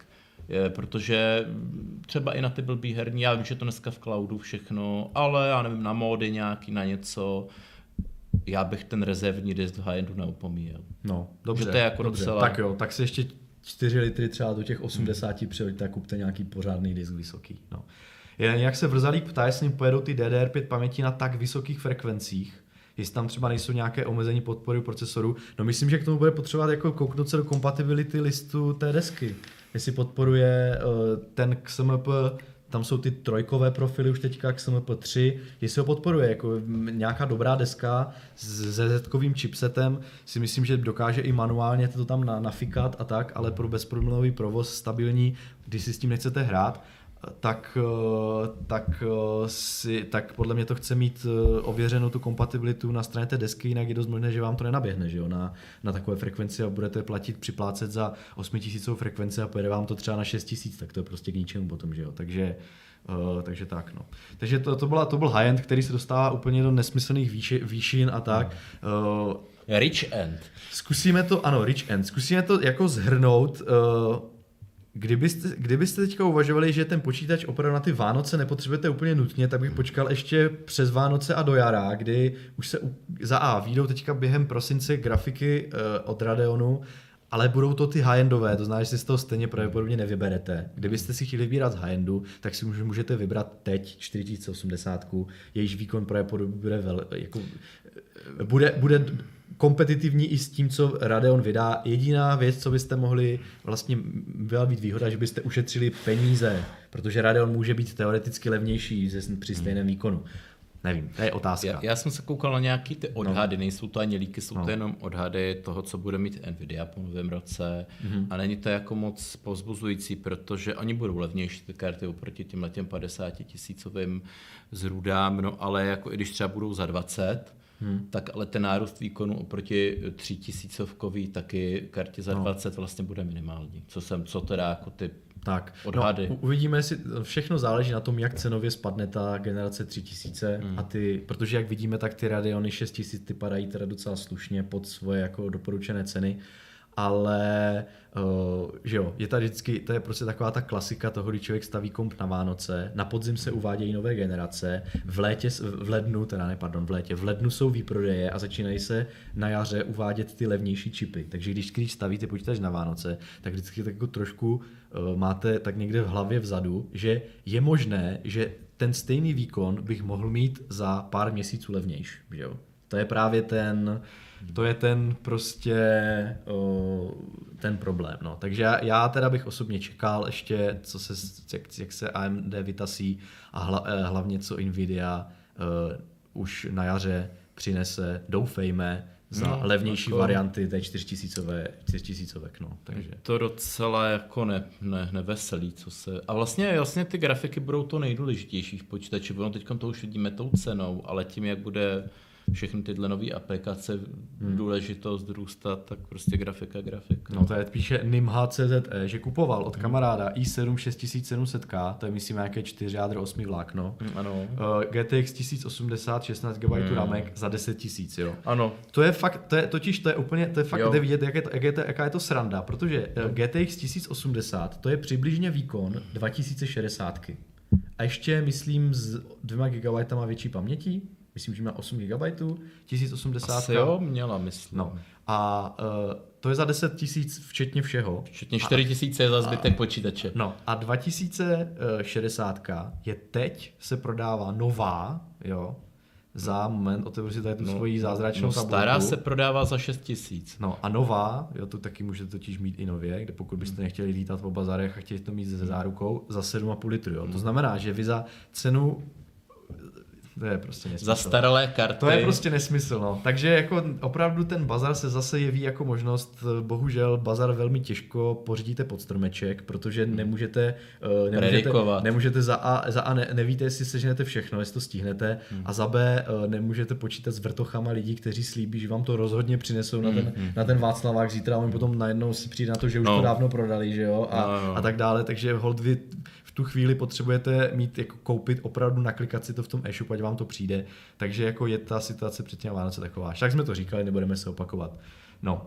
Je, protože třeba i na ty blbý herní, já vím, že to dneska v cloudu všechno, ale já nevím, na módy nějaký, na něco, já bych ten rezervní disk v high-endu neopomíjel. No, dobře. Že to je jako dobře. docela... Tak jo, tak si ještě čtyři litry třeba do těch osmdesáti hmm. přihoďte a kupte nějaký pořádný disk vysoký. No. Jak se Vrzalík ptá, jestli pojedou ty D D R pět paměti na tak vysokých frekvencích, jestli tam třeba nejsou nějaké omezení podpory procesoru. No myslím, že k tomu bude potřebovat jako kouknout se do kompatibility listu té desky. Jestli podporuje uh, ten X M P, tam jsou ty trojkové profily už teďka X M P tři, jestli ho podporuje, jako nějaká dobrá deska s Z-kovým chipsetem, si myslím, že dokáže i manuálně to tam nafikat a tak, ale pro bezproblémový provoz stabilní, když si s tím nechcete hrát, tak, tak, si, tak podle mě to chce mít ověřenou tu kompatibilitu na straně té desky, jinak je dost možné, že vám to nenaběhne, že jo, na, na takové frekvenci a budete platit, připlácet za osmitisícovou frekvenci a pojede vám to třeba na šest tisíc, tak to je prostě k ničemu potom, že jo, takže Uh, takže tak, no. Takže to, to, byla, to byl high-end, který se dostává úplně do nesmyslných výši, výšin a tak. Uh, rich end. Zkusíme to, ano, rich end, zkusíme to jako zhrnout. Uh, Kdybyste, kdybyste teďka uvažovali, že ten počítač opravdu na ty Vánoce nepotřebujete úplně nutně, tak bych počkal ještě přes Vánoce a do jara, kdy už se u, za A výjdou teďka během prosince grafiky uh, od Radeonu, ale budou to ty high-endové, to znamená, že si z toho stejně pravděpodobně nevyberete. Kdybyste si chtěli vybírat z high-endu, tak si můžete vybrat teď čtyři tisíce osmdesát, jejíž výkon pravděpodobně bude, vel, jako, bude, bude kompetitivní i s tím, co Radeon vydá. Jediná věc, co byste mohli, vlastně byla být výhoda, že byste ušetřili peníze, protože Radeon může být teoreticky levnější při stejném výkonu. Nevím, to je otázka. Já, já jsem se koukal na nějaký ty odhady, no. Nejsou to ani líky, jsou no. to jenom odhady toho, co bude mít Nvidia po novém roce mm-hmm. a není to jako moc povzbuzující, protože oni budou levnější ty karty oproti těm letěm padesáti tisícovým zrůdám, no ale jako i když třeba budou za dvacet, Hmm. tak ale ten nárůst výkonu oproti tři tisícovkový taky kartě za no. dvacet vlastně bude minimální. Co jsem, co teda jako ty tak. odhady. No, uvidíme, jestli všechno záleží na tom, jak cenově spadne ta generace tři tisíce hmm. a ty, protože jak vidíme, tak ty Radeony šest tisíc ty padají teda docela slušně pod svoje jako doporučené ceny. Ale uh, že jo, je tady vždycky, to je prostě taková ta klasika toho, kdy člověk staví komp na Vánoce, na podzim se uvádějí nové generace, v létě, v lednu, teda ne, pardon, v létě, v lednu jsou výprodeje a začínají se na jaře uvádět ty levnější čipy. Takže když, když stavíte počítač na Vánoce, tak vždycky tak jako trošku uh, máte tak někde v hlavě vzadu, že je možné, že ten stejný výkon bych mohl mít za pár měsíců levnější, že jo. To je právě ten, to je ten prostě o, ten problém. No. Takže já, já teda bych osobně čekal ještě, co se, jak, jak se A M D vytasí a hla, hlavně co Nvidia uh, už na jaře přinese, doufejme, za no, levnější jako varianty té čtyřtisícové, čtyřtisícovek, no, takže. To docela jako ne, ne, neveselý, co se... A vlastně, vlastně ty grafiky budou to nejdůležitější v počítači, ono teďka to už vidíme tou cenou, ale tím, jak bude všechny tyhle nové aplikace hmm. důležitost růstat, tak prostě grafika, grafika. No to je, píše Nimha C Z E, že kupoval od kamaráda i sedm šest tisíc sedm set K, to je myslím nějaké čtyři jádro osmi vlákno, hmm, ano. Uh, G T X tisíc osmdesát šestnáct gigabajtů hmm. ramek za deset tisíc, jo. Ano. To je fakt, to je, totiž to je úplně, to je fakt, jde vidět, jak je to, jak je to, jaká je to sranda, protože uh, G T X tisíc osmdesát, to je přibližně výkon dva tisíce šedesát. A ještě myslím s dvěma gigabajtama větší paměti. Myslím, že má osm gigabajtů, tisíc osmdesát. Asi jo, měla, myslím. No. A uh, to je za deset tisíc včetně všeho. Včetně čtyři tisíce je za zbytek a, počítače. No a dva tisíce šedesát je teď, se prodává nová, jo, za moment, otevřu si tady tu no, svoji zázračnou no, tabulku. Stará se prodává za šest tisíc. No a nová, jo, to taky můžete totiž mít i nově, kde pokud byste nechtěli lítat po bazarech a chtěli to mít se zárukou, za sedm a půl litru, jo. To znamená, že vy za cenu to je prostě nesmysl. Zastaralé karty. To je prostě nesmysl, no. Takže jako opravdu ten bazar se zase jeví jako možnost, bohužel bazar velmi těžko pořídíte pod stromeček, protože nemůžete uh, nemůžete, nemůžete za A, za A ne, nevíte, jestli seženete všechno, jestli to stihnete, hmm. a za B uh, nemůžete počítat s vrtochama lidí, kteří slíbí, že vám to rozhodně přinesou hmm. na, ten, hmm. na ten Václavák zítra, a oni potom najednou si přijde na to, že už no. to dávno prodali, že jo, a, no, no. a tak dále, takže hold vy tu chvíli potřebujete mít jako koupit opravdu, naklikat si to v tom e-shopu, ať vám to přijde. Takže jako je ta situace před těmi Vánoce taková. Tak jsme to říkali, nebudeme se opakovat. No.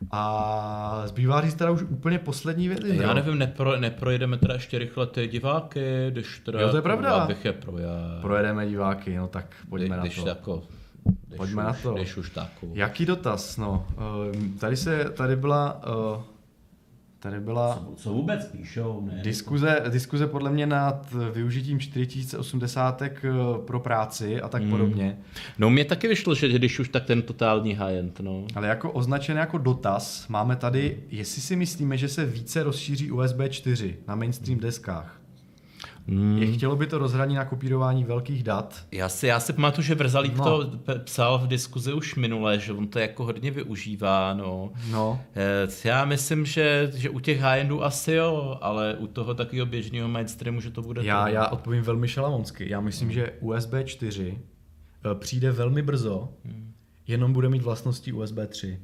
A zbývá říct teda už úplně poslední věci. Já nevím, nepro, neprojedeme teda ještě rychle ty diváky, když teda... Jo, to je pravda. Abych je projel. Projedeme diváky, no tak pojďme když na to. Jako, když pojďme už, na to. Když už taku. Jaký dotaz? No, tady se, tady byla... Tady byla co, co vůbec píšou, ne? Diskuze, diskuze podle mě nad využitím čtyři tisíce osmdesát pro práci a tak hmm. podobně. No mě taky vyšlo, že když už tak ten totální high-end, no. Ale jako označené jako dotaz máme tady, jestli si myslíme, že se více rozšíří U S B čtyři na mainstream deskách. Hmm. Je, chtělo by to rozhraní na kopírování velkých dat. Já si, já si pamatuju, že Vrzalík no. to psal v diskuzi už minule, že on to jako hodně využívá. No. No. Já myslím, že, že u těch high-endů asi jo, ale u toho takového běžného mainstreamu, že to bude... Já, to, já odpovím velmi šalamonsky. Já myslím, hmm. že U S B čtyři přijde velmi brzo, hmm. jenom bude mít vlastnosti U S B tři.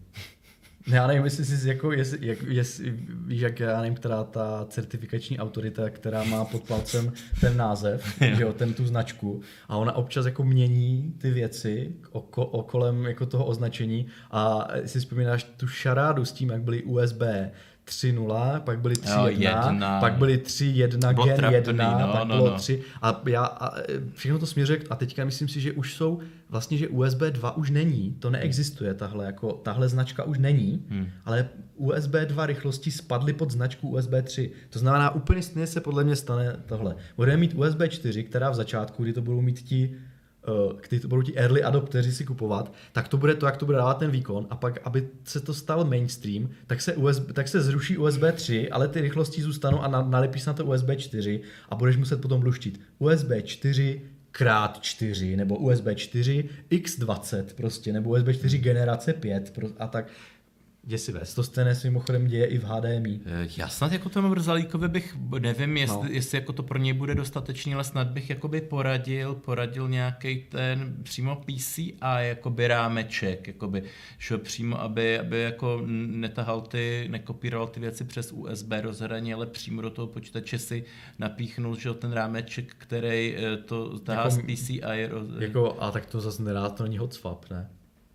Já nevím, jestli jsi jako, jestli, jak, jestli, víš, jak já nevím, která ta certifikační autorita, která má pod palcem ten název, že jo, ten tu značku a ona občas jako mění ty věci oko, okolem jako toho označení a si vzpomínáš tu šarádu s tím, jak byly U S B tři nula, pak byly tři jedna, pak byly tři jedna gen jedna, no, pak no, bylo no. tři a já a všechno to směřuje a teďka myslím si, že už jsou vlastně, že U S B dva už není, to neexistuje, tahle, jako, tahle značka už není, hmm. ale U S B dva rychlosti spadly pod značku U S B tři. To znamená, úplně stejně se podle mě stane tohle. Budeme mít U S B čtyři, která v začátku, kdy to budou mít ti kdy to budou ti early adopteři si kupovat, tak to bude to, jak to bude dávat ten výkon a pak, aby se to stal mainstream, tak se, U S B, tak se zruší U S B tři, ale ty rychlosti zůstanou a nalepíš na to U S B čtyři a budeš muset potom luštit U S B čtyři krát čtyři nebo U S B čtyři x dvacet prostě, nebo U S B čtyři generace pět a tak. Děsivé. To stejné s mimochodem děje i v H D M I. Já snad jako tomu Brzalíkovi bych, nevím, jestli, no. jestli jako to pro něj bude dostatečný, ale snad bych jakoby poradil, poradil nějaký ten přímo P C I jakoby rámeček, jakoby, že přímo, aby, aby jako netahal ty, nekopíroval ty věci přes U S B rozhraní, ale přímo do toho počítače si napíchnul, že ten rámeček, který to tahá jako, z P C I. Roz... Jako, a tak to zase nedá, to není hot swap, ne?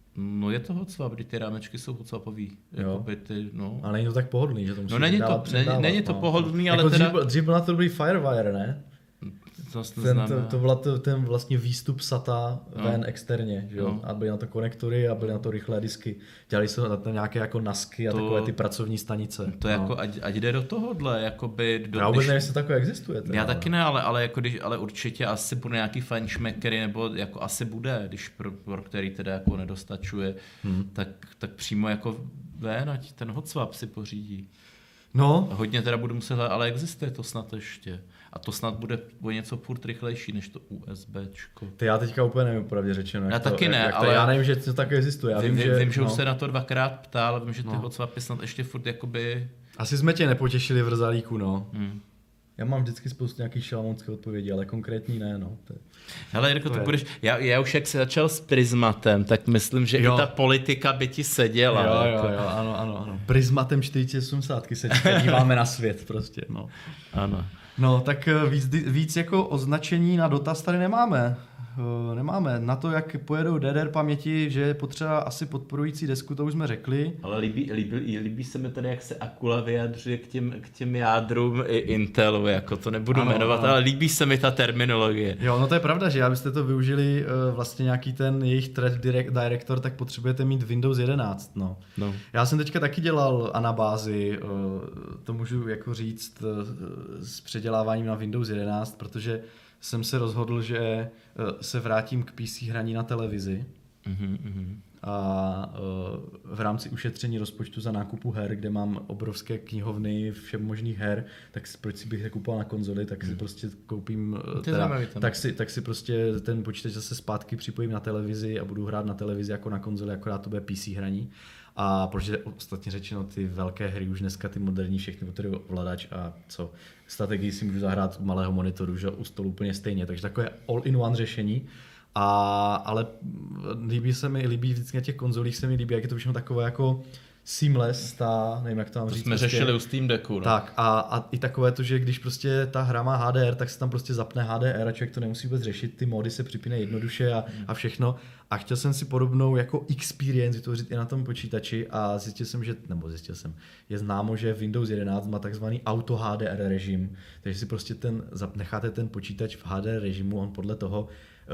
No je to hotswap, kdy ty rámečky jsou hotswapový. Jakoby ty, no. Ale není to tak pohodlný, že to musí No není to, není, není to no. pohodlný, ale jako teda... Dřív, dřív byl na to dobrý Firewire, ne? To, ten, to, to byl to, ten vlastně výstup SATA no. ven externě, že jo? No. A byly na to konektory a byly na to rychlé disky. Dělali se na to nějaké jako nasky a to, takové ty pracovní stanice. To no. jako, ať, ať jde do tohohle, jakoby... Do, já vůbec nevím, jestli takové existuje. Teda, já ale. taky ne, ale, ale, jako když, ale určitě asi bude nějaký fajnšmekery, nebo jako asi bude, když pro, pro který teda jako nedostačuje, hmm. tak, tak přímo jako ven, ať ten hotswap si pořídí. No. Hodně teda budu muset, ale existuje to snad ještě. A to snad bude o něco furt rychlejší než to USBčko. To já teďka úplně nevím, pravdě řečeno. Já to, taky ne, jak ale... To, já nevím, že to tak existuje. Já vím, vím, že, vím, že no. už se na to dvakrát ptal, vím, že ty no. hotswapy snad ještě furt jakoby... Asi jsme tě nepotěšili v Rzalíku, no. Hmm. Já mám vždycky spoustu nějakých šalamounských odpovědí, ale konkrétní ne, no. To je... Hele, Jirko, to budeš... Já, já už jak jsi začal s Prismatem, tak myslím, že jo. i ta politika by ti seděla. Jo, jako... jo, jo, ano, ano, ano. Prismatem čtyři tisíce osmdesát se díváme na svět prostě, no. Ano. No, tak víc, víc jako označení na dotaz tady nemáme. Nemáme. Na to, jak pojedou D D R paměti, že je potřeba asi podporující desku, to už jsme řekli. Ale líbí, líbí, líbí se mi tady, jak se Akula vyjadřuje k těm, k těm jádrům i Intelu, jako to nebudu ano, jmenovat, ano. ale líbí se mi ta terminologie. Jo, no to je pravda, že abyste to využili vlastně nějaký ten jejich thread director, tak potřebujete mít Windows jedenáct, no. no. Já jsem teďka taky dělal anabázi, to můžu jako říct, s předěláváním na Windows jedenáct, protože jsem se rozhodl, že se vrátím k P C hraní na televizi mm-hmm. a v rámci ušetření rozpočtu za nákupu her, kde mám obrovské knihovny všem možných her, tak proč si bych je kupoval na konzoli, tak si mm. prostě koupím, teda, tak, si, tak si prostě ten počítač zase zpátky připojím na televizi a budu hrát na televizi jako na konzoli, akorát to bude P C hraní. A protože ostatně řečeno ty velké hry už dneska ty moderní všechny potřebují ovladač a co, strategii si můžu zahrát u malého monitoru, že u stolu úplně stejně, takže takové all-in-one řešení. A, ale líbí se mi, líbí vždycky na těch konzolích se mi líbí, jak je to všechno takové jako seamless, ta, nevím jak to mám to říct. jsme prostě, řešili u Steam Decku. No. Tak a, a i takové to, že když prostě ta hra má H D R, tak se tam prostě zapne H D R a člověk to nemusí vůbec řešit, ty mody se připínají jednoduše a, a všechno. A chtěl jsem si podobnou jako experience vytvořit i na tom počítači a zjistil jsem, že, nebo zjistil jsem, je známo, že Windows jedenáct má takzvaný auto H D R režim, takže si prostě ten, necháte ten počítač v H D R režimu, on podle toho,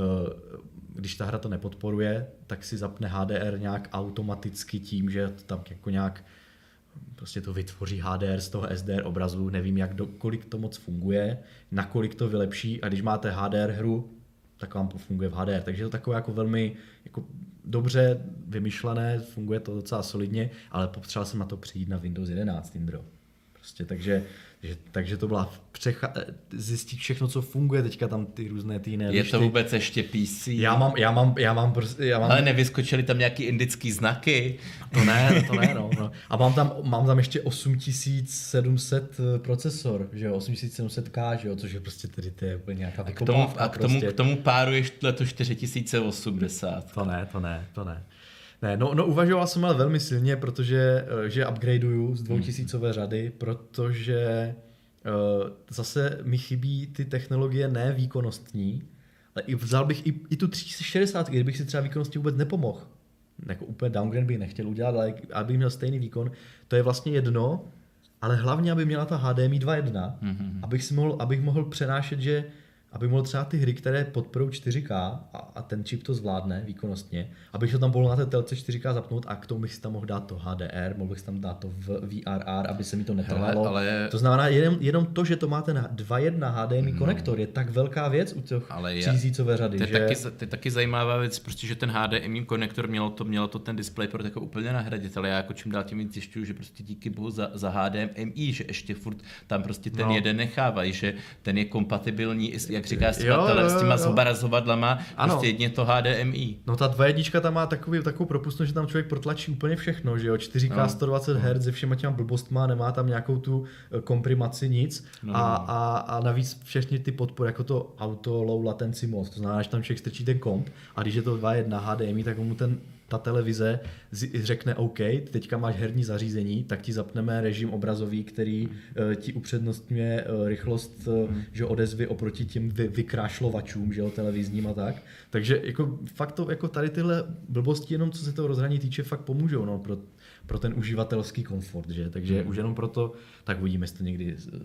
když ta hra to nepodporuje, tak si zapne H D R nějak automaticky tím, že to tam jako nějak prostě to vytvoří H D R z toho S D R obrazu, nevím jak, do, kolik to moc funguje, nakolik to vylepší a když máte H D R hru, tak vám funguje v H D R, takže je to takové jako velmi jako dobře vymyšlené, funguje to docela solidně, ale potřeboval jsem na to přijít na Windows jedenáct, Indro. Prostě takže Takže, takže to byla přecha- zjistit všechno, co funguje, teďka tam ty různé ty jiné. Je to vůbec ještě P C? Já mám, já mám, já mám, prostě, já mám... Ale nevyskočily tam nějaký indický znaky? To ne, to ne, no. no. A mám tam, mám tam ještě osm tisíc sedm set procesor, že jo, osm tisíc sedm set K, že jo, což je prostě tedy to je úplně nějaká vykopávka. A k tomu, prostě. K tomu páru ještě to čtyři tisíce osmdesát. To ne, to ne, to ne. Ne, no, no uvažoval jsem ale velmi silně, protože že upgradeuju z dvoutisícové řady, protože uh, zase mi chybí ty technologie ne výkonnostní, ale i vzal bych i, i tu tři sta šedesát, kdybych si třeba výkonnostně vůbec nepomohl. Jako úplně downgrade bych nechtěl udělat, ale aby měl stejný výkon, to je vlastně jedno, ale hlavně, aby měla ta H D M I dva jedna, mm-hmm. abych, si mohl, abych mohl přenášet, že aby mohl třeba ty hry, které podporují čtyři K a, a ten čip to zvládne výkonnostně, abych to tam mohl na té telce čtyři K zapnout a k tomu bych si tam mohl dát to H D R, mohl bych si tam dát to v V R R, aby se mi to netrhalo. Ale... To znamená jenom, jenom to, že to má ten dva jedna H D M I no. konektor, je tak velká věc u těch tisícové řady. To je že... taky, to je taky zajímavá věc, prostě, že ten H D M I konektor mělo to, mělo to ten DisplayPort jako úplně nahradit, ale já jako čím dál tím víc zjišťuju, že prostě díky bohu za, za H D M I, že ještě furt tam prostě ten no. jeden nechávají, že ten je kompatibilní, jak říkáš, s těma zobrazovadlama, prostě jedně to H D M I. No ta dva jednička tam má takový, takovou propustnost, že tam člověk protlačí úplně všechno, že jo, čtyři K no. sto dvacet hertz se všema těma blbostma, nemá tam nějakou tu komprimaci, nic no. a, a, a navíc všechny ty podpory, jako to auto low latency mod, to znamená, že tam člověk strčí ten komp a když je to dva jedna H D M I, tak mu ten ta televize řekne OK, teďka máš herní zařízení, tak ti zapneme režim obrazový, který uh, ti upřednostňuje uh, rychlost uh, hmm. že odezvy oproti těm vy, vykrášlovačům, že jo, televizním a tak. Takže jako fakt to, jako tady tyhle blbosti, jenom co se toho rozhraní týče, fakt pomůžou, no, pro, pro ten uživatelský komfort, že? Takže hmm. už jenom proto, tak uvidíme, jestli to někdy uh,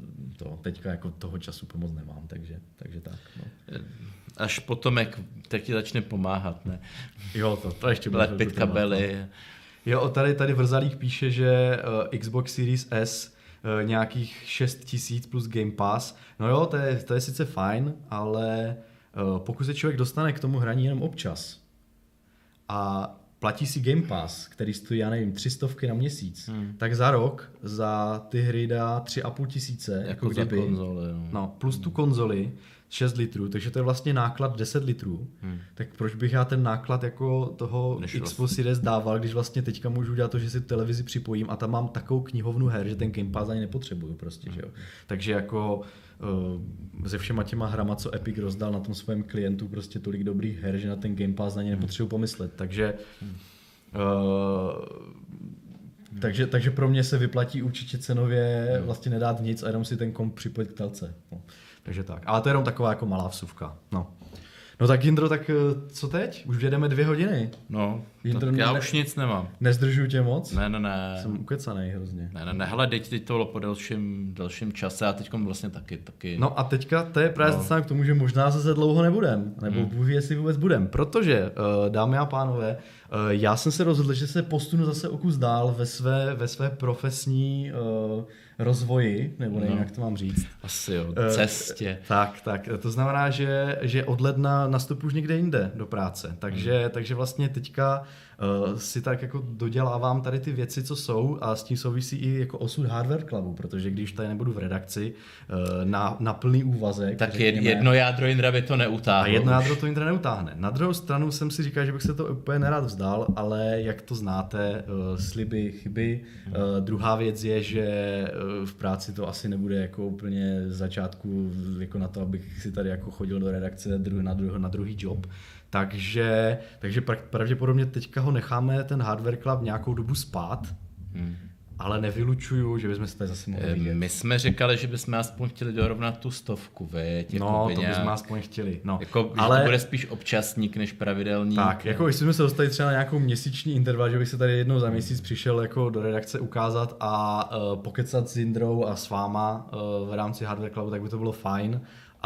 to teďka jako toho času pomoc nemám, takže, takže tak, no. Až potomek tak ti začne pomáhat, ne? Jo, to, to ještě bude lepit kabely. Jo, tady, tady Vrzalík píše, že uh, Xbox Series S uh, nějakých šest tisíc plus Game Pass. No jo, to je, to je sice fajn, ale uh, pokud se člověk dostane k tomu hraní jenom občas a platí si Game Pass, který stojí, já nevím, tři stovky na měsíc, hmm. tak za rok za ty hry dá tři a půl tisíce. Jako, jako kdyby, konzole, no. no. Plus tu konzoli, šest litrů, takže to je vlastně náklad deset litrů. Hmm. Tak proč bych já ten náklad jako toho Xbox Series dával, když vlastně teďka můžu dělat to, že si televizi připojím a tam mám takovou knihovnu her, že ten Game Pass ani nepotřebuju prostě, hmm. že jo. Takže jako uh, se všema těma hrama, co Epic rozdal na tom svém klientu, prostě tolik dobrých her, že na ten Game Pass ani nepotřebuji pomyslet. Takže hmm. uh, Takže, takže pro mě se vyplatí určitě cenově vlastně nedát nic a jenom si ten komp připojit k telce. No. Takže tak. Ale to je jenom taková jako malá vsuvka. No. No tak Jindro, tak co teď? Už jedeme dvě hodiny. No, Jindro, tak já ne, už nic nemám. Nezdržuju tě moc? Ne, ne, ne. Jsem ukecanej hrozně. Ne, ne, ne, hele, teď, teď to bylo po delším, delším čase a teďkom vlastně taky, taky. No a teďka to je právě no. k tomu, že možná zase dlouho nebudem. Nebo hmm. Bůh ví, jestli vůbec budem. Protože, dámy a pánové, já jsem se rozhodl, že se posunu zase o kus dál ve své, ve své profesní uh, rozvoji, nebo nevím, no. jak to mám říct. Asi jo, cestě. Uh, tak, tak. To znamená, že, že od ledna nastupuji už někde jinde do práce. Takže, hmm. takže vlastně teďka uh, si tak jako dodělávám tady ty věci, co jsou a s tím souvisí i jako osud Hardware Clubu, protože když tady nebudu v redakci uh, na, na plný úvazek. Tak řekněme, jedno jádro Jindra by to neutáhlo. A jedno jádro to Jindra neutáhne. Na druhou stranu jsem si říkal, že bych se to úplně nerad vzdal, ale jak to znáte, uh, sliby, chyby. Uh, druhá věc je, že uh, v práci to asi nebude jako úplně z začátku jako na to, abych si tady jako chodil do redakce dru, na, dru, na druhý job. Takže, takže pravděpodobně teďka ho necháme ten Hardware Club nějakou dobu spát, Hmm. Ale nevylučuju, že bychom se tady zase mohli vidět. My jsme říkali, že bychom aspoň chtěli dorovnat tu stovku, veď? No, to bychom aspoň chtěli. No. Jako, ale... že to bude spíš občasník než pravidelný. Tak, jako jestli jsme se dostali třeba na nějakou měsíční interval, že bych se tady jednou za měsíc přišel jako do redakce ukázat a uh, pokecat s Jindrou a s váma uh, v rámci Hardware Clubu, tak by to bylo fajn.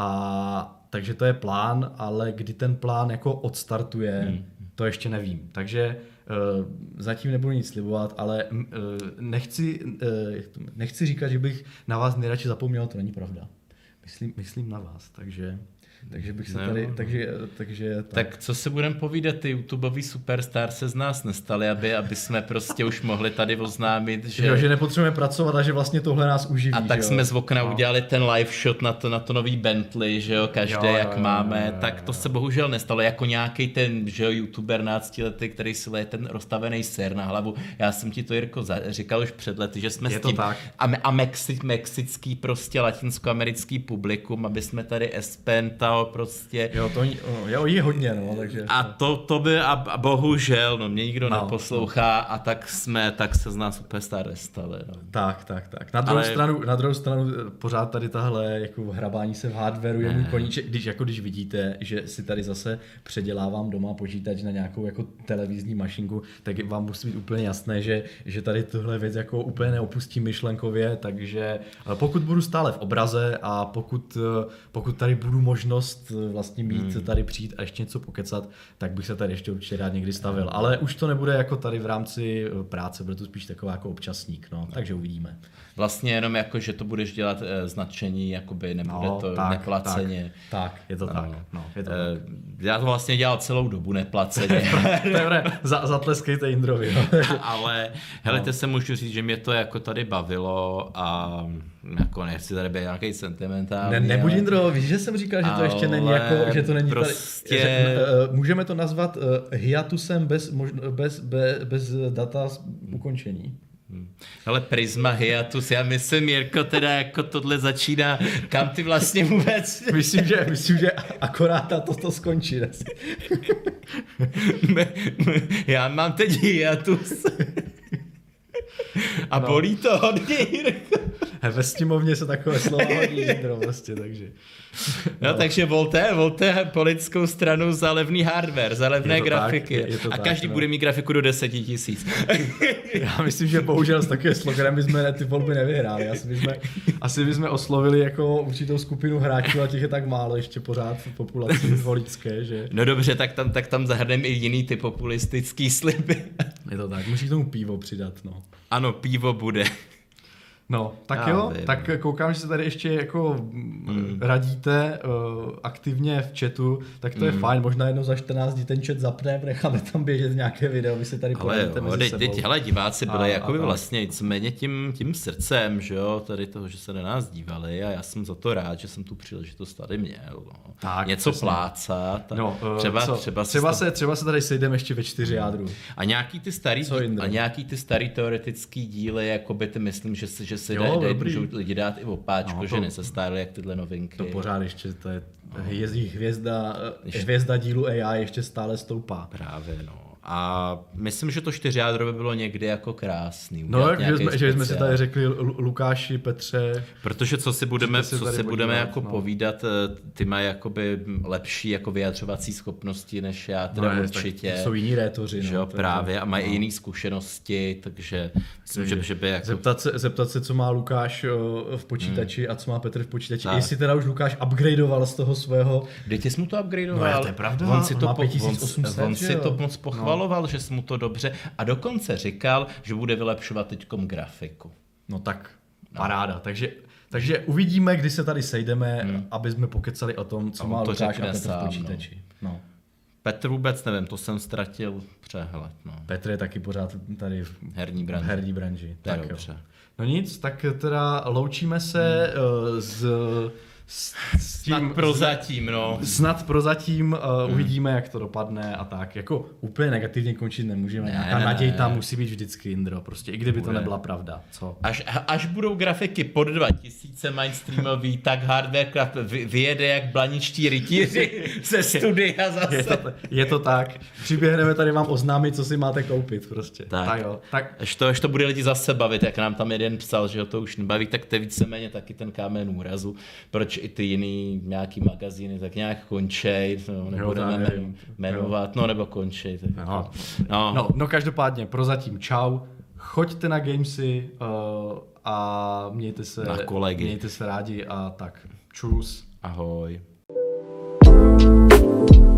A takže to je plán, ale kdy ten plán jako odstartuje, hmm. to ještě nevím. Takže Uh, zatím nebudu nic slibovat, ale uh, nechci, uh, nechci říkat, že bych na vás nejradši zapomněl, to není pravda. Myslím, myslím na vás, takže, takže bych se tady, no. takže, takže tak. tak co se budeme povídat, ty YouTubeový superstar se z nás nestali, aby, aby jsme prostě už mohli tady oznámit, že... Jo, že nepotřebujeme pracovat a že vlastně tohle nás uživí. A tak že jsme jo? z okna no. udělali ten live shot na to, na to nový Bentley, že jo, každý jo, jak jo, máme, jo, jo, tak to se bohužel nestalo, jako nějaký ten, že jo, YouTuber náctiletý, který si leje ten rozstavený sér na hlavu. Já jsem ti to, Jirko, říkal už před lety, že jsme je s tím... Tak. A, a Mexi, mexický prostě latinskoamerický publikum, aby jsme tady espentao prostě... Jo, to jo, je hodně, no, takže... A to, to by, a, a bohužel, no, mě nikdo no, neposlouchá no. a tak jsme, tak se z nás superstar nestali, no. Tak, tak, tak. Na druhou, Ale... stranu, na druhou stranu pořád tady tahle jako hrabání se v hardwareu je můj koníček, když, jako když vidíte, že si tady zase předělávám doma počítač na nějakou jako televizní mašinku, tak vám musí být úplně jasné, že, že tady tuhle věc jako úplně neopustím myšlenkově, takže pokud budu stále v obraze a pokud, pokud tady budu možnost vlastně mít hmm. tady přijít a ještě něco pokecat, tak bych se tady ještě určitě rád někdy stavil. Ale už to nebude jako tady v rámci práce, bude to spíš taková jako občasník, no, takže uvidíme. Vlastně jenom jako, že to budeš dělat e, značení, jakoby nebude no, to tak, neplaceně. Tak, tak, je to no. tak. No, je to e, tak. Já to vlastně dělal celou dobu neplaceně. Dobre, za, zatleskejte Jindrovi. No. Ale hele, no. se můžu říct, že mě to jako tady bavilo a jako nechci tady být nějaký sentimentální. Ne, nebuď Jindro, víš, že jsem říkal, že to ještě není jako, že to není prostě... tady. Že, uh, můžeme to nazvat uh, hiatusem bez, možno, bez, bez, bez data ukončení. Ale Prisma hiatus, já myslím, Jirko, teda jako tohle začíná, kam ty vlastně vůbec... Myslím, že, myslím, že akorát a to, to skončí. Já mám teď hiatus. A no. bolí to hodně, Jirko. Ve sněmovně se takové slova hodí, Jindro, prostě, takže... No, no takže volte, volte politickou stranu za levný hardware, za levné grafiky. Tak, je, je a tak, každý no. bude mít grafiku do deset tisíc. Já myslím, že bohužel s takovým sloganem bychom ty volby nevyhráli. Asi bychom, asi bychom oslovili jako určitou skupinu hráčů a těch je tak málo ještě pořád v populaci voličské, že... No dobře, tak tam, tak tam zahrneme i jiný ty populistický sliby. Je to tak, musí k tomu pivo přidat, no. Ano, pivo bude. No, tak já jo, vím. Tak koukám, že se tady ještě jako mm. radíte uh, aktivně v chatu, tak to mm. je fajn, možná jednou za čtrnáct dní ten chat zapne, necháme tam běžet nějaké video, vy se tady pojedete mezi teď, sebou. Teď, hele, diváci byli jakoby vlastně nicméně tím, tím srdcem, že jo, tady toho, že se na nás dívali a já jsem za to rád, že jsem tu příležitost tady měl, no. Tak, něco přesně. Plácat, no, uh, třeba, co? třeba, třeba, se, třeba se tady sejdeme ještě ve čtyři jádru. A nějaký ty starý, a nějaký ty starý teoretický díly, jakoby ty myslím, že se, že se jo, dají, můžou lidi dát i opáčko, no, to, že nesestály jak tyhle novinky. To pořád ještě, to je jezdí hvězda, ještě, hvězda dílu A I ještě stále stoupá. Právě, no. A myslím, že to čtyřjádro by bylo někdy jako krásný. No, jak, že, jsme, že jsme si tady řekli Lukáši, Petře. Protože co si budeme, co si podívat, budeme jako no. povídat, ty mají jakoby lepší jako vyjadřovací schopnosti než já, teda no, určitě. To jsou jiní rétoři. Že no, právě a mají no. jiné zkušenosti, takže myslím, že, že by jako... Zeptat se, zeptat se, co má Lukáš v počítači hmm. a co má Petr v počítači. Tak. Jestli teda už Lukáš upgradeoval z toho svého... Kdy jsi mu to upgradeoval? No, to je pravda, on si to, má po, pět tisíc osm set, on, on si to moc pochvaloval. No. Že jsi mu to dobře a dokonce říkal, že bude vylepšovat teďkom grafiku. No tak paráda, no. takže, takže uvidíme, kdy se tady sejdeme, hmm. aby jsme pokecali o tom, co a má Lukáš a Petr sám, v počítači. No. No. Petr vůbec nevím, to jsem ztratil přehled. No. Petr je taky pořád tady v herní branži. Herní branži. Tak dobře. No nic, tak teda loučíme se hmm. z... s, s tím, snad prozatím, no. Snad prozatím uh, hmm. uvidíme, jak to dopadne a tak. Jako úplně negativně končit nemůžeme. Ne, Nějaká ne, naděj ne. tam musí být vždycky, Indro. Prostě, i kdyby Bude. to nebyla pravda. Co? Až, až budou grafiky pod dva tisíce mainstreamový, tak Hardwarecraft vy, vyjede jak blaničtí rytíři ze studia zase. Je to, je to tak. Přiběhneme tady vám oznámit, co si máte koupit prostě. Tak, tak jo. Tak. Až, to, až to bude lidi zase bavit, jak nám tam jeden psal, že ho to už nebaví, tak to je víceméně taky ten kámen úrazu. Proč i ty jiný nějaký magazíny tak nějak končej, no, nebudeme Jo, men, jmenovat, no nebo končej. Tak No. no. No, no každopádně, prozatím čau. Choďte na Gamesy uh, a mějte se, Na kolegy. mějte se rádi a tak. Čus. Ahoj.